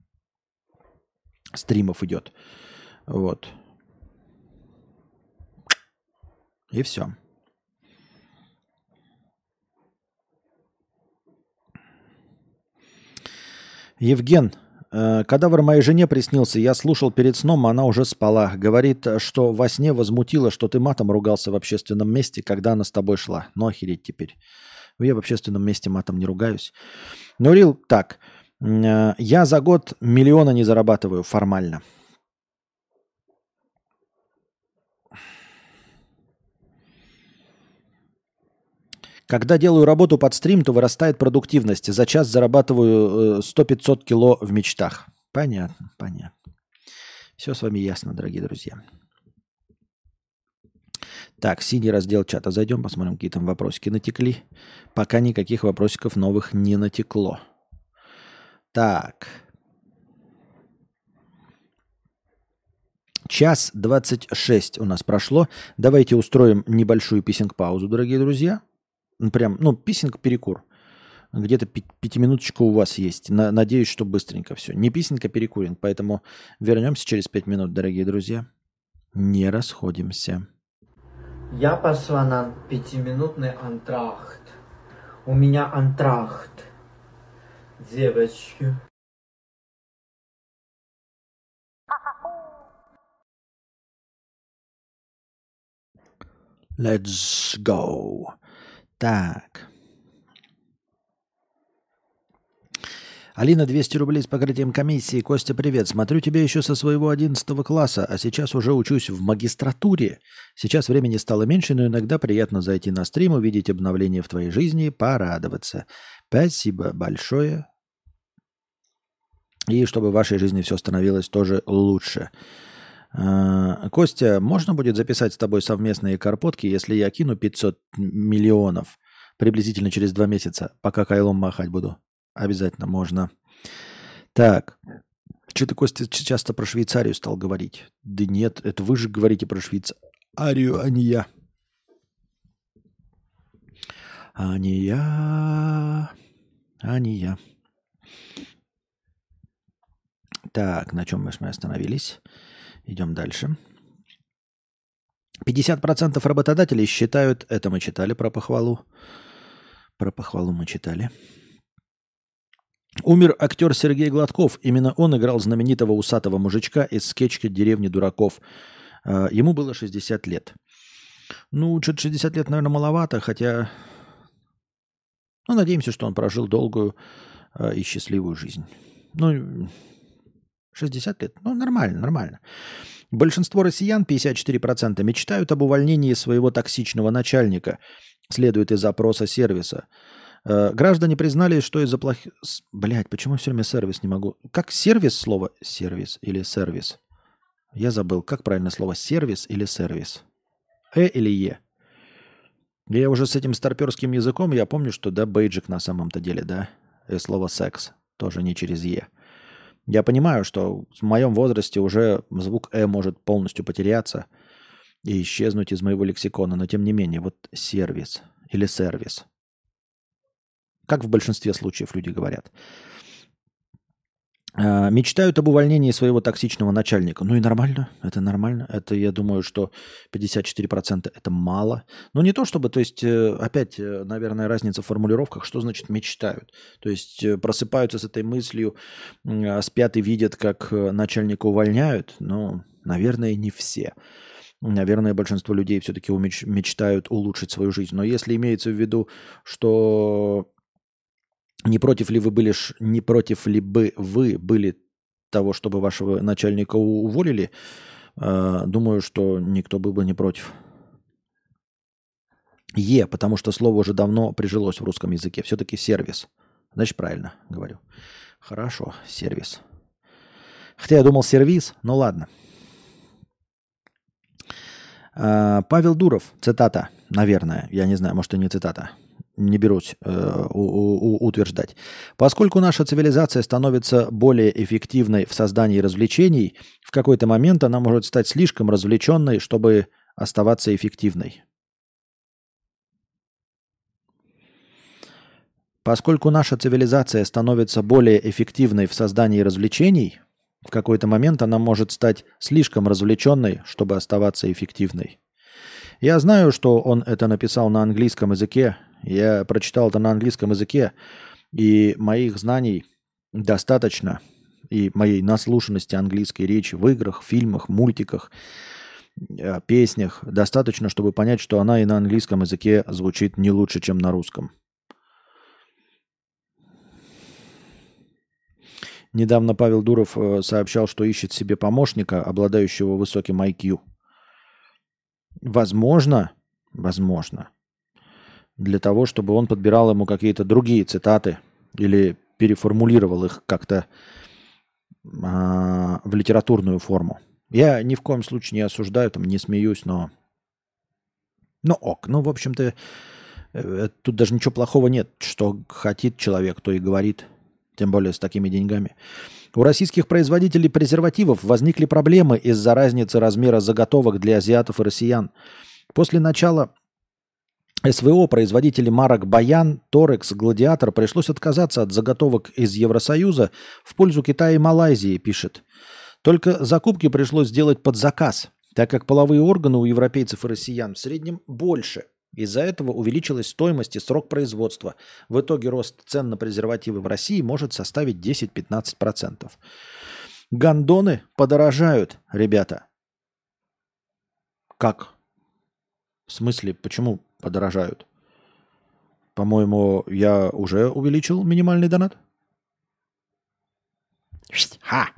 Speaker 1: стримов идет. Вот. И все. Евген, кадавр моей жене приснился. Я слушал перед сном, она уже спала. Говорит, что во сне возмутило, что ты матом ругался в общественном месте, когда она с тобой шла. Ну, охереть теперь. Я в общественном месте матом не ругаюсь. Нурил, так. Я за год миллиона не зарабатываю формально. Когда делаю работу под стрим, то вырастает продуктивность. За час зарабатываю сто-пятьсот кило в мечтах. Понятно, понятно. Все с вами ясно, дорогие друзья. Так, синий раздел чата. Зайдем, посмотрим, какие там вопросики натекли. Пока никаких вопросиков новых не натекло. Так. Час двадцать шесть у нас прошло. Давайте устроим небольшую писинг-паузу, дорогие друзья. Прям, ну, писинг-перекур. Где-то пятиминуточка у вас есть. На, надеюсь, что быстренько все. Не писинг, а перекуринг. Поэтому вернемся через пять минут, дорогие друзья. Не расходимся.
Speaker 3: Я пошла на пятиминутный антрахт. У меня антрахт. Девочки.
Speaker 1: Let's go. Так. Алина, двести рублей с покрытием комиссии. Костя, привет. Смотрю тебя еще со своего одиннадцатого класса, а сейчас уже учусь в магистратуре. Сейчас времени стало меньше, но иногда приятно зайти на стрим, увидеть обновление в твоей жизни, порадоваться. Спасибо большое. И чтобы в вашей жизни все становилось тоже лучше. Костя, можно будет записать с тобой совместные карпотки, если я кину пятьсот миллионов приблизительно через два месяца, пока кайлом махать буду? Обязательно можно. Так. Что-то Костя часто про Швейцарию стал говорить. Да нет, это вы же говорите про Швейцарию, а не я. А не я. А не я. Так, на чем мы остановились? Идем дальше. пятьдесят процентов работодателей считают, это мы читали про похвалу. Про похвалу мы читали. Умер актер Сергей Гладков. Именно он играл знаменитого усатого мужичка из скетча «Деревни дураков». Ему было шестьдесят лет. Ну, что-то шестьдесят лет, наверное, маловато, хотя... Ну, надеемся, что он прожил долгую и счастливую жизнь. Ну, шестьдесят лет, ну, нормально, нормально. Большинство россиян, пятьдесят четыре процента, мечтают об увольнении своего токсичного начальника, следует из запроса сервиса. Граждане признали, что из-за плохих... Блядь, почему все время сервис не могу... Как сервис слово? Сервис или сервис? Я забыл, как правильно слово? Сервис или сервис? Э или Е? Я уже с этим старперским языком, я помню, что да, бейджик на самом-то деле, да? И слово секс тоже не через Е. Я понимаю, что в моем возрасте уже звук «э» может полностью потеряться и исчезнуть из моего лексикона, но тем не менее, вот сервис или сервис. Как в большинстве случаев люди говорят. Мечтают об увольнении своего токсичного начальника. Ну и нормально, это нормально. Это, я думаю, что пятьдесят четыре процента это мало. Но не то чтобы, то есть, опять, наверное, разница в формулировках, что значит мечтают. То есть просыпаются с этой мыслью, спят и видят, как начальника увольняют. Ну, Наверное, не все. Наверное, большинство людей все-таки умеч- мечтают улучшить свою жизнь. Но если имеется в виду, что не против ли вы были, ш- не против ли бы вы были того, чтобы вашего начальника у- уволили, э, думаю, что никто был бы не против. Е, потому что слово уже давно прижилось в русском языке. Все-таки сервис. Значит, правильно говорю. Хорошо, сервис. Хотя я думал сервис, ну ладно. А, Павел Дуров, цитата, наверное, я не знаю, может и не цитата, не берусь э, у, у, утверждать. Поскольку наша цивилизация становится более эффективной в создании развлечений, в какой-то момент она может стать слишком развлеченной, чтобы оставаться эффективной. Поскольку наша цивилизация становится более эффективной в создании развлечений, в какой-то момент она может стать слишком развлеченной, чтобы оставаться эффективной. Я знаю, что он это написал на английском языке. Я прочитал это на английском языке, и моих знаний достаточно, и моей наслушанности английской речи в играх, фильмах, мультиках, песнях достаточно, чтобы понять, что она и на английском языке звучит не лучше, чем на русском. Недавно Павел Дуров сообщал, что ищет себе помощника, обладающего высоким ай кью. Возможно, возможно, для того, чтобы он подбирал ему какие-то другие цитаты или переформулировал их как-то а, в литературную форму. Я ни в коем случае не осуждаю, там, не смеюсь, но... Ну ок, ну в общем-то, э, тут даже ничего плохого нет. Что хотит человек, то и говорит. Тем более с такими деньгами. У российских производителей презервативов возникли проблемы из-за разницы размера заготовок для азиатов и россиян. После начала эс вэ о производители марок Баян, Торекс, Гладиатор пришлось отказаться от заготовок из Евросоюза в пользу Китая и Малайзии, пишет. Только закупки пришлось сделать под заказ, так как половые органы у европейцев и россиян в среднем больше. Из-за этого увеличилась стоимость и срок производства. В итоге рост цен на презервативы в России может составить десять-пятнадцать процентов. Гондоны подорожают, ребята. Как? В смысле, почему подорожают? По-моему, я уже увеличил минимальный донат. Ха!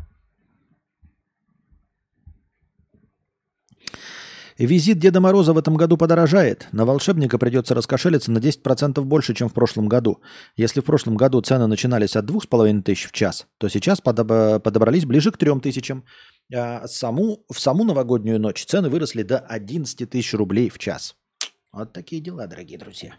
Speaker 1: Визит Деда Мороза в этом году подорожает. На волшебника придется раскошелиться на десять процентов больше, чем в прошлом году. Если в прошлом году цены начинались от двух с половиной тысяч в час, то сейчас подоб- подобрались ближе к трем тысячам. А саму, в саму новогоднюю ночь цены выросли до одиннадцать тысяч рублей в час. Вот такие дела, дорогие друзья.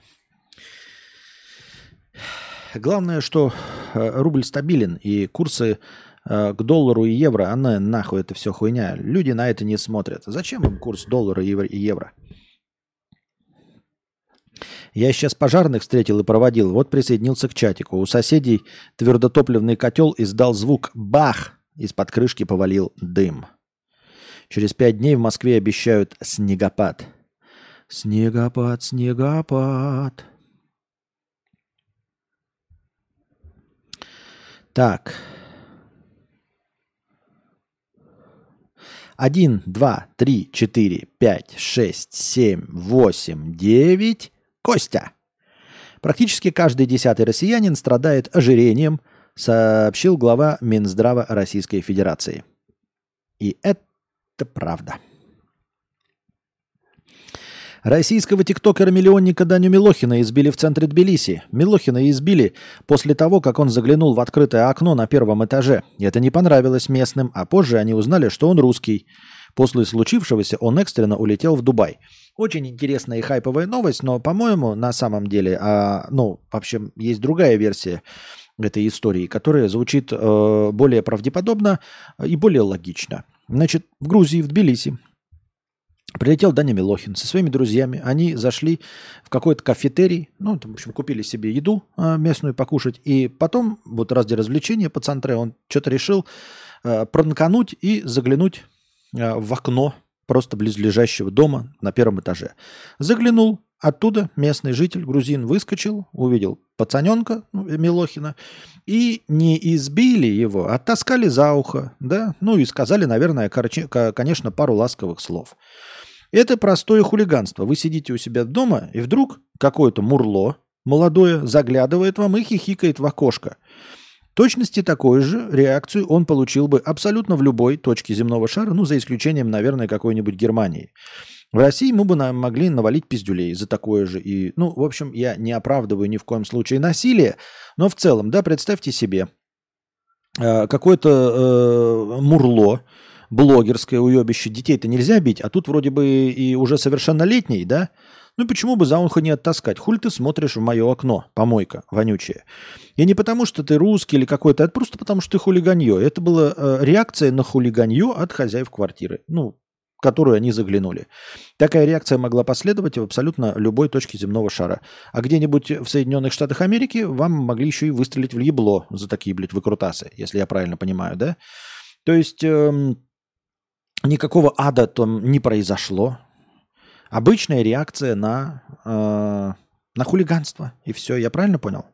Speaker 1: Главное, что рубль стабилен, и курсы к доллару и евро, она нахуй, это все хуйня. Люди на это не смотрят. Зачем им курс доллара и евро? Я сейчас пожарных встретил и проводил. Вот присоединился к чатику. У соседей твердотопливный котел издал звук бах. Из-под крышки повалил дым. Через пять дней в Москве обещают снегопад. Снегопад, снегопад. Так. Один, два, три, четыре, пять, шесть, семь, восемь, девять. Костя. Практически каждый десятый россиянин страдает ожирением, сообщил глава Минздрава Российской Федерации. И это правда. Российского тиктокера-миллионника Даню Милохина избили в центре Тбилиси. Милохина избили после того, как он заглянул в открытое окно на первом этаже. Это не понравилось местным, а позже они узнали, что он русский. После случившегося он экстренно улетел в Дубай. Очень интересная и хайповая новость, но, по-моему, на самом деле, а, ну, вообще, есть другая версия этой истории, которая звучит э, более правдеподобно и более логично. Значит, в Грузии, в Тбилиси, прилетел Даня Милохин со своими друзьями. Они зашли в какой-то кафетерий, ну, там, в общем, купили себе еду э, местную покушать. И потом, вот ради развлечения по центре, он что-то решил э, пронкануть и заглянуть э, в окно просто близлежащего дома на первом этаже. Заглянул, оттуда местный житель, грузин, выскочил, увидел пацаненка ну, Милохина, и не избили его, а таскали за ухо, да, ну и сказали, наверное, короче, конечно, пару ласковых слов. Это простое хулиганство. Вы сидите у себя дома, и вдруг какое-то мурло молодое заглядывает вам и хихикает в окошко. В точности такую же реакцию он получил бы абсолютно в любой точке земного шара, ну, за исключением, наверное, какой-нибудь Германии. В России мы бы нам могли навалить пиздюлей за такое же. И, ну, в общем, я не оправдываю ни в коем случае насилие, но в целом, да, представьте себе, э, какое-то э, мурло, блогерское уебище, детей-то нельзя бить, а тут вроде бы и уже совершеннолетний, да? Ну почему бы за ухо не оттаскать? Хуль ты смотришь в мое окно, помойка вонючая. И не потому, что ты русский или какой-то, а просто потому, что ты хулиганье. Это была э, реакция на хулиганье от хозяев квартиры, ну, в которую они заглянули. Такая реакция могла последовать в абсолютно любой точке земного шара. А где-нибудь в Соединенных Штатах Америки вам могли еще и выстрелить в ебло за такие, блядь, выкрутасы, если я правильно понимаю, да? То есть э, никакого ада там не произошло. Обычная реакция на, э, на хулиганство. И все, я правильно понял?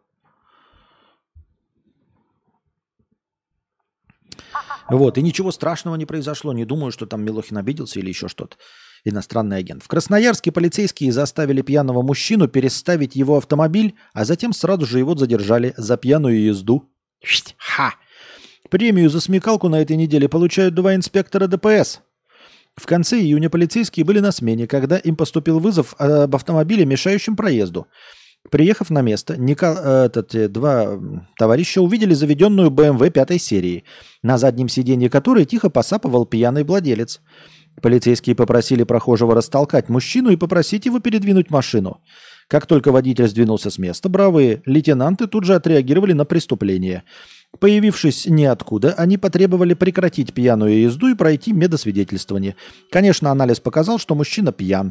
Speaker 1: Вот, и ничего страшного не произошло. Не думаю, что там Милохин обиделся или еще что-то. Иностранный агент. В Красноярске полицейские заставили пьяного мужчину переставить его автомобиль, а затем сразу же его задержали за пьяную езду. Ха! Премию за смекалку на этой неделе получают два инспектора ДПС. В конце июня полицейские были на смене, когда им поступил вызов об автомобиле, мешающем проезду. Приехав на место, Никол... этот, два товарища увидели заведенную бэ эм вэ пятой серии, на заднем сиденье которой тихо посапывал пьяный владелец. Полицейские попросили прохожего растолкать мужчину и попросить его передвинуть машину. Как только водитель сдвинулся с места, бравые лейтенанты тут же отреагировали на преступление. Появившись ниоткуда, они потребовали прекратить пьяную езду и пройти медосвидетельствование. Конечно, анализ показал, что мужчина пьян.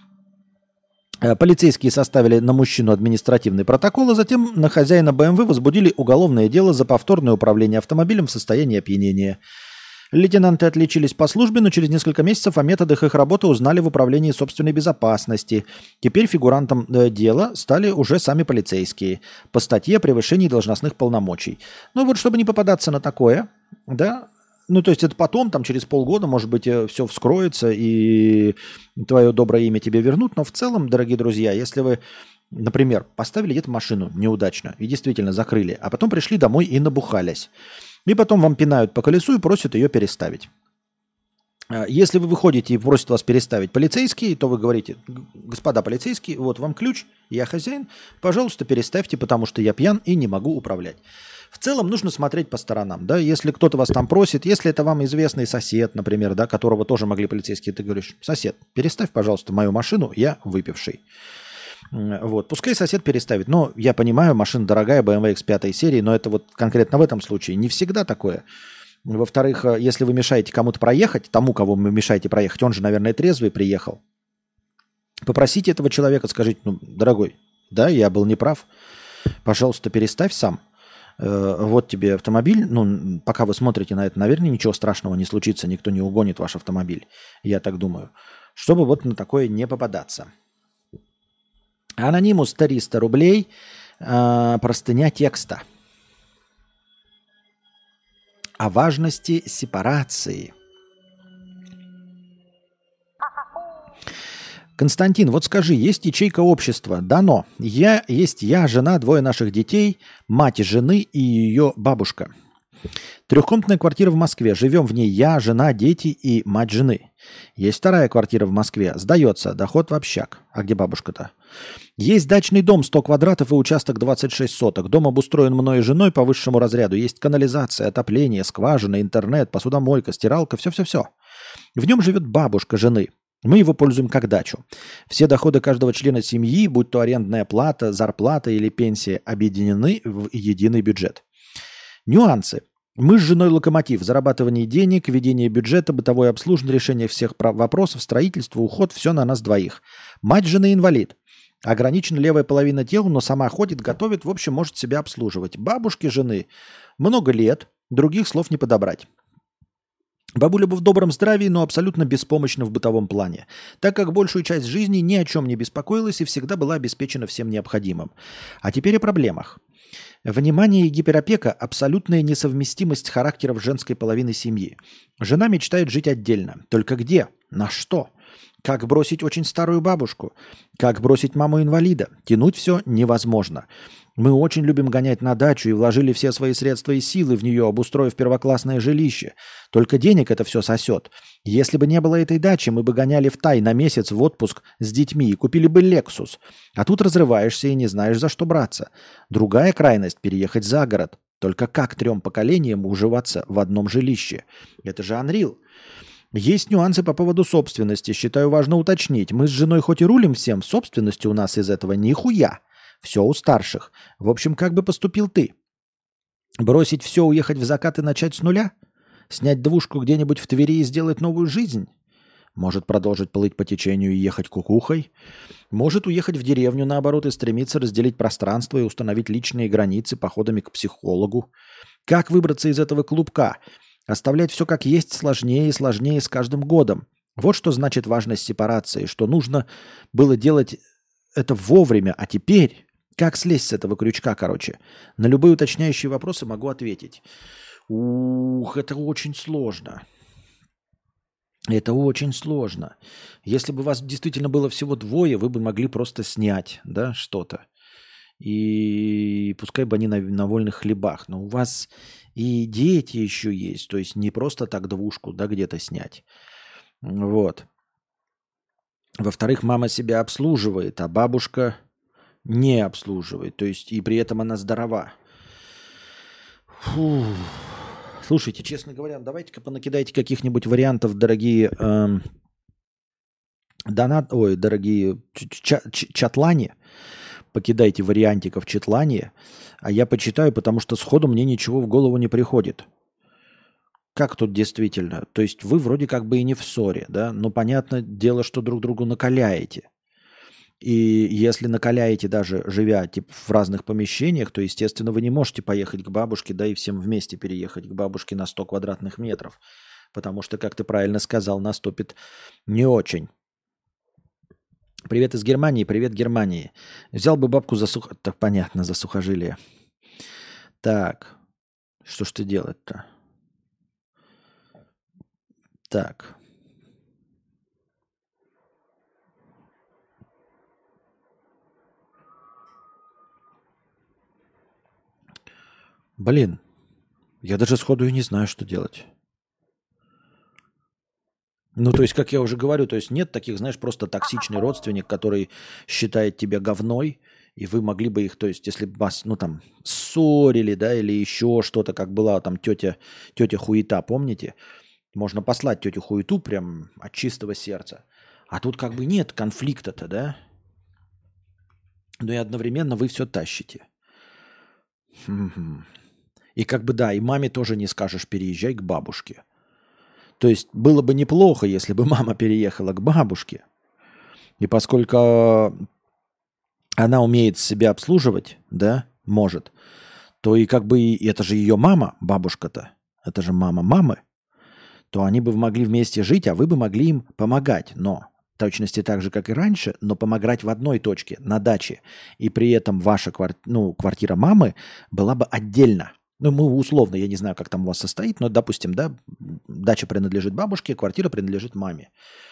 Speaker 1: Полицейские составили на мужчину административный протокол, а затем на хозяина бэ эм вэ возбудили уголовное дело за повторное управление автомобилем в состоянии опьянения. Лейтенанты отличились по службе, но через несколько месяцев о методах их работы узнали в управлении собственной безопасности. Теперь фигурантом дела стали уже сами полицейские по статье о превышении должностных полномочий. Ну вот, чтобы не попадаться на такое, да, ну то есть это потом, там через полгода, может быть, все вскроется и твое доброе имя тебе вернут, но в целом, дорогие друзья, если вы, например, поставили где-то машину неудачно и действительно закрыли, а потом пришли домой и набухались, и потом вам пинают по колесу и просят ее переставить. Если вы выходите и просят вас переставить полицейские, то вы говорите: господа полицейские, вот вам ключ, я хозяин, пожалуйста, переставьте, потому что я пьян и не могу управлять. В целом нужно смотреть по сторонам, да, если кто-то вас там просит, если это вам известный сосед, например, да, которого тоже могли полицейские, ты говоришь: сосед, переставь, пожалуйста, мою машину, я выпивший. Вот, пускай сосед переставит. Но я понимаю, машина дорогая, бэ эм вэ икс пятой серии, но это вот конкретно в этом случае не всегда такое. Во-вторых, если вы мешаете кому-то проехать, тому, кого вы мешаете проехать, он же, наверное, трезвый приехал, попросите этого человека, скажите: ну, дорогой, да, я был неправ, пожалуйста, переставь сам. Вот тебе автомобиль, ну, пока вы смотрите на это, наверное, ничего страшного не случится, никто не угонит ваш автомобиль, я так думаю, чтобы вот на такое не попадаться. Анонимус триста рублей, э, простыня текста. О важности сепарации. Константин, вот скажи, есть ячейка общества? Дано. Я, есть я, жена, двое наших детей, мать жены и ее бабушка. Трехкомнатная квартира в Москве. Живем в ней я, жена, дети и мать жены. Есть вторая квартира в Москве. Сдается. Доход в общак. А где бабушка-то? Есть дачный дом сто квадратов и участок двадцать шесть соток. Дом обустроен мной и женой по высшему разряду. Есть канализация, отопление, скважина, интернет, посудомойка, стиралка. Все-все-все. В нем живет бабушка жены. Мы его пользуем как дачу. Все доходы каждого члена семьи, будь то арендная плата, зарплата или пенсия, объединены в единый бюджет. Нюансы. Мы с женой локомотив. Зарабатывание денег, ведение бюджета, бытовое обслуживание, решение всех вопросов, строительство, уход. Все на нас двоих. Мать жены инвалид. Ограничена левая половина тела, но сама ходит, готовит, в общем, может себя обслуживать. Бабушке жены много лет, других слов не подобрать. Бабуля бы в добром здравии, но абсолютно беспомощна в бытовом плане, так как большую часть жизни ни о чем не беспокоилась и всегда была обеспечена всем необходимым. А теперь о проблемах. Внимание и гиперопека – абсолютная несовместимость характеров женской половины семьи. Жена мечтает жить отдельно. Только где? На что? Как бросить очень старую бабушку? Как бросить маму-инвалида? Тянуть все невозможно. Мы очень любим гонять на дачу и вложили все свои средства и силы в нее, обустроив первоклассное жилище. Только денег это все сосет. Если бы не было этой дачи, мы бы гоняли в Тай на месяц в отпуск с детьми и купили бы Лексус. А тут разрываешься и не знаешь, за что браться. Другая крайность – переехать за город. Только как трем поколениям уживаться в одном жилище? Это же Unreal. Есть нюансы по поводу собственности. Считаю, важно уточнить. Мы с женой хоть и рулим всем, собственности у нас из этого нихуя. Все у старших. В общем, как бы поступил ты? Бросить все, уехать в закат и начать с нуля? Снять двушку где-нибудь в Твери и сделать новую жизнь? Может продолжить плыть по течению и ехать кукухой? Может уехать в деревню, наоборот, и стремиться разделить пространство и установить личные границы походами к психологу? Как выбраться из этого клубка? Оставлять все как есть сложнее и сложнее с каждым годом. Вот что значит важность сепарации, что нужно было делать это вовремя, а теперь... Как слезть с этого крючка, короче? На любые уточняющие вопросы могу ответить. Ух, это очень сложно. Это очень сложно. Если бы вас действительно было всего двое, вы бы могли просто снять, да, что-то. И пускай бы они на, на вольных хлебах. Но у вас и дети еще есть. То есть не просто так двушку, да, где-то снять. Вот. Во-вторых, мама себя обслуживает, а бабушка... не обслуживает, то есть и при этом она здорова. Фу. Слушайте, честно говоря, давайте-ка понакидайте каких-нибудь вариантов, дорогие эм, донат, ой, дорогие ча- ча- чатлане, покидайте вариантиков чатлане, а я почитаю, потому что сходу мне ничего в голову не приходит. Как тут действительно? То есть вы вроде как бы и не в ссоре, да, но понятное дело, что друг другу накаляете. И если накаляете даже, живя типа, в разных помещениях, то, естественно, вы не можете поехать к бабушке, да и всем вместе переехать к бабушке на сто квадратных метров. Потому что, как ты правильно сказал, наступит не очень. Привет из Германии, привет Германии. Взял бы бабку за сух... Так, понятно, за сухожилие. Так, что ж ты делать-то? Так... Блин, я даже сходу и не знаю, что делать. Ну, то есть, как я уже говорю, то есть нет таких, знаешь, просто токсичный родственник, который считает тебя говной, и вы могли бы их, то есть, если бы вас, ну, там, ссорили, да, или еще что-то, как была там тетя, тетя Хуета, помните? Можно послать тетю Хуету прям от чистого сердца. А тут как бы нет конфликта-то, да? Но и одновременно вы все тащите. И как бы да, и маме тоже не скажешь, переезжай к бабушке. То есть было бы неплохо, если бы мама переехала к бабушке. И поскольку она умеет себя обслуживать, да, может, то и как бы и это же ее мама, бабушка-то, это же мама мамы, то они бы могли вместе жить, а вы бы могли им помогать. Но в точности так же, как и раньше, но помогать в одной точке, на даче. И при этом ваша кварти- ну, квартира мамы была бы отдельно. Ну, мы условно, я не знаю, как там у вас состоит, но, допустим, да, дача принадлежит бабушке, квартира принадлежит маме.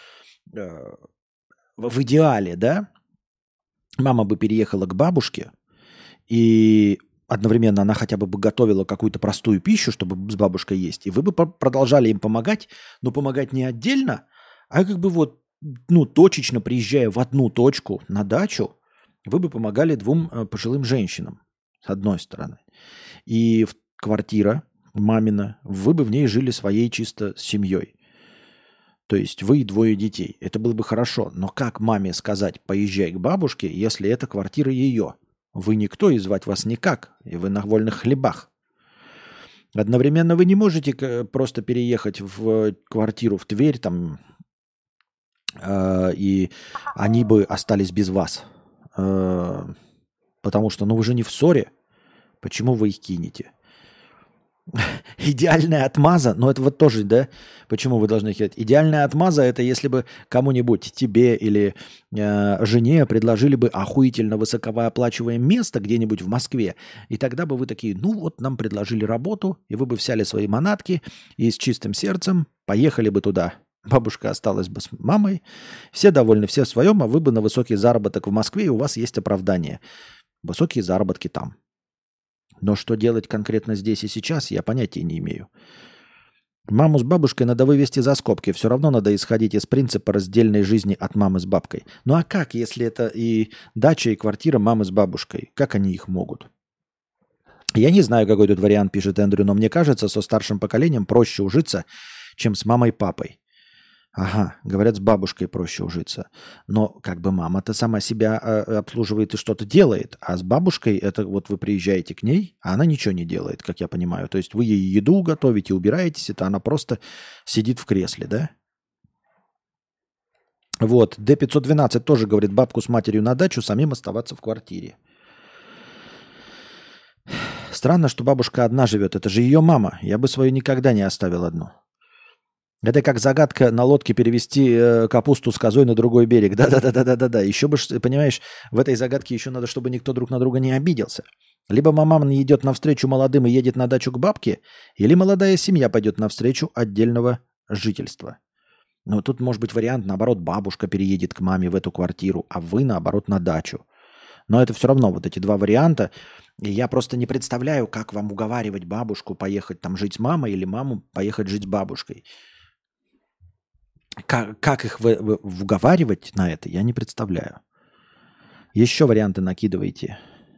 Speaker 1: В идеале, да, мама бы переехала к бабушке, и одновременно она хотя бы бы готовила какую-то простую пищу, чтобы с бабушкой есть, и вы бы продолжали им помогать, но помогать не отдельно, а как бы вот, ну, точечно приезжая в одну точку на дачу, вы бы помогали двум пожилым женщинам, с одной стороны. И квартира мамина, вы бы в ней жили своей чисто семьей. То есть вы и двое детей. Это было бы хорошо. Но как маме сказать, поезжай к бабушке, если это квартира ее? Вы никто, и звать вас никак. И вы на вольных хлебах. Одновременно вы не можете просто переехать в квартиру в Тверь, там, э, и они бы остались без вас. Э, потому что, ну, вы же не в ссоре. Почему вы их кинете? Идеальная отмаза, но это вот тоже, да, почему вы должны хитать? Идеальная отмаза – это если бы кому-нибудь, тебе или э, жене предложили бы охуительно высокооплачиваемое место где-нибудь в Москве, и тогда бы вы такие, ну вот нам предложили работу, и вы бы взяли свои манатки и с чистым сердцем поехали бы туда. Бабушка осталась бы с мамой, все довольны, все в своем, а вы бы на высокий заработок в Москве, и у вас есть оправдание. Высокие заработки там. Но что делать конкретно здесь и сейчас, я понятия не имею. Маму с бабушкой надо вывести за скобки. Все равно надо исходить из принципа раздельной жизни от мамы с бабкой. Ну а как, если это и дача, и квартира мамы с бабушкой? Как они их могут? Я не знаю, какой тут вариант, пишет Эндрю, но мне кажется, со старшим поколением проще ужиться, чем с мамой и папой. Ага, говорят, с бабушкой проще ужиться. Но как бы мама-то сама себя э, обслуживает и что-то делает. А с бабушкой это вот вы приезжаете к ней, а она ничего не делает, как я понимаю. То есть вы ей еду готовите, убираетесь, это она просто сидит в кресле, да? Вот, Д пятьсот двенадцать тоже говорит, бабку с матерью на дачу, самим оставаться в квартире. Странно, что бабушка одна живет. Это же ее мама. Я бы свою никогда не оставил одну. Это как загадка на лодке перевести э, капусту с козой на другой берег. Да-да-да-да-да-да. Еще бы, понимаешь, в этой загадке еще надо, чтобы никто друг на друга не обиделся. Либо мама идет навстречу молодым и едет на дачу к бабке, или молодая семья пойдет навстречу отдельного жительства. Но тут может быть вариант, наоборот, бабушка переедет к маме в эту квартиру, а вы, наоборот, на дачу. Но это все равно вот эти два варианта. И я просто не представляю, как вам уговаривать бабушку поехать там жить с мамой или маму поехать жить с бабушкой. Как, как их вы, вы, уговаривать на это, я не представляю. Еще варианты накидывайте.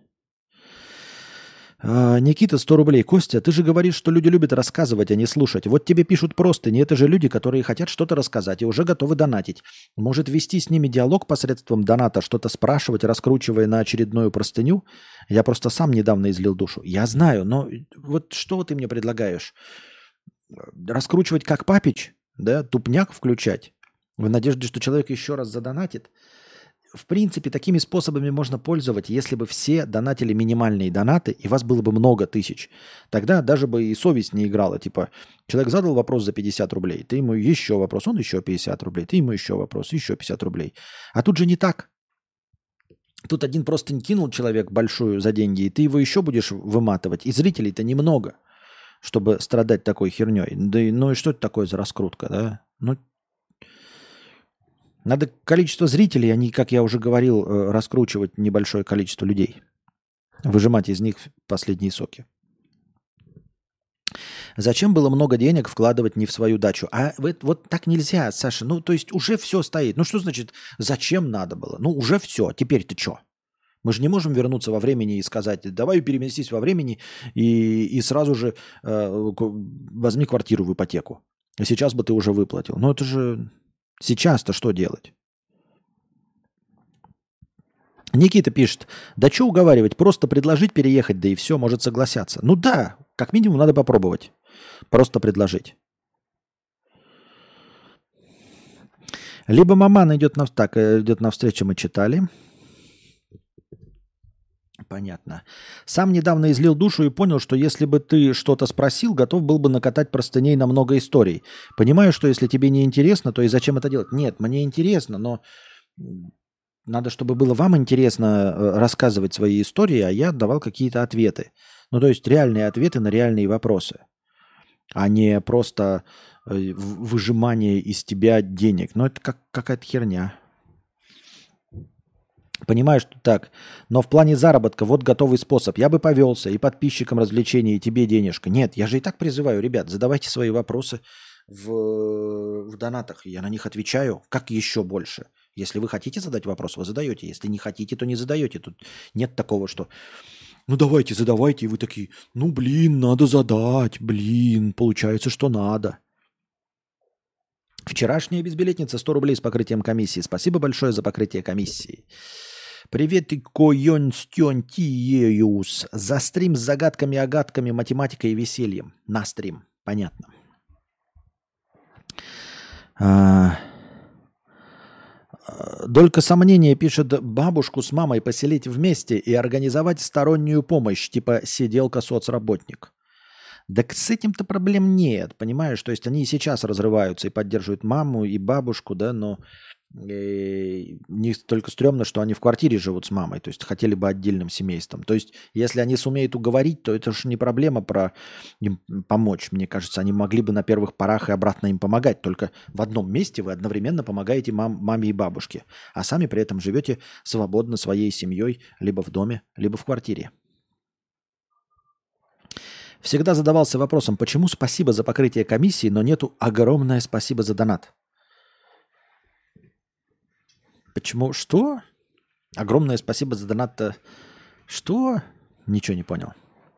Speaker 1: А, Никита, сто рублей. Костя, ты же говоришь, что люди любят рассказывать, а не слушать. Вот тебе пишут простыни. Это же люди, которые хотят что-то рассказать и уже готовы донатить. Может вести с ними диалог посредством доната, что-то спрашивать, раскручивая на очередную простыню? Я просто сам недавно излил душу. Я знаю, но вот что ты мне предлагаешь? Раскручивать как Папич? Да, тупняк включать, в надежде, что человек еще раз задонатит. В принципе, такими способами можно пользоваться, если бы все донатили минимальные донаты, и вас было бы много тысяч. Тогда даже бы и совесть не играла. Типа, человек задал вопрос за пятьдесят рублей, ты ему еще вопрос, он еще пятьдесят рублей, ты ему еще вопрос, еще пятьдесят рублей. А тут же не так. Тут один просто не кинул человек большую за деньги, и ты его еще будешь выматывать. И зрителей-то немного, чтобы страдать такой херней. Да и, ну и что это такое за раскрутка, да? Ну, надо количество зрителей, а не, как я уже говорил, раскручивать небольшое количество людей. Выжимать из них последние соки. Зачем было много денег вкладывать не в свою дачу? А вот, вот так нельзя, Саша. Ну, то есть уже все стоит. Ну, что значит, зачем надо было? Ну, уже все. Теперь-то что? Мы же не можем вернуться во времени и сказать, давай переместись во времени и, и сразу же э, возьми квартиру в ипотеку. И сейчас бы ты уже выплатил. Но это же сейчас-то что делать? Никита пишет, да что уговаривать, просто предложить переехать, да и все, может согласятся. Ну да, как минимум надо попробовать. Просто предложить. Либо маман идет, на, так, идет навстречу, мы читали. Понятно. Сам недавно излил душу и понял, что если бы ты что-то спросил, готов был бы накатать простыней на много историй. Понимаю, что если тебе не интересно, то и зачем это делать? Нет, мне интересно, но надо, чтобы было вам интересно рассказывать свои истории, а я давал какие-то ответы. Ну, то есть реальные ответы на реальные вопросы, а не просто выжимание из тебя денег. Ну, это как какая-то херня. Понимаю, что так. Но в плане заработка вот готовый способ. Я бы повелся и подписчикам развлечений, и тебе денежка. Нет, я же и так призываю, ребят, задавайте свои вопросы в, в донатах. Я на них отвечаю. Как еще больше? Если вы хотите задать вопрос, вы задаете. Если не хотите, то не задаете. Тут нет такого, что ну давайте, задавайте. И вы такие, ну блин, надо задать. Блин, получается, что надо. Вчерашняя безбилетница сто рублей с покрытием комиссии. Спасибо большое за покрытие комиссии. Привет, Койонстюнтиеус. За стрим с загадками, агадками, математикой и весельем. На стрим. Понятно. А... Только сомнение, пишет, бабушку с мамой поселить вместе и организовать стороннюю помощь, типа сиделка-соцработник. Да с этим-то проблем нет, понимаешь? То есть они и сейчас разрываются и поддерживают маму и бабушку, да, но э, мне только стрёмно, что они в квартире живут с мамой, то есть хотели бы отдельным семейством. То есть если они сумеют уговорить, то это же не проблема про им помочь. Мне кажется, они могли бы на первых порах и обратно им помогать. Только в одном месте вы одновременно помогаете мам, маме и бабушке, а сами при этом живете свободно своей семьей либо в доме, либо в квартире. Всегда задавался вопросом, почему спасибо за покрытие комиссии, но нету огромное спасибо за донат. Почему? Что? Огромное спасибо за донат-то. Что? Ничего не понял.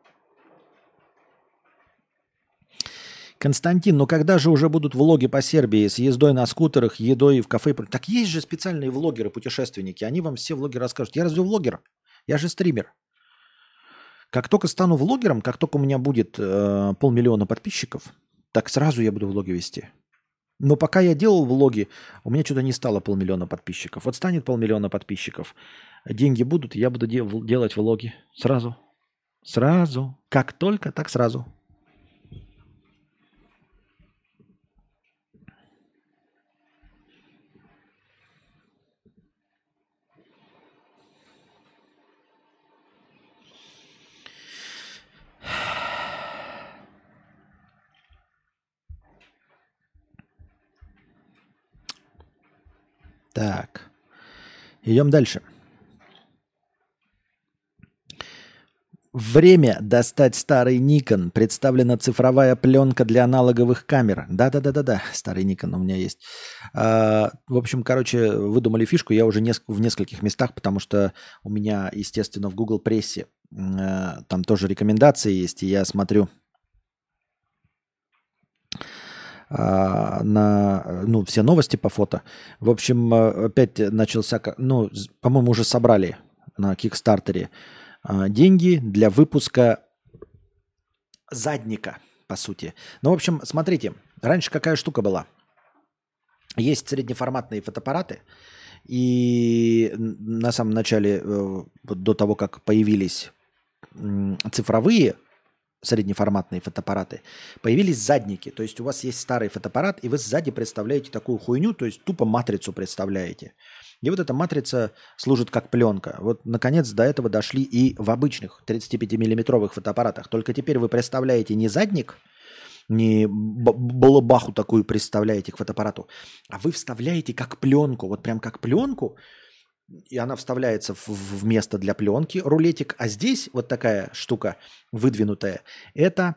Speaker 1: Константин, ну когда же уже будут влоги по Сербии с ездой на скутерах, едой в кафе? Так есть же специальные влогеры-путешественники. Они вам все влоги расскажут. Я разве влогер? Я же стример. Как только стану влогером, как только у меня будет э, полмиллиона подписчиков, так сразу я буду влоги вести. Но пока я делал влоги, у меня что-то не стало полмиллиона подписчиков. Вот станет полмиллиона подписчиков, деньги будут, я буду де- делать влоги сразу. Сразу. Как только, так сразу. Так, идем дальше. Время достать старый Nikon. Представлена цифровая пленка для аналоговых камер. Да-да-да-да-да, старый Nikon у меня есть. А, в общем, короче, выдумали фишку. Я уже неск- в нескольких местах, потому что у меня, естественно, в Google Прессе а, там тоже рекомендации есть, и я смотрю а, на ну, все новости по фото. В общем, а, опять начался, ка- ну, з- по-моему, уже собрали на Кикстартере а, деньги для выпуска задника, по сути. Ну, в общем, смотрите, раньше какая штука была? Есть среднеформатные фотоаппараты, и н- на самом начале, э, вот до того, как появились м, цифровые среднеформатные фотоаппараты, появились задники. То есть у вас есть старый фотоаппарат, и вы сзади представляете такую хуйню, то есть тупо матрицу представляете. И вот эта матрица служит как пленка. Вот, наконец, до этого дошли и в обычных тридцатипятимиллиметровых фотоаппаратах. Только теперь вы представляете не задник, не б- балабаху такую представляете к фотоаппарату, а вы вставляете как пленку, вот прям как пленку, и она вставляется в, в место для пленки, рулетик, а здесь вот такая штука выдвинутая, это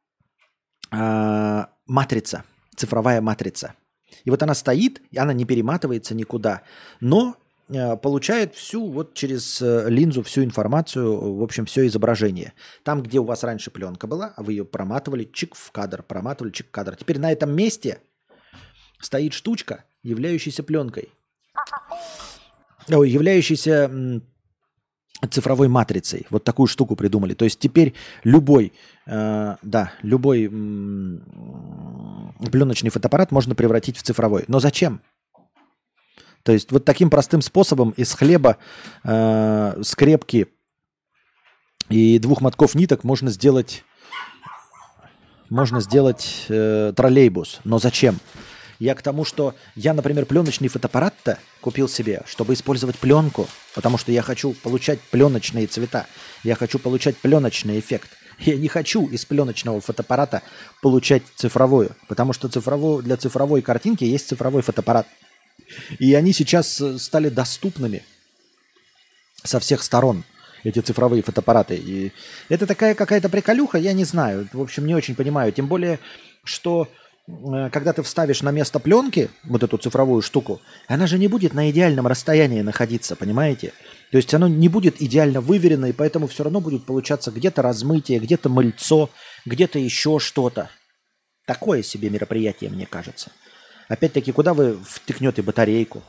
Speaker 1: а, матрица, цифровая матрица. И вот она стоит, и она не перематывается никуда, но а, получает всю, вот через э, линзу всю информацию, в общем, все изображение. Там, где у вас раньше пленка была, а вы ее проматывали, чик в кадр, проматывали, чик в кадр. Теперь на этом месте стоит штучка, являющаяся пленкой. Ой, являющейся м, цифровой матрицей. Вот такую штуку придумали. То есть теперь любой, э, да, любой м, пленочный фотоаппарат можно превратить в цифровой. Но зачем? То есть вот таким простым способом из хлеба, э, скрепки и двух мотков ниток можно сделать, можно сделать э, троллейбус. Но зачем? Я к тому, что я, например, пленочный фотоаппарат-то купил себе, чтобы использовать пленку, потому что я хочу получать пленочные цвета, я хочу получать пленочный эффект. Я не хочу из пленочного фотоаппарата получать цифровую, потому что цифровую, для цифровой картинки есть цифровой фотоаппарат. И они сейчас э, стали доступными со всех сторон, эти цифровые фотоаппараты. И это такая какая-то приколюха, я не знаю. В общем, не очень понимаю. Тем более, что э, когда ты вставишь на место пленки вот эту цифровую штуку, она же не будет на идеальном расстоянии находиться, понимаете? То есть оно не будет идеально выверено, и поэтому все равно будет получаться где-то размытие, где-то мыльцо, где-то еще что-то. Такое себе мероприятие, мне кажется. Опять-таки, куда вы втыкнете батарейку?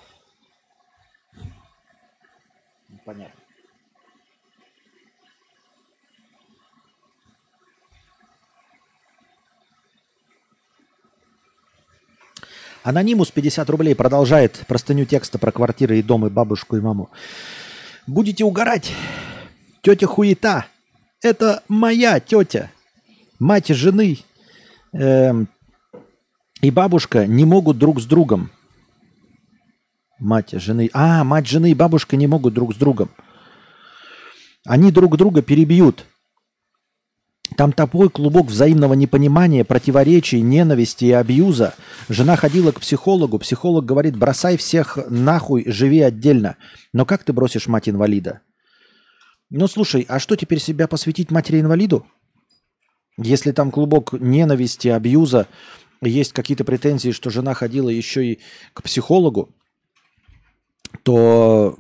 Speaker 1: Понятно. Анонимус пятьдесят рублей продолжает простыню текста про квартиры и дом, и бабушку, и маму. Будете угорать. Тетя хуета. Это моя тетя. Мать и жены эм, и бабушка не могут друг с другом. Мать жены... А, мать жены и бабушка не могут друг с другом. Они друг друга перебьют. Там такой клубок взаимного непонимания, противоречий, ненависти и абьюза. Жена ходила к психологу. Психолог говорит, бросай всех нахуй, живи отдельно. Но как ты бросишь мать-инвалида? Ну, слушай, а что теперь себя посвятить матери-инвалиду? Если там клубок ненависти, абьюза, есть какие-то претензии, что жена ходила еще и к психологу, то,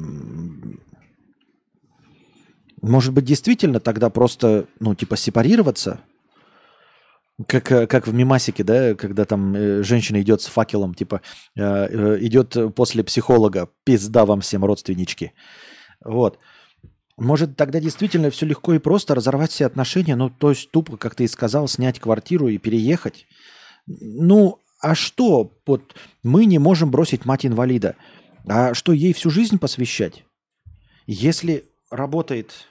Speaker 1: может быть, действительно тогда просто, ну, типа, сепарироваться, как, как в мемасике, да, когда там э, женщина идет с факелом, типа, э, э, идет после психолога, пизда вам всем, родственнички. Вот. Может, тогда действительно все легко и просто разорвать все отношения, ну, то есть тупо, как ты и сказал, снять квартиру и переехать. Ну, а что? Вот мы не можем бросить мать-инвалида. А что, ей всю жизнь посвящать? Если работает...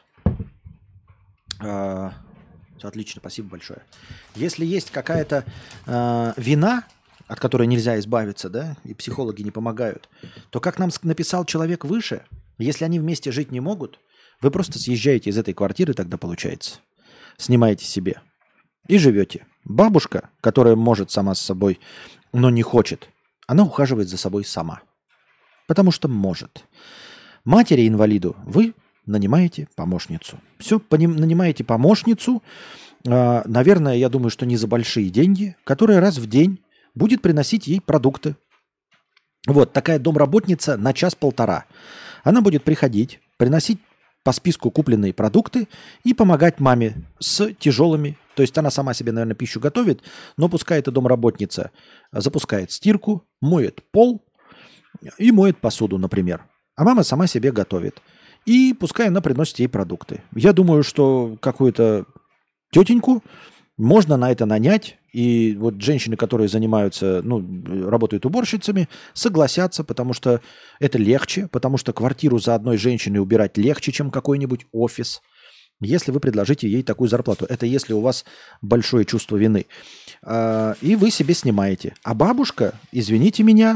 Speaker 1: Э, отлично, спасибо большое. Если есть какая-то э, вина, от которой нельзя избавиться, да, и психологи не помогают, то, как нам написал человек выше, если они вместе жить не могут, вы просто съезжаете из этой квартиры, тогда получается. Снимаете себе и живете. Бабушка, которая может сама с собой, но не хочет, она ухаживает за собой сама. Потому что может. Матери-инвалиду вы нанимаете помощницу. Все, нанимаете помощницу, э, наверное, я думаю, что не за большие деньги, которая раз в день будет приносить ей продукты. Вот, такая домработница на час-полтора. Она будет приходить, приносить по списку купленные продукты и помогать маме с тяжелыми. То есть она сама себе, наверное, пищу готовит, но пускай эта домработница запускает стирку, моет пол, и моет посуду, например. А мама сама себе готовит. И пускай она приносит ей продукты. Я думаю, что какую-то тетеньку можно на это нанять. И вот женщины, которые занимаются, ну, работают уборщицами, согласятся, потому что это легче, потому что квартиру за одной женщиной убирать легче, чем какой-нибудь офис, если вы предложите ей такую зарплату. Это если у вас большое чувство вины. И вы себе снимаете. А бабушка, извините меня,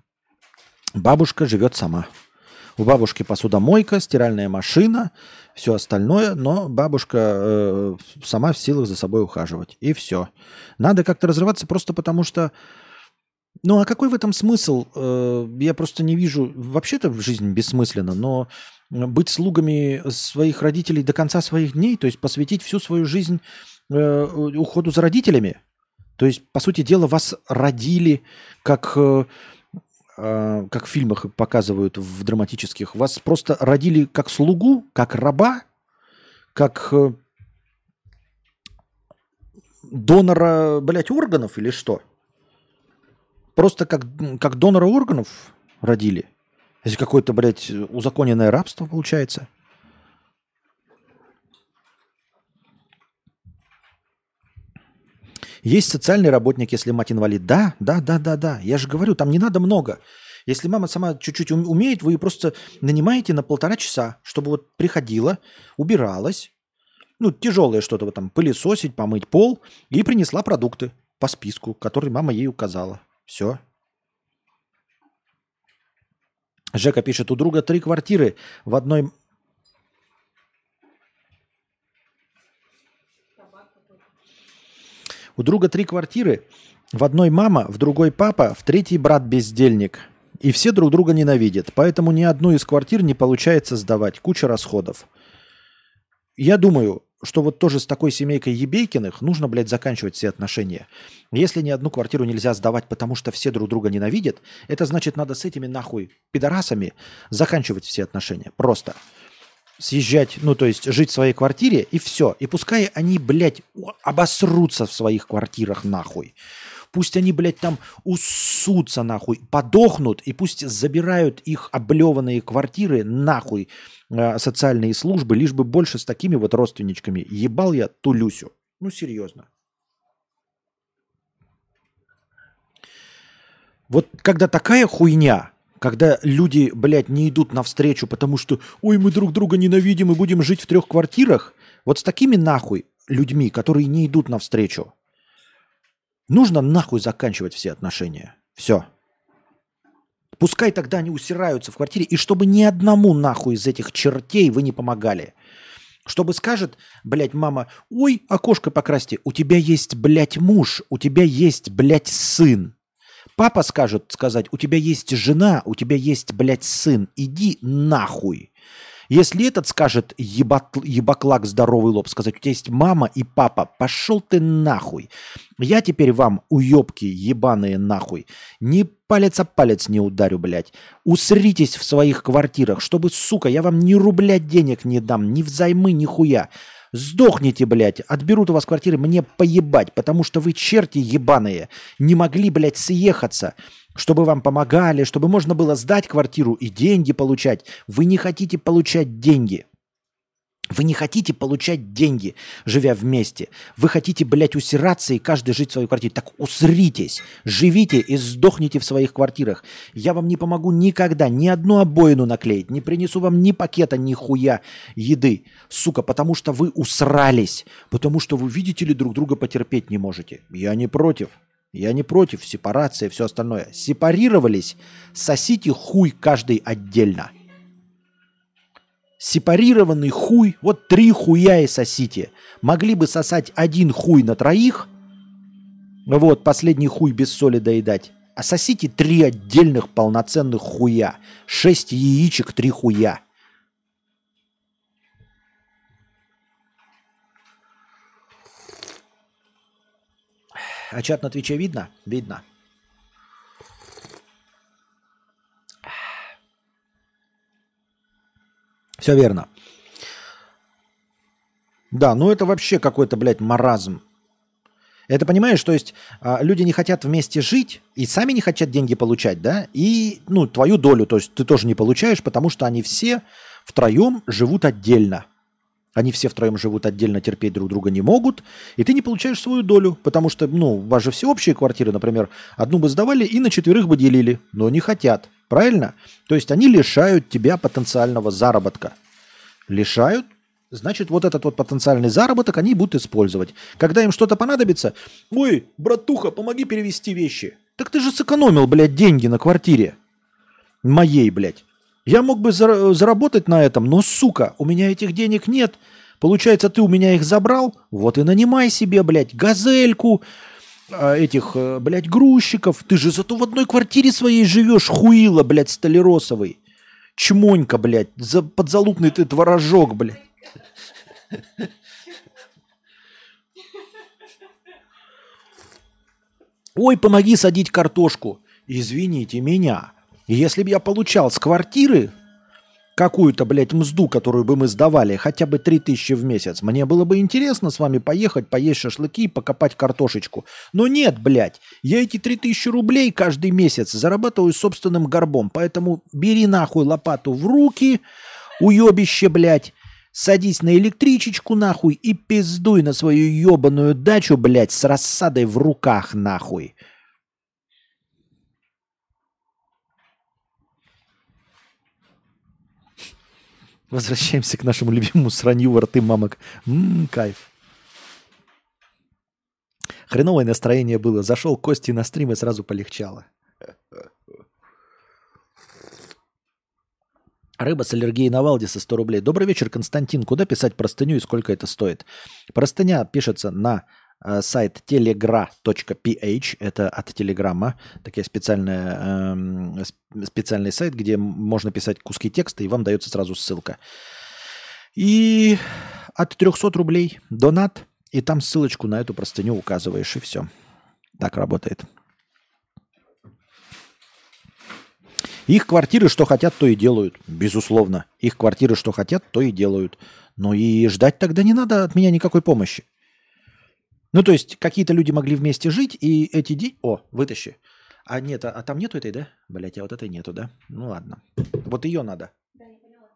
Speaker 1: бабушка живет сама. У бабушки посудомойка, стиральная машина, все остальное, но бабушка э, сама в силах за собой ухаживать. И все. Надо как-то разрываться просто потому что... Ну а какой в этом смысл? Э, я просто не вижу... Вообще-то жизнь бессмысленна, но быть слугами своих родителей до конца своих дней, то есть посвятить всю свою жизнь э, уходу за родителями. То есть, по сути дела, вас родили как... Э, как в фильмах показывают, в драматических, вас просто родили как слугу, как раба, как донора, блядь, органов или что? Просто как, как донора органов родили. Это какое-то, блядь, узаконенное рабство получается. Есть социальный работник, если мать инвалид. Да, да, да, да, да. Я же говорю, там не надо много. Если мама сама чуть-чуть умеет, вы ее просто нанимаете на полтора часа, чтобы вот приходила, убиралась, ну, тяжелое что-то, вот там, пылесосить, помыть пол, и принесла продукты по списку, который мама ей указала. Все. Жека пишет, у друга три квартиры в одной... У друга три квартиры, в одной мама, в другой папа, в третий брат-бездельник. И все друг друга ненавидят, поэтому ни одну из квартир не получается сдавать. Куча расходов. Я думаю, что вот тоже с такой семейкой Ебейкиных нужно, блядь, заканчивать все отношения. Если ни одну квартиру нельзя сдавать, потому что все друг друга ненавидят, это значит, надо с этими нахуй пидорасами заканчивать все отношения. Просто. Съезжать, ну, то есть жить в своей квартире, и все. И пускай они, блядь, обосрутся в своих квартирах нахуй. Пусть они, блядь, там уссутся нахуй, подохнут, и пусть забирают их облеванные квартиры нахуй э, социальные службы, лишь бы больше с такими вот родственничками. Ебал я ту Люсю. Ну, серьезно. Вот когда такая хуйня... Когда люди, блядь, не идут навстречу, потому что «Ой, мы друг друга ненавидим и будем жить в трех квартирах», вот с такими нахуй людьми, которые не идут навстречу. Нужно нахуй заканчивать все отношения. Все. Пускай тогда они усираются в квартире, и чтобы ни одному нахуй из этих чертей вы не помогали. Чтобы скажет, блядь, мама, ой, окошко покрасьте, у тебя есть, блядь, муж, у тебя есть, блядь, сын. Папа скажет сказать, у тебя есть жена, у тебя есть, блядь, сын, иди нахуй. Если этот скажет, ебат, ебаклак, здоровый лоб, сказать, у тебя есть мама и папа, пошел ты нахуй. Я теперь вам, уебки ебаные нахуй, ни палец о палец не ударю, блядь. Усритесь в своих квартирах, чтобы, сука, я вам ни рубля денег не дам, ни взаймы, ни хуя. Сдохните, блядь, отберут у вас квартиры, мне поебать, потому что вы, черти ебаные, не могли, блядь, съехаться, чтобы вам помогали, чтобы можно было сдать квартиру и деньги получать. Вы не хотите получать деньги. Вы не хотите получать деньги, живя вместе. Вы хотите, блядь, усираться и каждый жить в своей квартире. Так усритесь, живите и сдохните в своих квартирах. Я вам не помогу никогда ни одну обоину наклеить, не принесу вам ни пакета, ни хуя еды, сука, потому что вы усрались, потому что вы, видите ли, друг друга потерпеть не можете. Я не против. Я не против, сепарация, все остальное. Сепарировались, сосите хуй каждый отдельно. Сепарированный хуй, вот три хуя и сосите. Могли бы сосать один хуй на троих, вот, последний хуй без соли доедать, а сосите три отдельных полноценных хуя. Шесть яичек, три хуя. А чат на Твиче видно? Видно. Все верно. Да, ну это вообще какой-то, блядь, маразм. Это, понимаешь, то есть а, люди не хотят вместе жить и сами не хотят деньги получать, да? И, ну, твою долю, то есть ты тоже не получаешь, потому что они все втроем живут отдельно. Они все втроем живут отдельно, терпеть друг друга не могут, и ты не получаешь свою долю, потому что, ну, у вас же всеобщие квартиры, например, одну бы сдавали и на четверых бы делили, но не хотят, правильно? То есть они лишают тебя потенциального заработка. Лишают, значит, вот этот вот потенциальный заработок они будут использовать. Когда им что-то понадобится, ой, братуха, помоги перевезти вещи. Так ты же сэкономил, блядь, деньги на квартире моей, блядь. Я мог бы зар- заработать на этом, но, сука, у меня этих денег нет. Получается, ты у меня их забрал? Вот и нанимай себе, блядь, газельку, э, этих, э, блядь, грузчиков. Ты же зато в одной квартире своей живешь, хуила, блядь, столяросовый. Чмонька, блядь, за, подзалупный ты творожок, блядь. Ой, помоги садить картошку. Извините меня. Если бы я получал с квартиры какую-то, блядь, мзду, которую бы мы сдавали, хотя бы три тысячи в месяц, мне было бы интересно с вами поехать, поесть шашлыки и покопать картошечку. Но нет, блядь, я эти три тысячи рублей каждый месяц зарабатываю собственным горбом, поэтому бери нахуй лопату в руки, уебище, блядь, садись на электричечку нахуй и пиздуй на свою ебаную дачу, блядь, с рассадой в руках нахуй. Возвращаемся к нашему любимому сранью во рты мамок. Ммм, кайф. Хреновое настроение было. Зашел Кости на стрим и сразу полегчало. Рыба с аллергией на Валдиса сто рублей. Добрый вечер, Константин. Куда писать простыню и сколько это стоит? Простыня пишется на э, сайт телегра точка пи эйч. Это от Телеграма. Такой специальная, э, специальный сайт, где можно писать куски текста, и вам дается сразу ссылка. И от трехсот рублей донат, и там ссылочку на эту простыню указываешь, и все. Так работает. Их квартиры что хотят, то и делают. Безусловно. Их квартиры что хотят, то и делают. Но и ждать тогда не надо от меня никакой помощи. Ну, то есть, какие-то люди могли вместе жить, и эти деньги... О, вытащи. А нет, а, а там нету этой, да? Блять, а вот этой нету, да? Ну, ладно. Вот ее надо. Да, не поняла.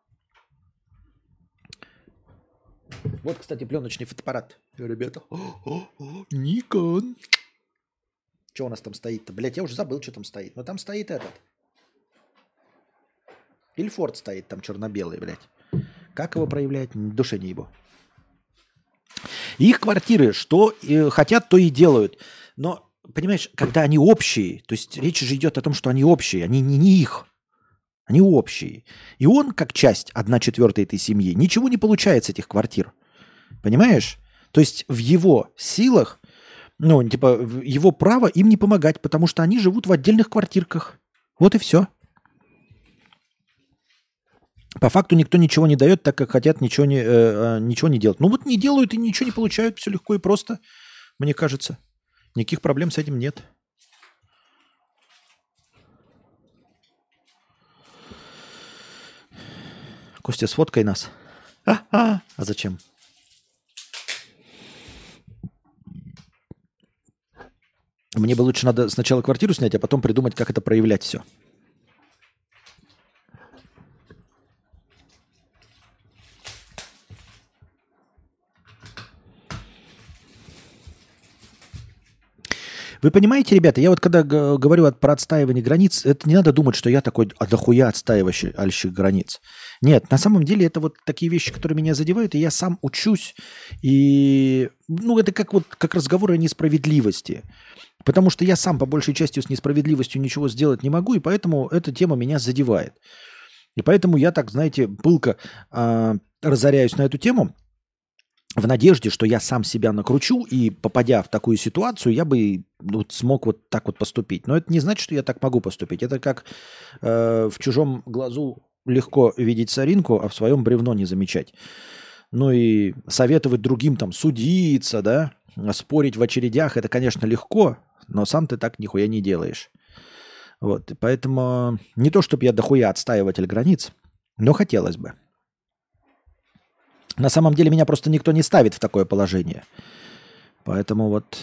Speaker 1: Вот, кстати, пленочный фотоаппарат. Ребята. Никон. Что у нас там стоит-то? Блять, я уже забыл, что там стоит. Но там стоит этот. Ильфорд стоит там черно-белый, блядь. Как его проявлять? Душе не ебу. Их квартиры, что э, хотят, то и делают. Но, понимаешь, когда они общие, то есть речь же идет о том, что они общие, они не, не их. Они общие. И он, как часть, одна четвертая этой семьи, ничего не получает с этих квартир. Понимаешь? То есть в его силах, ну, типа, его право им не помогать, потому что они живут в отдельных квартирках. Вот и все. По факту никто ничего не дает, так как хотят ничего не, э, ничего не делать. Ну вот не делают и ничего не получают, все легко и просто, мне кажется. Никаких проблем с этим нет. Костя, сфоткай нас. А, а зачем? Мне бы лучше надо сначала квартиру снять, а потом придумать, как это проявлять все. Вы понимаете, ребята, я вот когда г- говорю от- про отстаивание границ, это не надо думать, что я такой а дохуя отстаивающий границ. Нет, на самом деле это вот такие вещи, которые меня задевают, и я сам учусь. И, ну, это как вот как разговоры о несправедливости. Потому что я сам по большей части с несправедливостью ничего сделать не могу, и поэтому эта тема меня задевает. И поэтому я так, знаете, пылко э, разоряюсь на эту тему, в надежде, что я сам себя накручу, и, попадя в такую ситуацию, я бы вот смог вот так вот поступить. Но это не значит, что я так могу поступить. Это как э, в чужом глазу легко видеть соринку, а в своем бревно не замечать. Ну и советовать другим там судиться, да, спорить в очередях, это, конечно, легко, но сам ты так нихуя не делаешь. Вот, и поэтому не то, чтобы я дохуя отстаиватель границ, но хотелось бы. На самом деле меня просто никто не ставит в такое положение. Поэтому вот...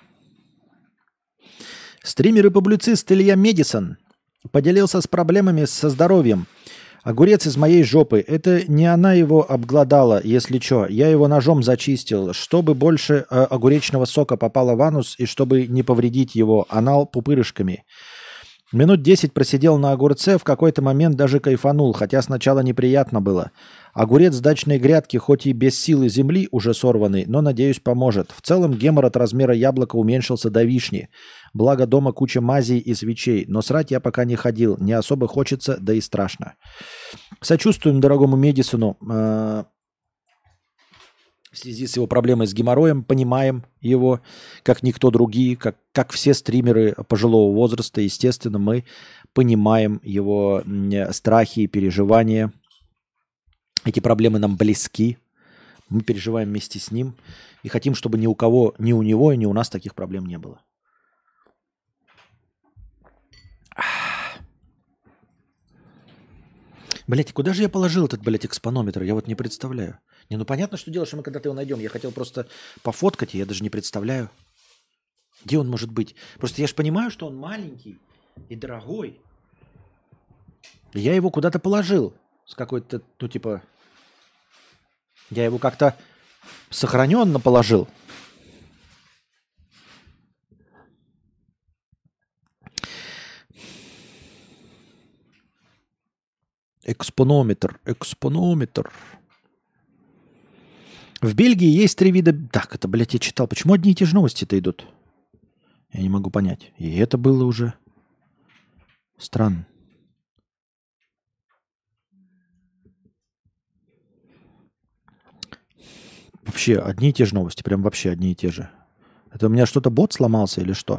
Speaker 1: Стример и публицист Илья Медисон поделился с проблемами со здоровьем. Огурец из моей жопы. Это не она его обглодала, если что. Я его ножом зачистил, чтобы больше э, огуречного сока попало в анус и чтобы не повредить его анал пупырышками. Минут десять просидел на огурце, в какой-то момент даже кайфанул, хотя сначала неприятно было. Огурец с дачной грядки, хоть и без силы земли, уже сорванный, но, надеюсь, поможет. В целом гемор от размера яблока уменьшился до вишни. Благо дома куча мазей и свечей, но срать я пока не ходил, не особо хочется, да и страшно. Сочувствуем дорогому Медисону э, в связи с его проблемой с геморроем, понимаем его, как никто другие, как, как все стримеры пожилого возраста, естественно, мы понимаем его э, страхи и переживания. Эти проблемы нам близки, мы переживаем вместе с ним и хотим, чтобы ни у кого, ни у него и ни у нас таких проблем не было. Блять, куда же я положил этот, блядь, экспонометр? Я вот не представляю. Не, ну понятно, что дело, что мы когда-то его найдем. Я хотел просто пофоткать, и я даже не представляю, где он может быть. Просто я же понимаю, что он маленький и дорогой. И я его куда-то положил. С какой-то, ну типа... Я его как-то сохраненно положил. Экспонометр, экспонометр. В Бельгии есть три вида... Так, это, блядь, я читал. Почему одни и те же новости-то идут? Я не могу понять. И это было уже странно. Вообще одни и те же новости. Прям вообще одни и те же. Это у меня что-то бот сломался или что?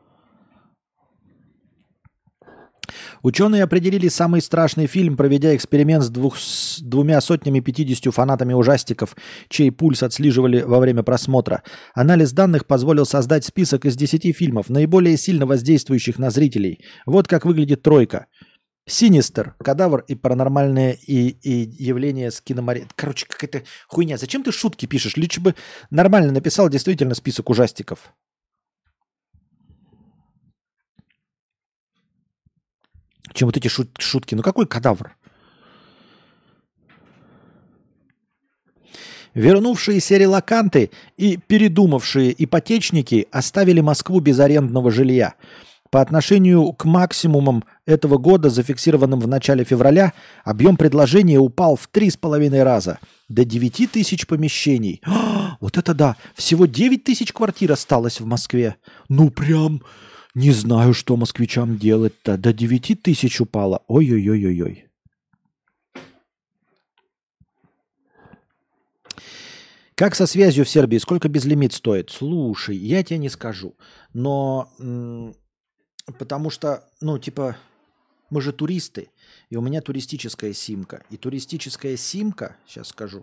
Speaker 1: Ученые определили самый страшный фильм, проведя эксперимент с, двух, с двумя сотнями пятьюдесятью фанатами ужастиков, чей пульс отслеживали во время просмотра. Анализ данных позволил создать список из десяти фильмов, наиболее сильно воздействующих на зрителей. Вот как выглядит тройка. Синистер, Кадавр и паранормальное и, и явление с киномари... Короче, какая-то хуйня. Зачем ты шутки пишешь? Лучше бы нормально написал действительно список ужастиков. Чем вот эти шут- шутки? Ну какой кадавр? Вернувшиеся релоканты и передумавшие ипотечники оставили Москву без арендного жилья. По отношению к максимумам этого года, зафиксированным в начале февраля, объем предложения упал в три с половиной раза до девяти тысяч помещений. А, вот это да! Всего девять тысяч квартир осталось в Москве. Ну прям не знаю, что москвичам делать-то. До девяти тысяч упало. Ой-ой-ой-ой-ой. Как со связью в Сербии? Сколько безлимит стоит? Слушай, я тебе не скажу. Но м- потому что, ну, типа, мы же туристы. И у меня туристическая симка. И туристическая симка, сейчас скажу.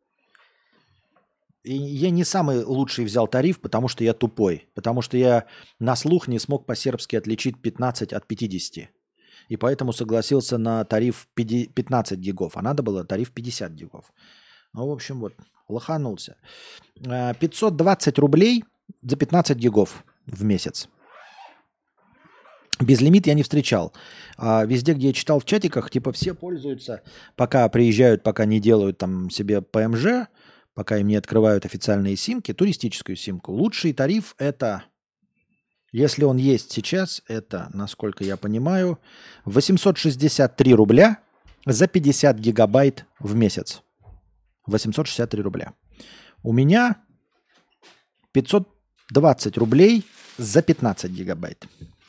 Speaker 1: И я не самый лучший взял тариф, потому что я тупой. Потому что я на слух не смог по-сербски отличить пятнадцать от пятидесяти. И поэтому согласился на тариф пятнадцать гигов. А надо было тариф пятьдесят гигов. Ну, в общем, вот, лоханулся. пятьсот двадцать рублей за пятнадцать гигов в месяц. Безлимит я не встречал. А везде, где я читал в чатиках, типа все пользуются, пока приезжают, пока не делают там себе ПМЖ, пока им не открывают официальные симки, туристическую симку. Лучший тариф это, если он есть сейчас, это, насколько я понимаю, восемьсот шестьдесят три рубля за пятьдесят гигабайт в месяц. восемьсот шестьдесят три рубля. У меня пятьсот двадцать рублей за пятнадцать гигабайт.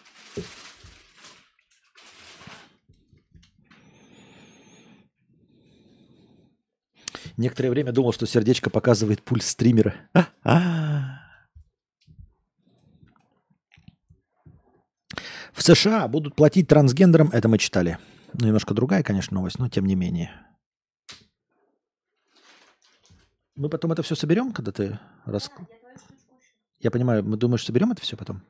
Speaker 1: Некоторое время думал, что сердечко показывает пульс стримера. В США будут платить трансгендерам, это мы читали. Ну, немножко другая, конечно, новость, но тем не менее. Мы потом это все соберем, когда ты... Рас... Я понимаю, мы думаешь, соберем это все потом?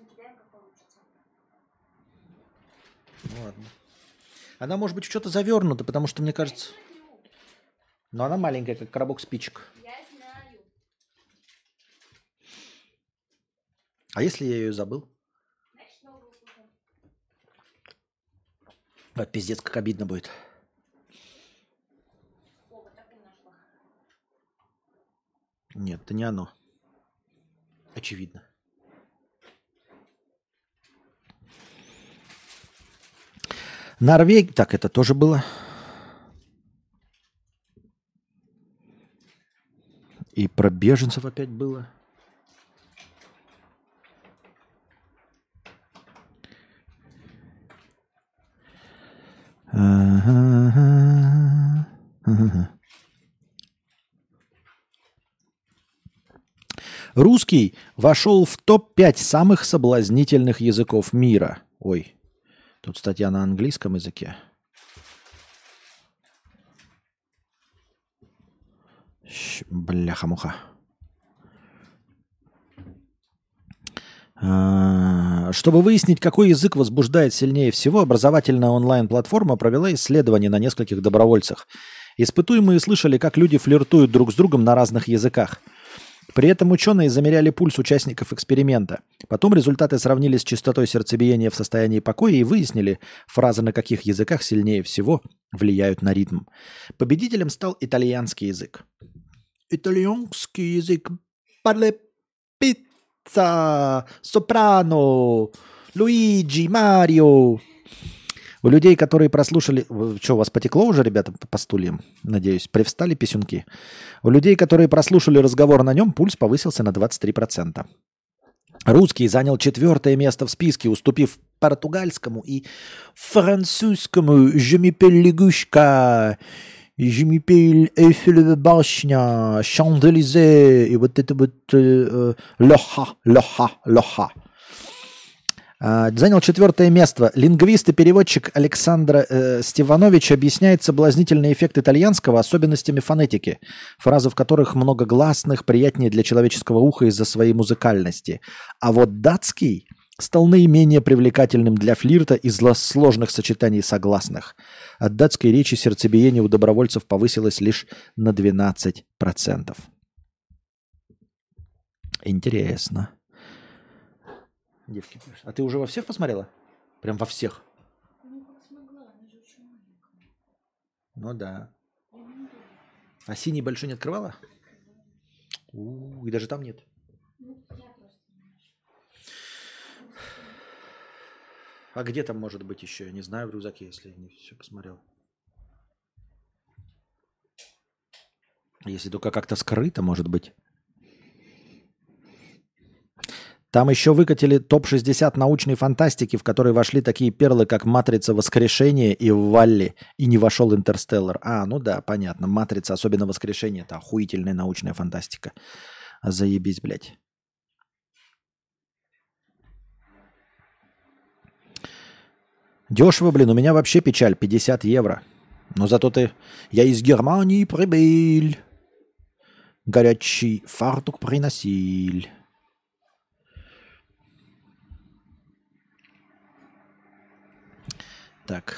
Speaker 1: Ну, ладно. Она может быть что-то завернута, потому что, мне кажется... Но она маленькая, как коробок спичек.
Speaker 2: Я знаю.
Speaker 1: А если я ее забыл? А, пиздец, как обидно будет. Нет, это не оно. Очевидно. Норвегия... Так, это тоже было. И про беженцев опять было. Ага. Ага. Русский вошел в топ пять самых соблазнительных языков мира. Ой, тут статья на английском языке. Бляха-муха. Чтобы выяснить, какой язык возбуждает сильнее всего, образовательная онлайн-платформа провела исследование на нескольких добровольцах. Испытуемые слышали, как люди флиртуют друг с другом на разных языках. При этом ученые замеряли пульс участников эксперимента. Потом результаты сравнили с частотой сердцебиения в состоянии покоя и выяснили, фразы на каких языках сильнее всего влияют на ритм. Победителем стал итальянский язык. Итальянский язык. Парле пицца, сопрано, Луиджи, Марио. У людей, которые прослушали... Что, у вас потекло уже, ребята, по стульям? Надеюсь, привстали писюнки. У людей, которые прослушали разговор на нем, пульс повысился на двадцать три процента. Русский занял четвертое место в списке, уступив португальскому и французскому «Je m'appelle лягушка», «Je m'appelle Эйфелева башня», «Шанзелизе» и вот это вот э, «Лоха, лоха, лоха». Занял четвертое место. Лингвист и переводчик Александр э, Стеванович объясняет соблазнительный эффект итальянского особенностями фонетики, фразы в которых много гласных, приятнее для человеческого уха из-за своей музыкальности. А вот датский стал наименее привлекательным для флирта из-за сложных сочетаний согласных. От датской речи сердцебиение у добровольцев повысилось лишь на двенадцать процентов. Интересно. Девки, а ты уже во всех посмотрела? Прям во всех?
Speaker 2: Ну, как смогла, она же очень маленькая.
Speaker 1: Ну да. А синий большой не открывала? У-у-у, и даже там нет.
Speaker 2: Ну, я просто не
Speaker 1: А где там может быть еще? Я не знаю в рюкзаке, если я не все посмотрел. Если только как-то скрыто, может быть. Там еще выкатили топ шестьдесят научной фантастики, в которые вошли такие перлы, как «Матрица. Воскрешение» и «Валли», и не вошел «Интерстеллар». А, ну да, понятно. «Матрица», особенно «Воскрешение», это охуительная научная фантастика. Заебись, блядь. Дешево, блин, у меня вообще печаль, пятьдесят евро. Но зато ты... Я из Германии прибыл. Горячий фартук приносил. Так.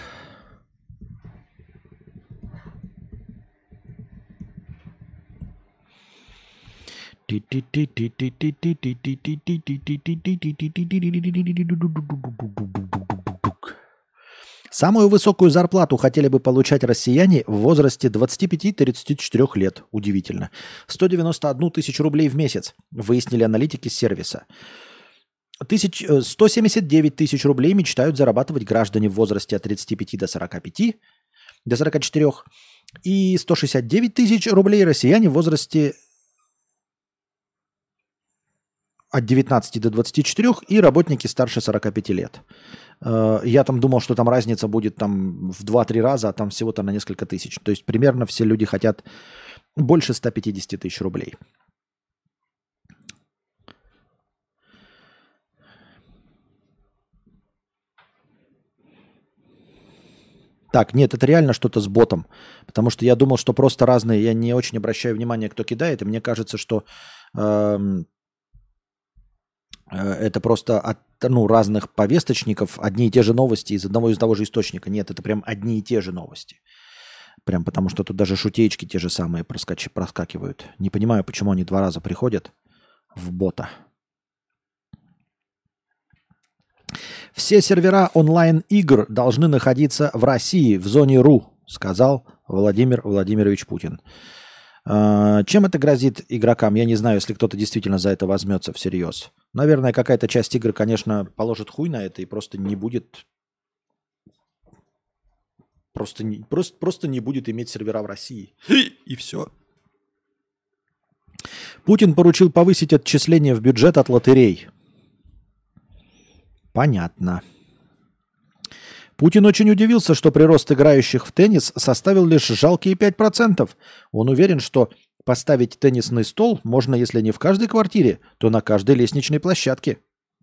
Speaker 1: Самую высокую зарплату хотели бы получать россияне в возрасте двадцати пяти тридцати четырёх лет. Удивительно. сто девяносто одну тысячу рублей в месяц, выяснили аналитики сервиса. Тысяч, сто семьдесят девять тысяч рублей мечтают зарабатывать граждане в возрасте от тридцати пяти до сорока пяти, до сорока четырёх. И сто шестьдесят девять тысяч рублей россияне в возрасте от девятнадцати до двадцати четырёх и работники старше сорока пяти лет. Я там думал, что там разница будет там в два-три раза, а там всего-то на несколько тысяч. То есть примерно все люди хотят больше ста пятидесяти тысяч рублей. Так, нет, это реально что-то с ботом. Потому что я думал, что просто разные... Я не очень обращаю внимание, кто кидает. И мне кажется, что э, э, это просто от ну, разных повесточников одни и те же новости из одного и того же источника. Нет, это прям одни и те же новости. Прям потому что тут даже шутеечки те же самые проскач... проскакивают. Не понимаю, почему они два раза приходят в бота. Все сервера онлайн-игр должны находиться в России, в зоне РУ, сказал Владимир Владимирович Путин. Чем это грозит игрокам? Я не знаю, если кто-то действительно за это возьмется всерьез. Наверное, какая-то часть игр, конечно, положит хуй на это и просто не будет... Просто не, просто, просто не будет иметь сервера в России. И все. Путин поручил повысить отчисления в бюджет от лотерей. Понятно. Путин очень удивился, что прирост играющих в теннис составил лишь жалкие пять процентов. Он уверен, что поставить теннисный стол можно, если не в каждой квартире, то на каждой лестничной площадке.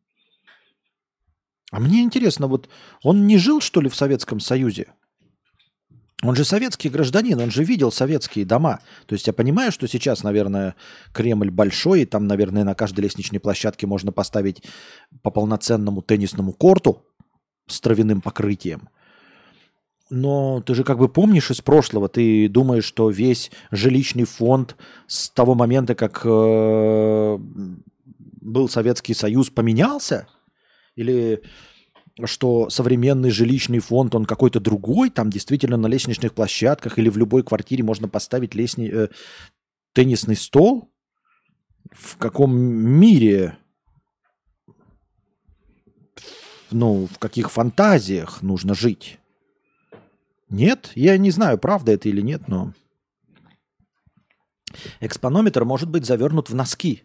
Speaker 1: А мне интересно, вот он не жил, что ли, в Советском Союзе? Он же советский гражданин, он же видел советские дома. То есть я понимаю, что сейчас, наверное, Кремль большой, и там, наверное, на каждой лестничной площадке можно поставить по полноценному теннисному корту с травяным покрытием. Но ты же как бы помнишь из прошлого, ты думаешь, что весь жилищный фонд с того момента, как э, был Советский Союз, поменялся? Или... что современный жилищный фонд, он какой-то другой, там действительно на лестничных площадках или в любой квартире можно поставить лестни... э, теннисный стол? В каком мире, ну, в каких фантазиях нужно жить? Нет? Я не знаю, правда это или нет, но... Экспонометр может быть завернут в носки.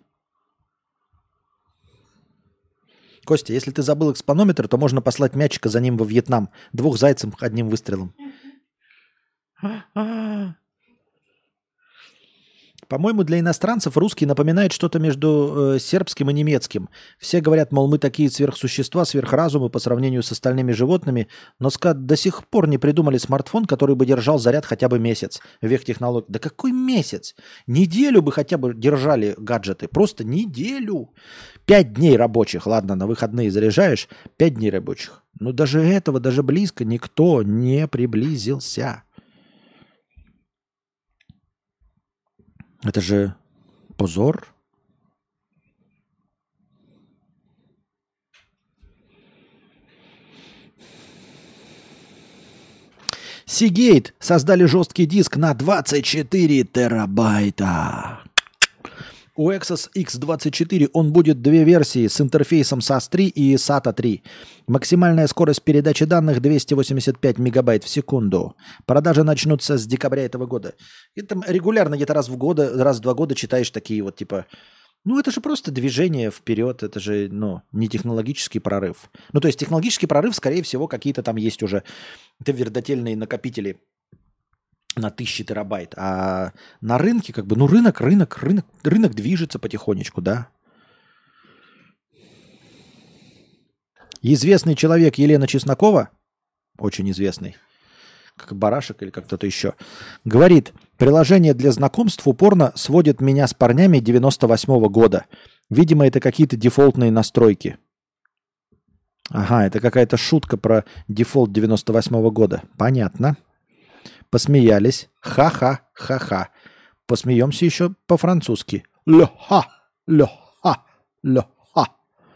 Speaker 1: Костя, если ты забыл экспонометр, то можно послать мячика за ним во Вьетнам. Двух зайцев одним выстрелом. По-моему, для иностранцев русский напоминает что-то между э, сербским и немецким. Все говорят, мол, мы такие сверхсущества, сверхразумы по сравнению с остальными животными, но ска до сих пор не придумали смартфон, который бы держал заряд хотя бы месяц. Век технологий. Да какой месяц? Неделю бы хотя бы держали гаджеты. Просто неделю. Пять дней рабочих. Ладно, на выходные заряжаешь. Пять дней рабочих. Но даже этого, даже близко никто не приблизился. Это же позор. Seagate создали жесткий диск на двадцать четыре терабайта. У Exos икс двадцать четыре он будет две версии с интерфейсом сас три и сата три. Максимальная скорость передачи данных двести восемьдесят пять мегабайт в секунду. Продажи начнутся с декабря этого года. И там регулярно где-то раз в год, раз в два года читаешь такие вот типа... Ну, это же просто движение вперед, это же, ну, не технологический прорыв. Ну, то есть технологический прорыв, скорее всего, какие-то там есть уже твердотельные накопители на тысячи терабайт. А на рынке, как бы, ну, рынок, рынок, рынок, рынок движется потихонечку, да. Известный человек Елена Чеснокова, очень известный, как Барашек или как кто-то еще, говорит, приложение для знакомств упорно сводит меня с парнями девяносто восьмого года. Видимо, это какие-то дефолтные настройки. Ага, это какая-то шутка про дефолт девяносто восьмого года. Понятно. Посмеялись. Ха-ха, ха-ха. Посмеемся еще по-французски. Лё-ха, лё-ха, лё-ха.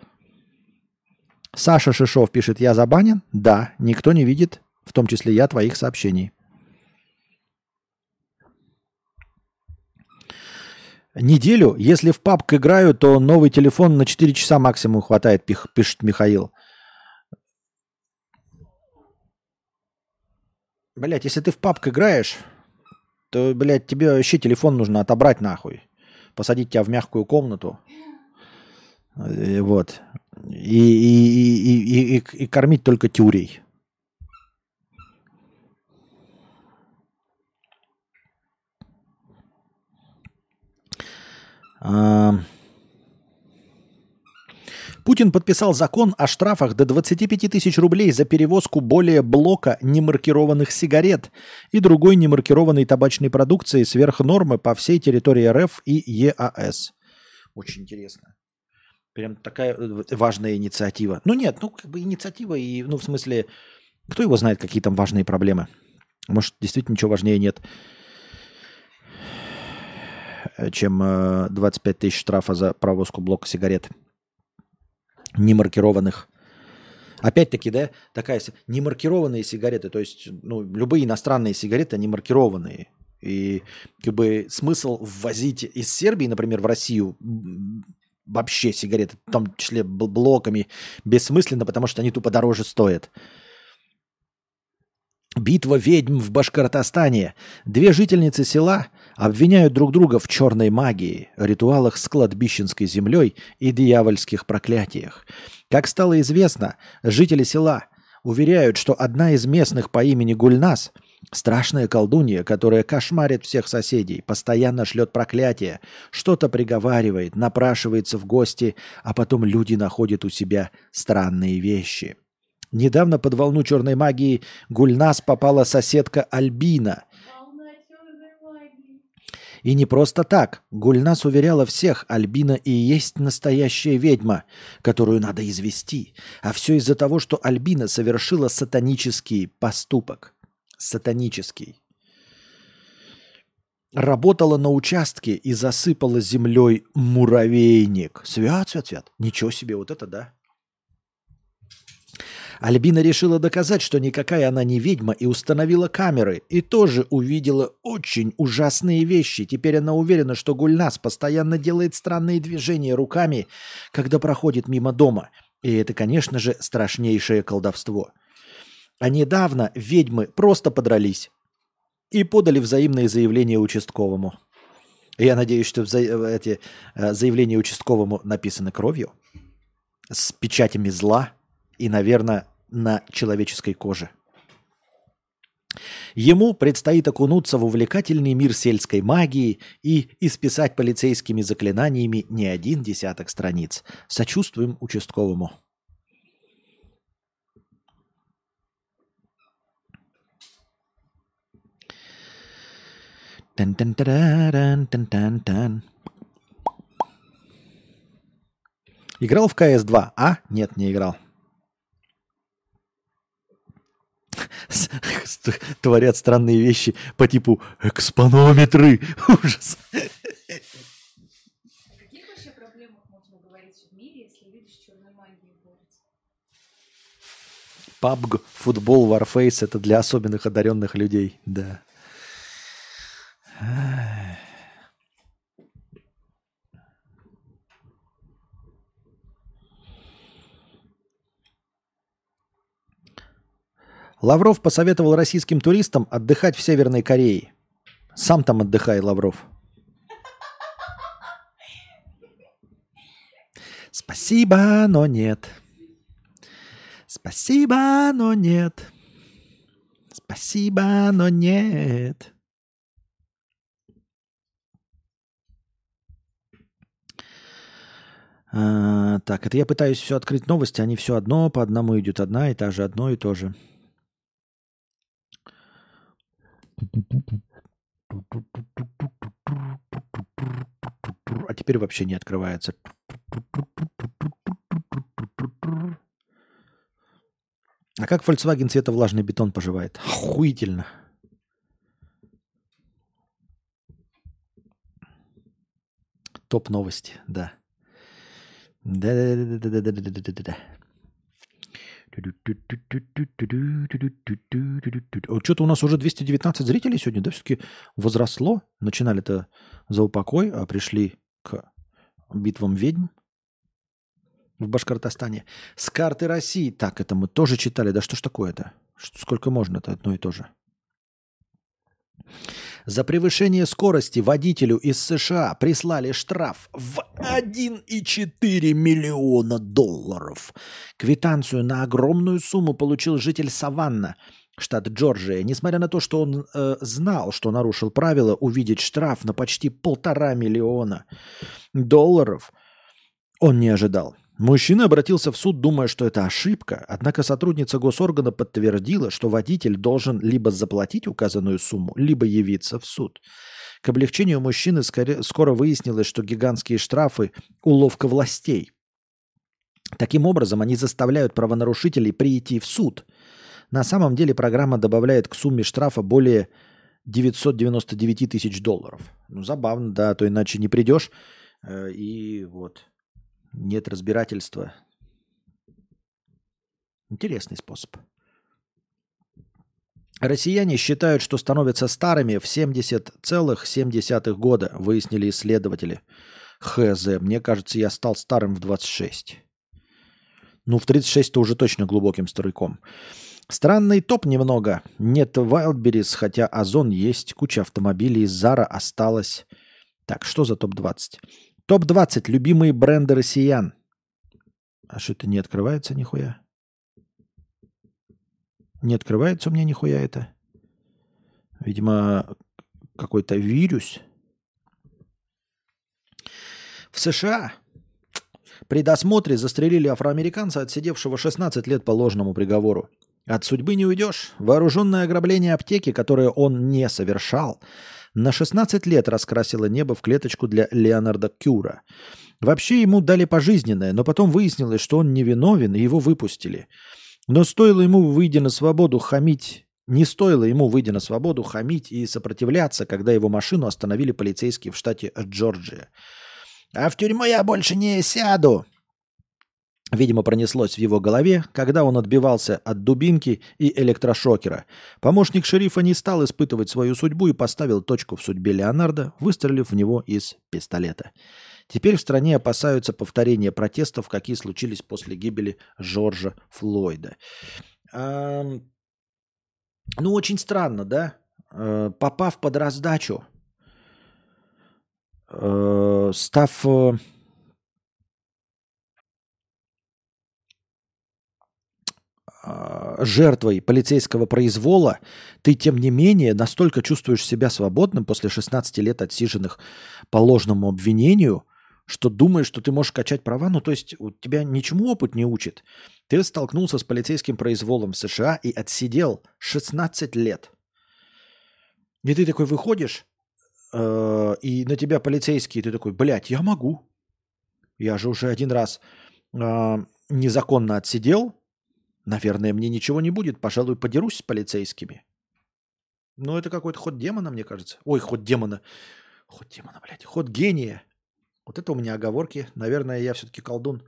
Speaker 1: Саша Шишов пишет, я забанен? Да, никто не видит, в том числе я, твоих сообщений. Неделю, если в пабг играю, то новый телефон на четыре часа максимум хватает, пишет Михаил. Блять, если ты в пабг играешь, то, блядь, тебе вообще телефон нужно отобрать нахуй. Посадить тебя в мягкую комнату. И вот. И, и, и, и, и, и кормить только тюрей. Путин подписал закон о штрафах до двадцати пяти тысяч рублей за перевозку более блока немаркированных сигарет и другой немаркированной табачной продукции сверх нормы по всей территории РФ и ЕАЭС. Очень интересно. Прям такая важная инициатива. Ну нет, ну как бы инициатива, и, ну в смысле, кто его знает, какие там важные проблемы. Может, действительно ничего важнее нет, чем двадцать пять тысяч штрафа за провозку блока сигарет немаркированных. Опять-таки, да, такая немаркированные сигареты, то есть, ну, любые иностранные сигареты, они маркированные. И как бы смысл ввозить из Сербии, например, в Россию вообще сигареты, в том числе блоками, бессмысленно, потому что они тупо дороже стоят. Битва ведьм в Башкортостане. Две жительницы села обвиняют друг друга в черной магии, ритуалах с кладбищенской землей и дьявольских проклятиях. Как стало известно, жители села уверяют, что одна из местных по имени Гульнас – страшная колдунья, которая кошмарит всех соседей, постоянно шлет проклятия, что-то приговаривает, напрашивается в гости, а потом люди находят у себя странные вещи. Недавно под волну черной магии Гульнас попала соседка Альбина. И не просто так. Гульнас уверяла всех, Альбина и есть настоящая ведьма, которую надо извести. А все из-за того, что Альбина совершила сатанический поступок. Сатанический. Работала на участке и засыпала землей муравейник. Свят, свят, свят. Ничего себе, вот это да. Альбина решила доказать, что никакая она не ведьма, и установила камеры, и тоже увидела очень ужасные вещи. Теперь она уверена, что Гульнас постоянно делает странные движения руками, когда проходит мимо дома. И это, конечно же, страшнейшее колдовство. А недавно ведьмы просто подрались и подали взаимные заявления участковому. Я надеюсь, что эти заявления участковому написаны кровью, с печатями зла и, наверное, на человеческой коже. Ему предстоит окунуться в увлекательный мир сельской магии и исписать полицейскими заклинаниями не один десяток страниц. Сочувствуем участковому. Тан-тан-таран-тан-тан-тан. Играл в ка эс два? А? Нет, не играл. Творят странные вещи по типу экспонометры. Ужас.
Speaker 2: О каких вообще проблемах можно говорить в мире, если люди с черной магией борются?
Speaker 1: пабг, футбол, Warface — это для особенных одаренных людей. Да. Лавров посоветовал российским туристам отдыхать в Северной Корее. Сам там отдыхай, Лавров. Спасибо, но нет. Спасибо, но нет. Спасибо, но нет. А, так, это я пытаюсь все открыть новости, они все одно, по одному идут одна и та же, одно и то же. А теперь вообще не открывается. А как Volkswagen цвета влажный бетон поживает? Охуительно. Топ новости, да. Да-да-да-да-да-да-да-да-да. Что-то у нас уже двести девятнадцать зрителей сегодня, да, все-таки возросло. Начинали-то за упокой, а пришли к битвам ведьм в Башкортостане. С карты России. Так, это мы тоже читали. Да что ж такое-то? Сколько можно-то одно и то же? За превышение скорости водителю из США прислали штраф в один и четыре миллиона долларов. Квитанцию на огромную сумму получил житель Саванна, штат Джорджия. Несмотря на то, что он э, знал, что нарушил правила, увидеть штраф на почти полтора миллиона долларов он не ожидал. Мужчина обратился в суд, думая, что это ошибка, однако сотрудница госоргана подтвердила, что водитель должен либо заплатить указанную сумму, либо явиться в суд. К облегчению мужчины скоро, скоро выяснилось, что гигантские штрафы – уловка властей. Таким образом, они заставляют правонарушителей прийти в суд. На самом деле программа добавляет к сумме штрафа более девятьсот девяносто девять тысяч долларов. Ну, забавно, да, а то иначе не придешь. Э, и вот... Нет разбирательства. Интересный способ. Россияне считают, что становятся старыми в семьдесят целых семь десятых года, выяснили исследователи. Хз, мне кажется, я стал старым в двадцать шесть. Ну, в тридцать шесть-то уже точно глубоким стариком. Странный топ немного. Нет Wildberries, хотя Озон есть, куча автомобилей, Zara осталась. Так, что за топ двадцать? топ двадцать. Любимые бренды россиян. А что это не открывается нихуя? Не открывается у меня нихуя это. Видимо, какой-то вирус. В США при досмотре застрелили афроамериканца, отсидевшего шестнадцать лет по ложному приговору. От судьбы не уйдешь. Вооруженное ограбление аптеки, которое он не совершал, на шестнадцать лет раскрасило небо в клеточку для Леонарда Кюра. Вообще ему дали пожизненное, но потом выяснилось, что он невиновен, и его выпустили. Но стоило ему, выйдя на свободу, хамить... Не стоило ему, выйдя на свободу, хамить и сопротивляться, когда его машину остановили полицейские в штате Джорджия. «А в тюрьму я больше не сяду!» Видимо, пронеслось в его голове, когда он отбивался от дубинки и электрошокера. Помощник шерифа не стал испытывать свою судьбу и поставил точку в судьбе Леонардо, выстрелив в него из пистолета. Теперь в стране опасаются повторения протестов, какие случились после гибели Джорджа Флойда. Эм... Ну, очень странно, да? Э, попав под раздачу, э, став... Э, жертвой полицейского произвола, ты, тем не менее, настолько чувствуешь себя свободным после шестнадцати лет отсиженных по ложному обвинению, что думаешь, что ты можешь качать права. Ну, то есть у тебя ничему опыт не учит. Ты столкнулся с полицейским произволом в США и отсидел шестнадцать лет. И ты такой выходишь, э, и на тебя полицейские, ты такой, блядь, я могу. Я же уже один раз э, незаконно отсидел. Наверное, мне ничего не будет. Пожалуй, подерусь с полицейскими. Ну, это какой-то ход демона, мне кажется. Ой, ход демона. Ход демона, блядь. Ход гения. Вот это у меня оговорки. Наверное, я все-таки колдун.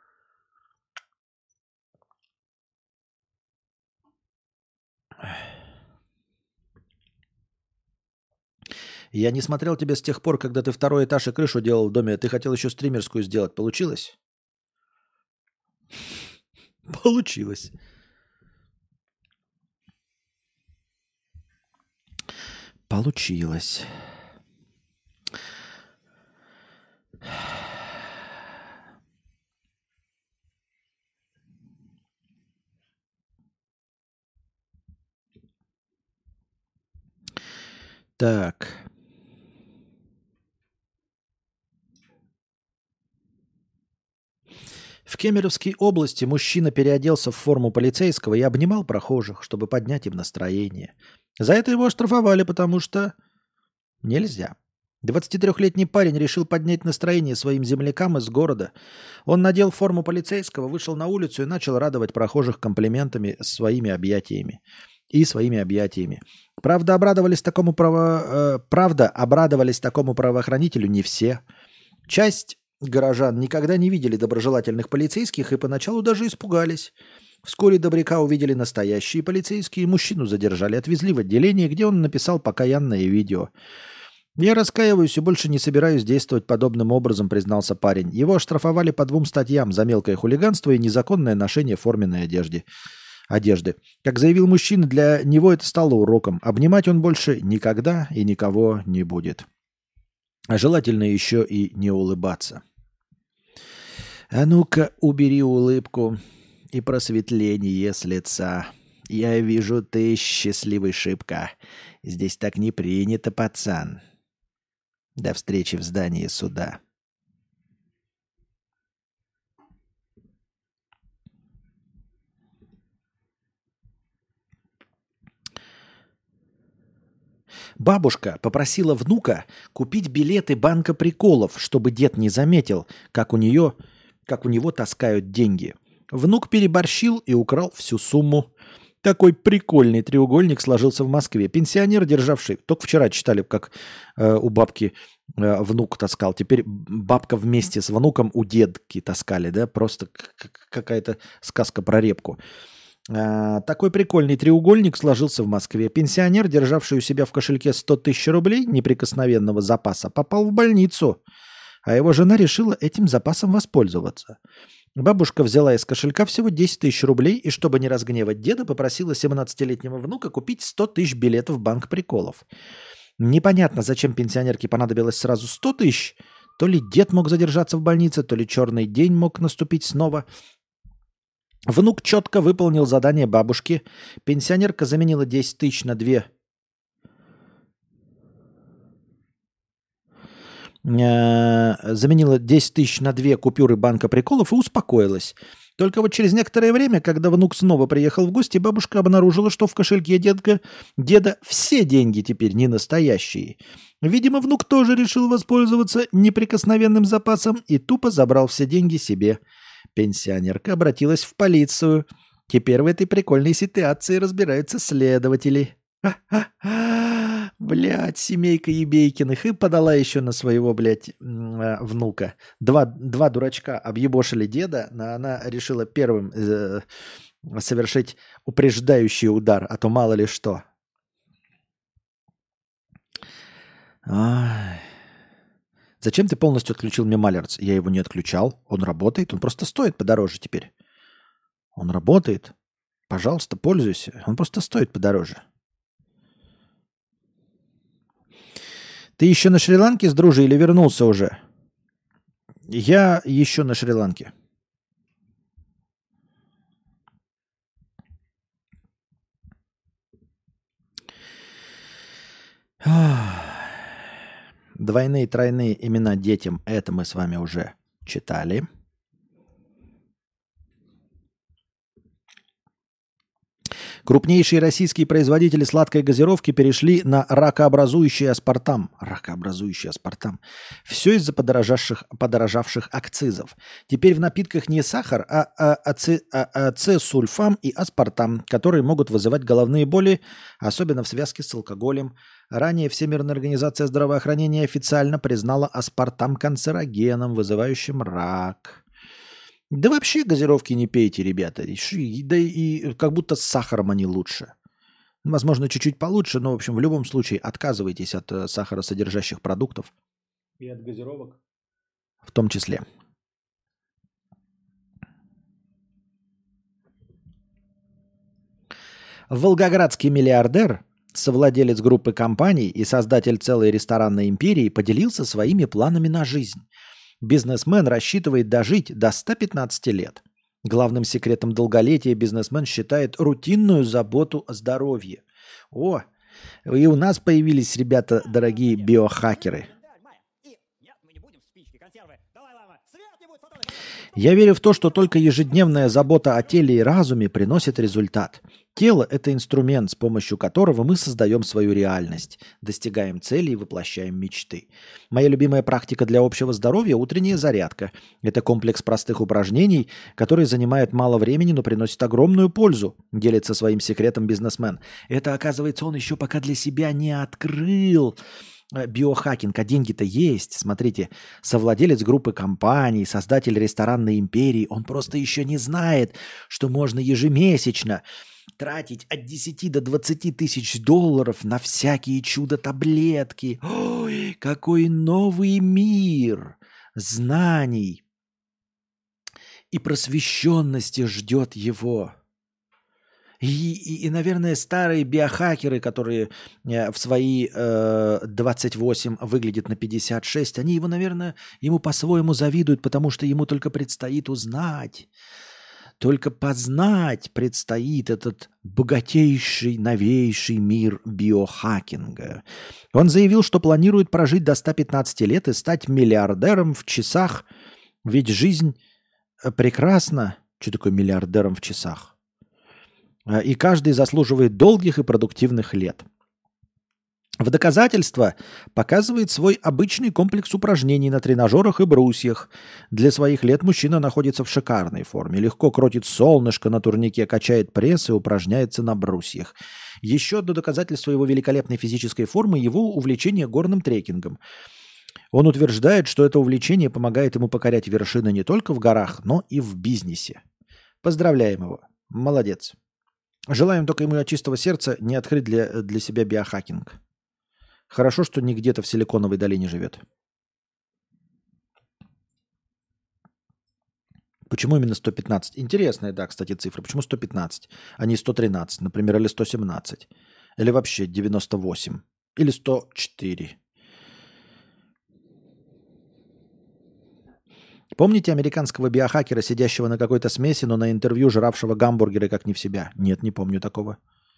Speaker 1: Я не смотрел тебя с тех пор, когда ты второй этаж и крышу делал в доме. Ты хотел еще стримерскую сделать. Получилось? Получилось. получилось. Так. В Кемеровской области мужчина переоделся в форму полицейского и обнимал прохожих, чтобы поднять им настроение. За это его оштрафовали, потому что нельзя. двадцатитрёхлетний парень решил поднять настроение своим землякам из города. Он надел форму полицейского, вышел на улицу и начал радовать прохожих комплиментами своими объятиями. И своими объятиями. Правда, обрадовались такому, право... э, Правда, обрадовались такому правоохранителю не все. Часть горожан никогда не видели доброжелательных полицейских и поначалу даже испугались. Вскоре добряка увидели настоящие полицейские, мужчину задержали, отвезли в отделение, где он написал покаянное видео. «Я раскаиваюсь и больше не собираюсь действовать подобным образом», признался парень. Его оштрафовали по двум статьям за мелкое хулиганство и незаконное ношение форменной одежды. одежды. Как заявил мужчина, для него это стало уроком. Обнимать он больше никогда и никого не будет. А желательно еще и не улыбаться. А ну-ка, убери улыбку и просветление с лица. Я вижу, ты счастливый шибко. Здесь так не принято, пацан. До встречи в здании суда. Бабушка попросила внука купить билеты банка приколов, чтобы дед не заметил, как у нее, как у него таскают деньги. Внук переборщил и украл всю сумму. Такой прикольный треугольник сложился в Москве. Пенсионер, державший... Только вчера читали, как э, у бабки э, внук таскал. Теперь бабка вместе с внуком у дедки таскали. Да? Просто какая-то сказка про репку. Э, такой прикольный треугольник сложился в Москве. Пенсионер, державший у себя в кошельке сто тысяч рублей неприкосновенного запаса, попал в больницу. А его жена решила этим запасом воспользоваться. Бабушка взяла из кошелька всего десять тысяч рублей и, чтобы не разгневать деда, попросила семнадцатилетнего внука купить сто тысяч билетов в банк приколов. Непонятно, зачем пенсионерке понадобилось сразу сто тысяч. То ли дед мог задержаться в больнице, то ли черный день мог наступить снова. Внук четко выполнил задание бабушки. Пенсионерка заменила десять тысяч на две... заменила десять тысяч на две купюры банка приколов и успокоилась. Только вот через некоторое время, когда внук снова приехал в гости, бабушка обнаружила, что в кошельке дедка, деда все деньги теперь не настоящие. Видимо, внук тоже решил воспользоваться неприкосновенным запасом и тупо забрал все деньги себе. Пенсионерка обратилась в полицию. Теперь в этой прикольной ситуации разбираются следователи. Блядь, семейка Ебейкиных. И подала еще на своего, блядь, внука. Два, два дурачка объебошили деда, но она решила первым э, совершить упреждающий удар, а то мало ли что. Ай. Зачем ты полностью отключил Мемалерц? Я его не отключал. Он работает, он просто стоит подороже теперь. Он работает. Пожалуйста, пользуйся. Он просто стоит подороже. Ты еще на Шри-Ланке с дружи или вернулся уже? Я еще на Шри-Ланке. Двойные, тройные имена детям. Это мы с вами уже читали. Крупнейшие российские производители сладкой газировки перешли на ракообразующий аспартам. Ракообразующий аспартам. Все из-за подорожавших, подорожавших акцизов. Теперь в напитках не сахар, а, а, аци, а ацесульфам и аспартам, которые могут вызывать головные боли, особенно в связке с алкоголем. Ранее Всемирная организация здравоохранения официально признала аспартам канцерогеном, вызывающим рак. Да вообще газировки не пейте, ребята. Да и как будто с сахаром они лучше. Возможно, чуть-чуть получше, но, в общем, в любом случае отказывайтесь от сахаросодержащих продуктов. И от газировок. В том числе. Волгоградский миллиардер совладелец группы компаний и создатель целой ресторанной империи, поделился своими планами на жизнь. Бизнесмен рассчитывает дожить до ста пятнадцати лет. Главным секретом долголетия бизнесмен считает рутинную заботу о здоровье. О, и у нас появились, ребята, дорогие биохакеры. Я верю в то, что только ежедневная забота о теле и разуме приносит результат. Тело – это инструмент, с помощью которого мы создаем свою реальность, достигаем целей и воплощаем мечты. Моя любимая практика для общего здоровья – утренняя зарядка. Это комплекс простых упражнений, которые занимают мало времени, но приносят огромную пользу, делится своим секретом бизнесмен. Это, оказывается, он еще пока для себя не открыл. Биохакинг, а деньги-то есть. Смотрите, совладелец группы компаний, создатель ресторанной империи, он просто еще не знает, что можно ежемесячно тратить от десяти до двадцати тысяч долларов на всякие чудо-таблетки. Ой, какой новый мир знаний и просвещенности ждет его. И, и, и, наверное, старые биохакеры, которые в свои э, двадцать восемь выглядят на пятьдесят шесть, они его, наверное, ему по-своему завидуют, потому что ему только предстоит узнать, только познать предстоит этот богатейший, новейший мир биохакинга. Он заявил, что планирует прожить до ста пятнадцати лет и стать миллиардером в часах, ведь жизнь прекрасна. Что такое миллиардером в часах? И каждый заслуживает долгих и продуктивных лет. В доказательство показывает свой обычный комплекс упражнений на тренажерах и брусьях. Для своих лет мужчина находится в шикарной форме. Легко крутит солнышко на турнике, качает пресс и упражняется на брусьях. Еще одно доказательство его великолепной физической формы – его увлечение горным трекингом. Он утверждает, что это увлечение помогает ему покорять вершины не только в горах, но и в бизнесе. Поздравляем его. Молодец. Желаем только ему от чистого сердца не открыть для, для себя биохакинг. Хорошо, что не где-то в Силиконовой долине живет. Почему именно сто пятнадцать? Интересная, да, кстати, цифра. Почему сто пятнадцать, а не сто тринадцать, например, или сто семнадцать? Или вообще девяносто восемь? Или сто четыре? Помните американского биохакера, сидящего на какой-то смеси, но на интервью жравшего гамбургеры как не в себя? Нет, не помню такого.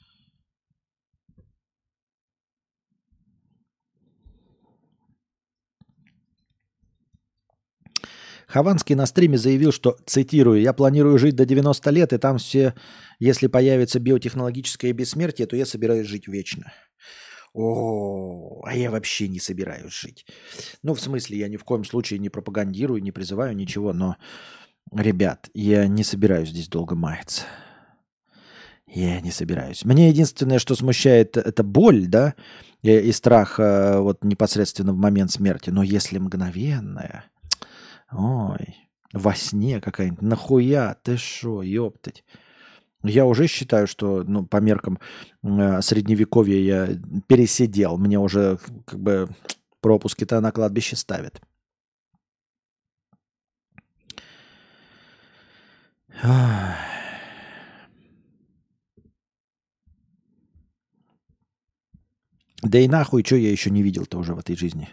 Speaker 1: Хованский на стриме заявил, что, цитирую, «Я планирую жить до девяноста лет, и там все, если появится биотехнологическое бессмертие, то я собираюсь жить вечно». О, а я вообще не собираюсь жить. Ну, в смысле, я ни в коем случае не пропагандирую, не призываю ничего, но, ребят, я не собираюсь здесь долго маяться. Я не собираюсь. Мне единственное, что смущает, это боль, да, и, и страх э, вот непосредственно в момент смерти. Но если мгновенная, ой, во сне какая-нибудь, нахуя, ты шо, ёптать. Я уже считаю, что ну, по меркам э, средневековья я пересидел. Мне уже как бы пропуски-то на кладбище ставят. Да и нахуй, что я еще не видел-то уже в этой жизни.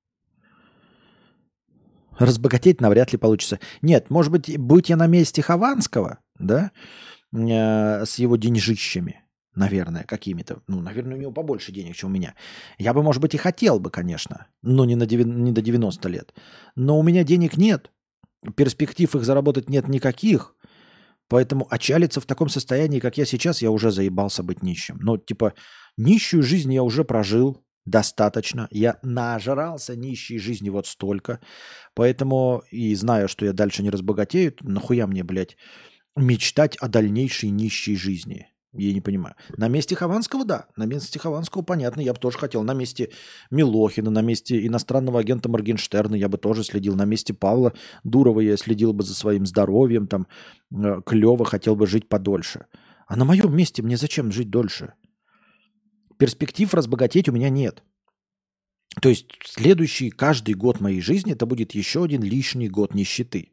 Speaker 1: Разбогатеть навряд ли получится. Нет, может быть, будь я на месте Хованского, да, с его деньжищами, наверное, какими-то. Ну, наверное, у него побольше денег, чем у меня. Я бы, может быть, и хотел бы, конечно, но не, на девяносто, не до девяноста лет. Но у меня денег нет. Перспектив их заработать нет никаких. Поэтому очалиться в таком состоянии, как я сейчас, я уже заебался быть нищим. Ну, типа, нищую жизнь я уже прожил достаточно. Я нажрался нищей жизни вот столько. Поэтому и знаю, что я дальше не разбогатею, нахуя мне, блядь, мечтать о дальнейшей нищей жизни. Я не понимаю. На месте Хованского, да. На месте Хованского, понятно, я бы тоже хотел. На месте Милохина, на месте иностранного агента Моргенштерна я бы тоже следил. На месте Павла Дурова я следил бы за своим здоровьем. Там э, клево, хотел бы жить подольше. А на моем месте мне зачем жить дольше? Перспектив разбогатеть у меня нет. То есть следующий, каждый год моей жизни это будет еще один лишний год нищеты.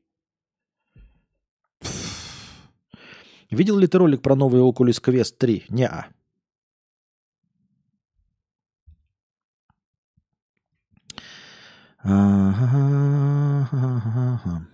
Speaker 1: Видел ли ты ролик про новый Oculus Quest три? Не-а. Ага.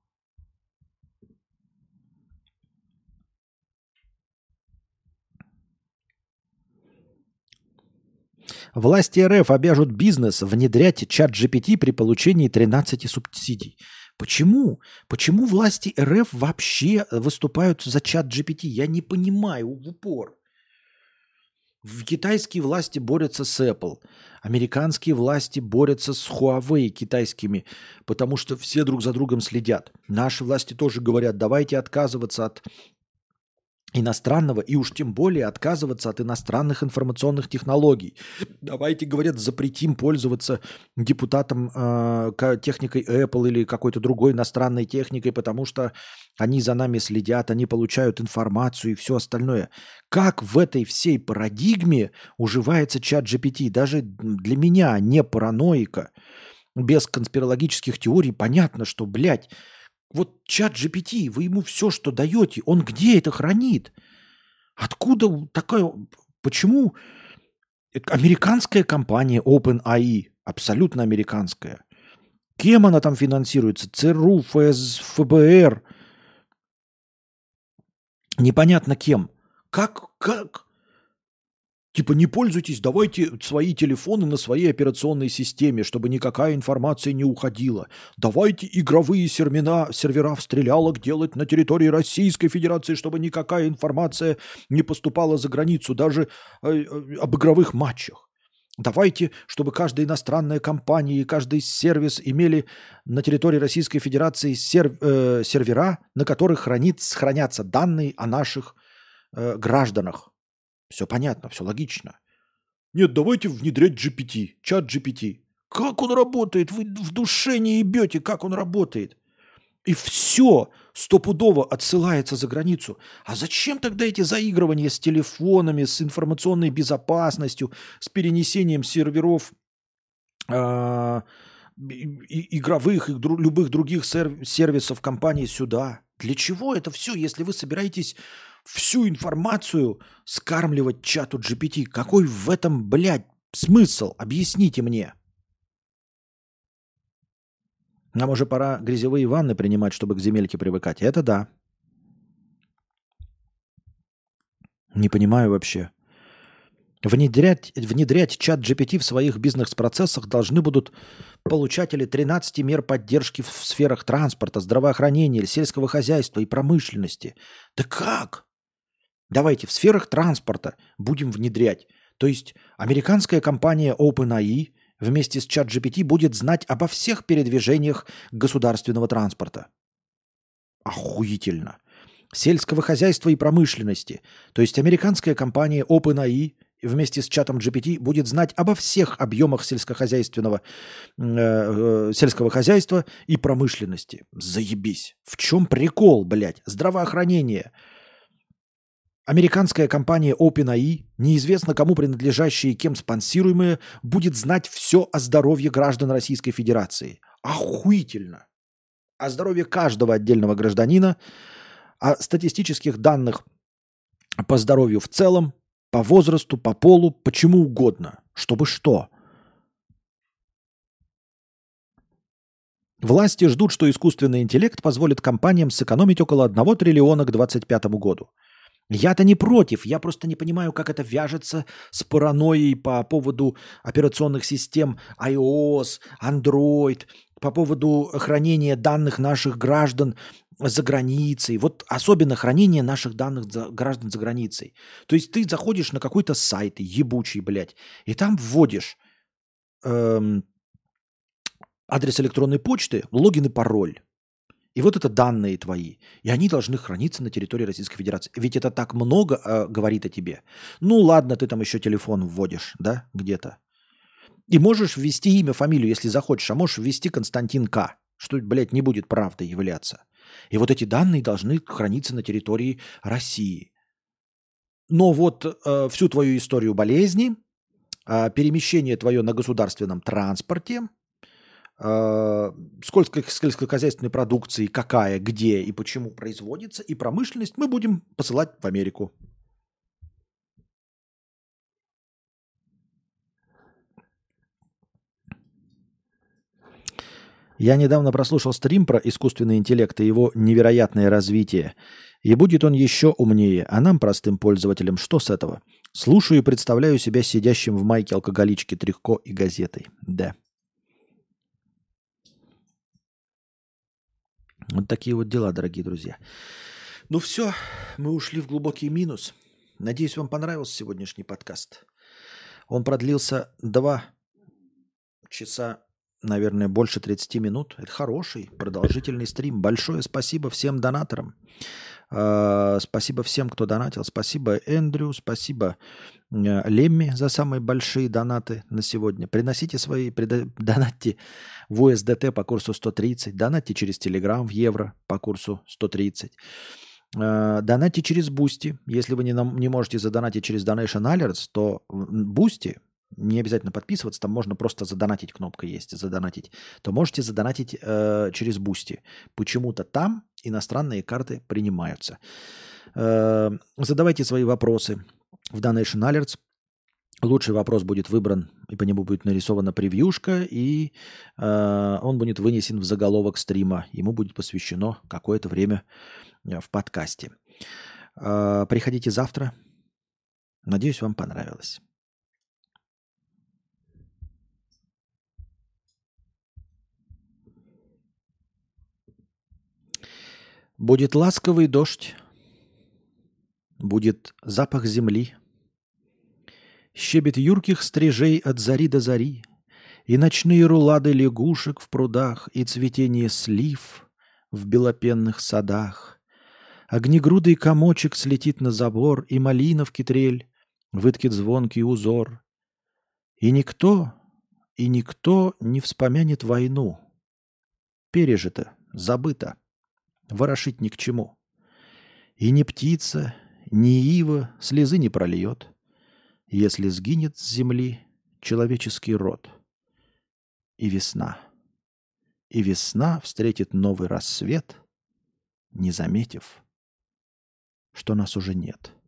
Speaker 1: Власти РФ обяжут бизнес внедрять чат джи пи ти при получении тринадцати субсидий. Почему? Почему власти РФ вообще выступают за чат джи пи ти? Я не понимаю в упор. В китайские власти борются с Apple. Американские власти борются с Huawei китайскими, потому что все друг за другом следят. Наши власти тоже говорят, давайте отказываться от иностранного и уж тем более отказываться от иностранных информационных технологий. Давайте, говорят, запретим пользоваться депутатам э, техникой Apple или какой-то другой иностранной техникой, потому что они за нами следят, они получают информацию и все остальное. Как в этой всей парадигме уживается чат джи пи ти? Даже для меня, не параноика, без конспирологических теорий, понятно, что, блядь, вот чат джи пи ти, вы ему все, что даете, он где это хранит? Откуда такая... Почему американская компания OpenAI, абсолютно американская, кем она там финансируется? ЦРУ, ФС, ФБР, непонятно кем. Как, как? Типа не пользуйтесь, давайте свои телефоны на своей операционной системе, чтобы никакая информация не уходила. Давайте игровые сервера, сервера в стрелялок делать на территории Российской Федерации, чтобы никакая информация не поступала за границу, даже э, э, об игровых матчах. Давайте, чтобы каждая иностранная компания и каждый сервис имели на территории Российской Федерации сер, э, сервера, на которых хранит, хранятся данные о наших э, гражданах. Все понятно, все логично. Нет, давайте внедрять джи пи ти, чат джи пи ти. Как он работает? Вы в душе не ебете, как он работает. И все стопудово отсылается за границу. А зачем тогда эти заигрывания с телефонами, с информационной безопасностью, с перенесением серверов э, и, игровых и дру, любых других серв, сервисов компании сюда? Для чего это все, если вы собираетесь всю информацию скармливать чату джи пи ти? Какой в этом, блядь, смысл? Объясните мне. Нам уже пора грязевые ванны принимать, чтобы к земельке привыкать. Это да. Не понимаю вообще. Внедрять, внедрять чат джи пи ти в своих бизнес-процессах должны будут получатели тринадцати мер поддержки в сферах транспорта, здравоохранения, сельского хозяйства и промышленности. Да как? Давайте в сферах транспорта будем внедрять. То есть американская компания OpenAI вместе с чат джи пи ти будет знать обо всех передвижениях государственного транспорта. Охуительно. Сельского хозяйства и промышленности. То есть американская компания OpenAI вместе с чатом джи пи ти будет знать обо всех объемах сельскохозяйственного, э, э, сельского хозяйства и промышленности. Заебись. В чем прикол, блядь? Здравоохранение. Американская компания OpenAI, неизвестно кому принадлежащая и кем спонсируемая, будет знать все о здоровье граждан Российской Федерации. Охуительно! О здоровье каждого отдельного гражданина, о статистических данных по здоровью в целом, по возрасту, по полу, почему угодно. Чтобы что? Власти ждут, что искусственный интеллект позволит компаниям сэкономить около одного триллиона к двадцать пятому году. Я-то не против, я просто не понимаю, как это вяжется с паранойей по поводу операционных систем iOS, Android, по поводу хранения данных наших граждан за границей. Вот особенно хранение наших данных за, граждан за границей. То есть ты заходишь на какой-то сайт ебучий, блядь, и там вводишь эм, адрес электронной почты, логин и пароль. И вот это данные твои. И они должны храниться на территории Российской Федерации. Ведь это так много э, говорит о тебе. Ну ладно, ты там еще телефон вводишь, да, где-то. И можешь ввести имя, фамилию, если захочешь. А можешь ввести Константин К. Что, блядь, не будет правдой являться. И вот эти данные должны храниться на территории России. Но вот э, всю твою историю болезни, э, перемещение твое на государственном транспорте, сколько сельскохозяйственной продукции, какая, где и почему производится, и промышленность мы будем посылать в Америку. Я недавно прослушал стрим про искусственный интеллект и его невероятное развитие. И будет он еще умнее. А нам, простым пользователям, что с этого? Слушаю и представляю себя сидящим в майке алкоголички, трикко и газетой. Да. Вот такие вот дела, дорогие друзья. Ну все, мы ушли в глубокий минус. Надеюсь, вам понравился сегодняшний подкаст. Он продлился два часа, наверное, больше тридцати минут. Это хороший, продолжительный стрим. Большое спасибо всем донаторам. Uh, спасибо всем, кто донатил. Спасибо Эндрю, спасибо uh, Лемми за самые большие донаты на сегодня. Приносите свои, прида- донатьте в ю эс ди ти по курсу сто тридцать, донатьте через Telegram в евро по курсу сто тридцать. Uh, донатьте через Boosty. Если вы не, нам, не можете задонатить через Donation Alerts, то Boosty, не обязательно подписываться, там можно просто задонатить, кнопка есть, задонатить, то можете задонатить э, через Boosty. Почему-то там иностранные карты принимаются. Э, задавайте свои вопросы в Donation Alerts. Лучший вопрос будет выбран, и по нему будет нарисована превьюшка, и э, он будет вынесен в заголовок стрима. Ему будет посвящено какое-то время в подкасте. Э, приходите завтра. Надеюсь, вам понравилось. Будет ласковый дождь, будет запах земли, щебет юрких стрижей от зари до зари, и ночные рулады лягушек в прудах, и цветение слив в белопенных садах. Огнегрудый комочек слетит на забор, и малиновки трель выткит звонкий узор. И никто, и никто не вспомянет войну. Пережито, забыто. Ворошить ни к чему. И ни птица, ни ива слезы не прольет, если сгинет с земли человеческий род. И весна. И весна встретит новый рассвет, не заметив, что нас уже нет.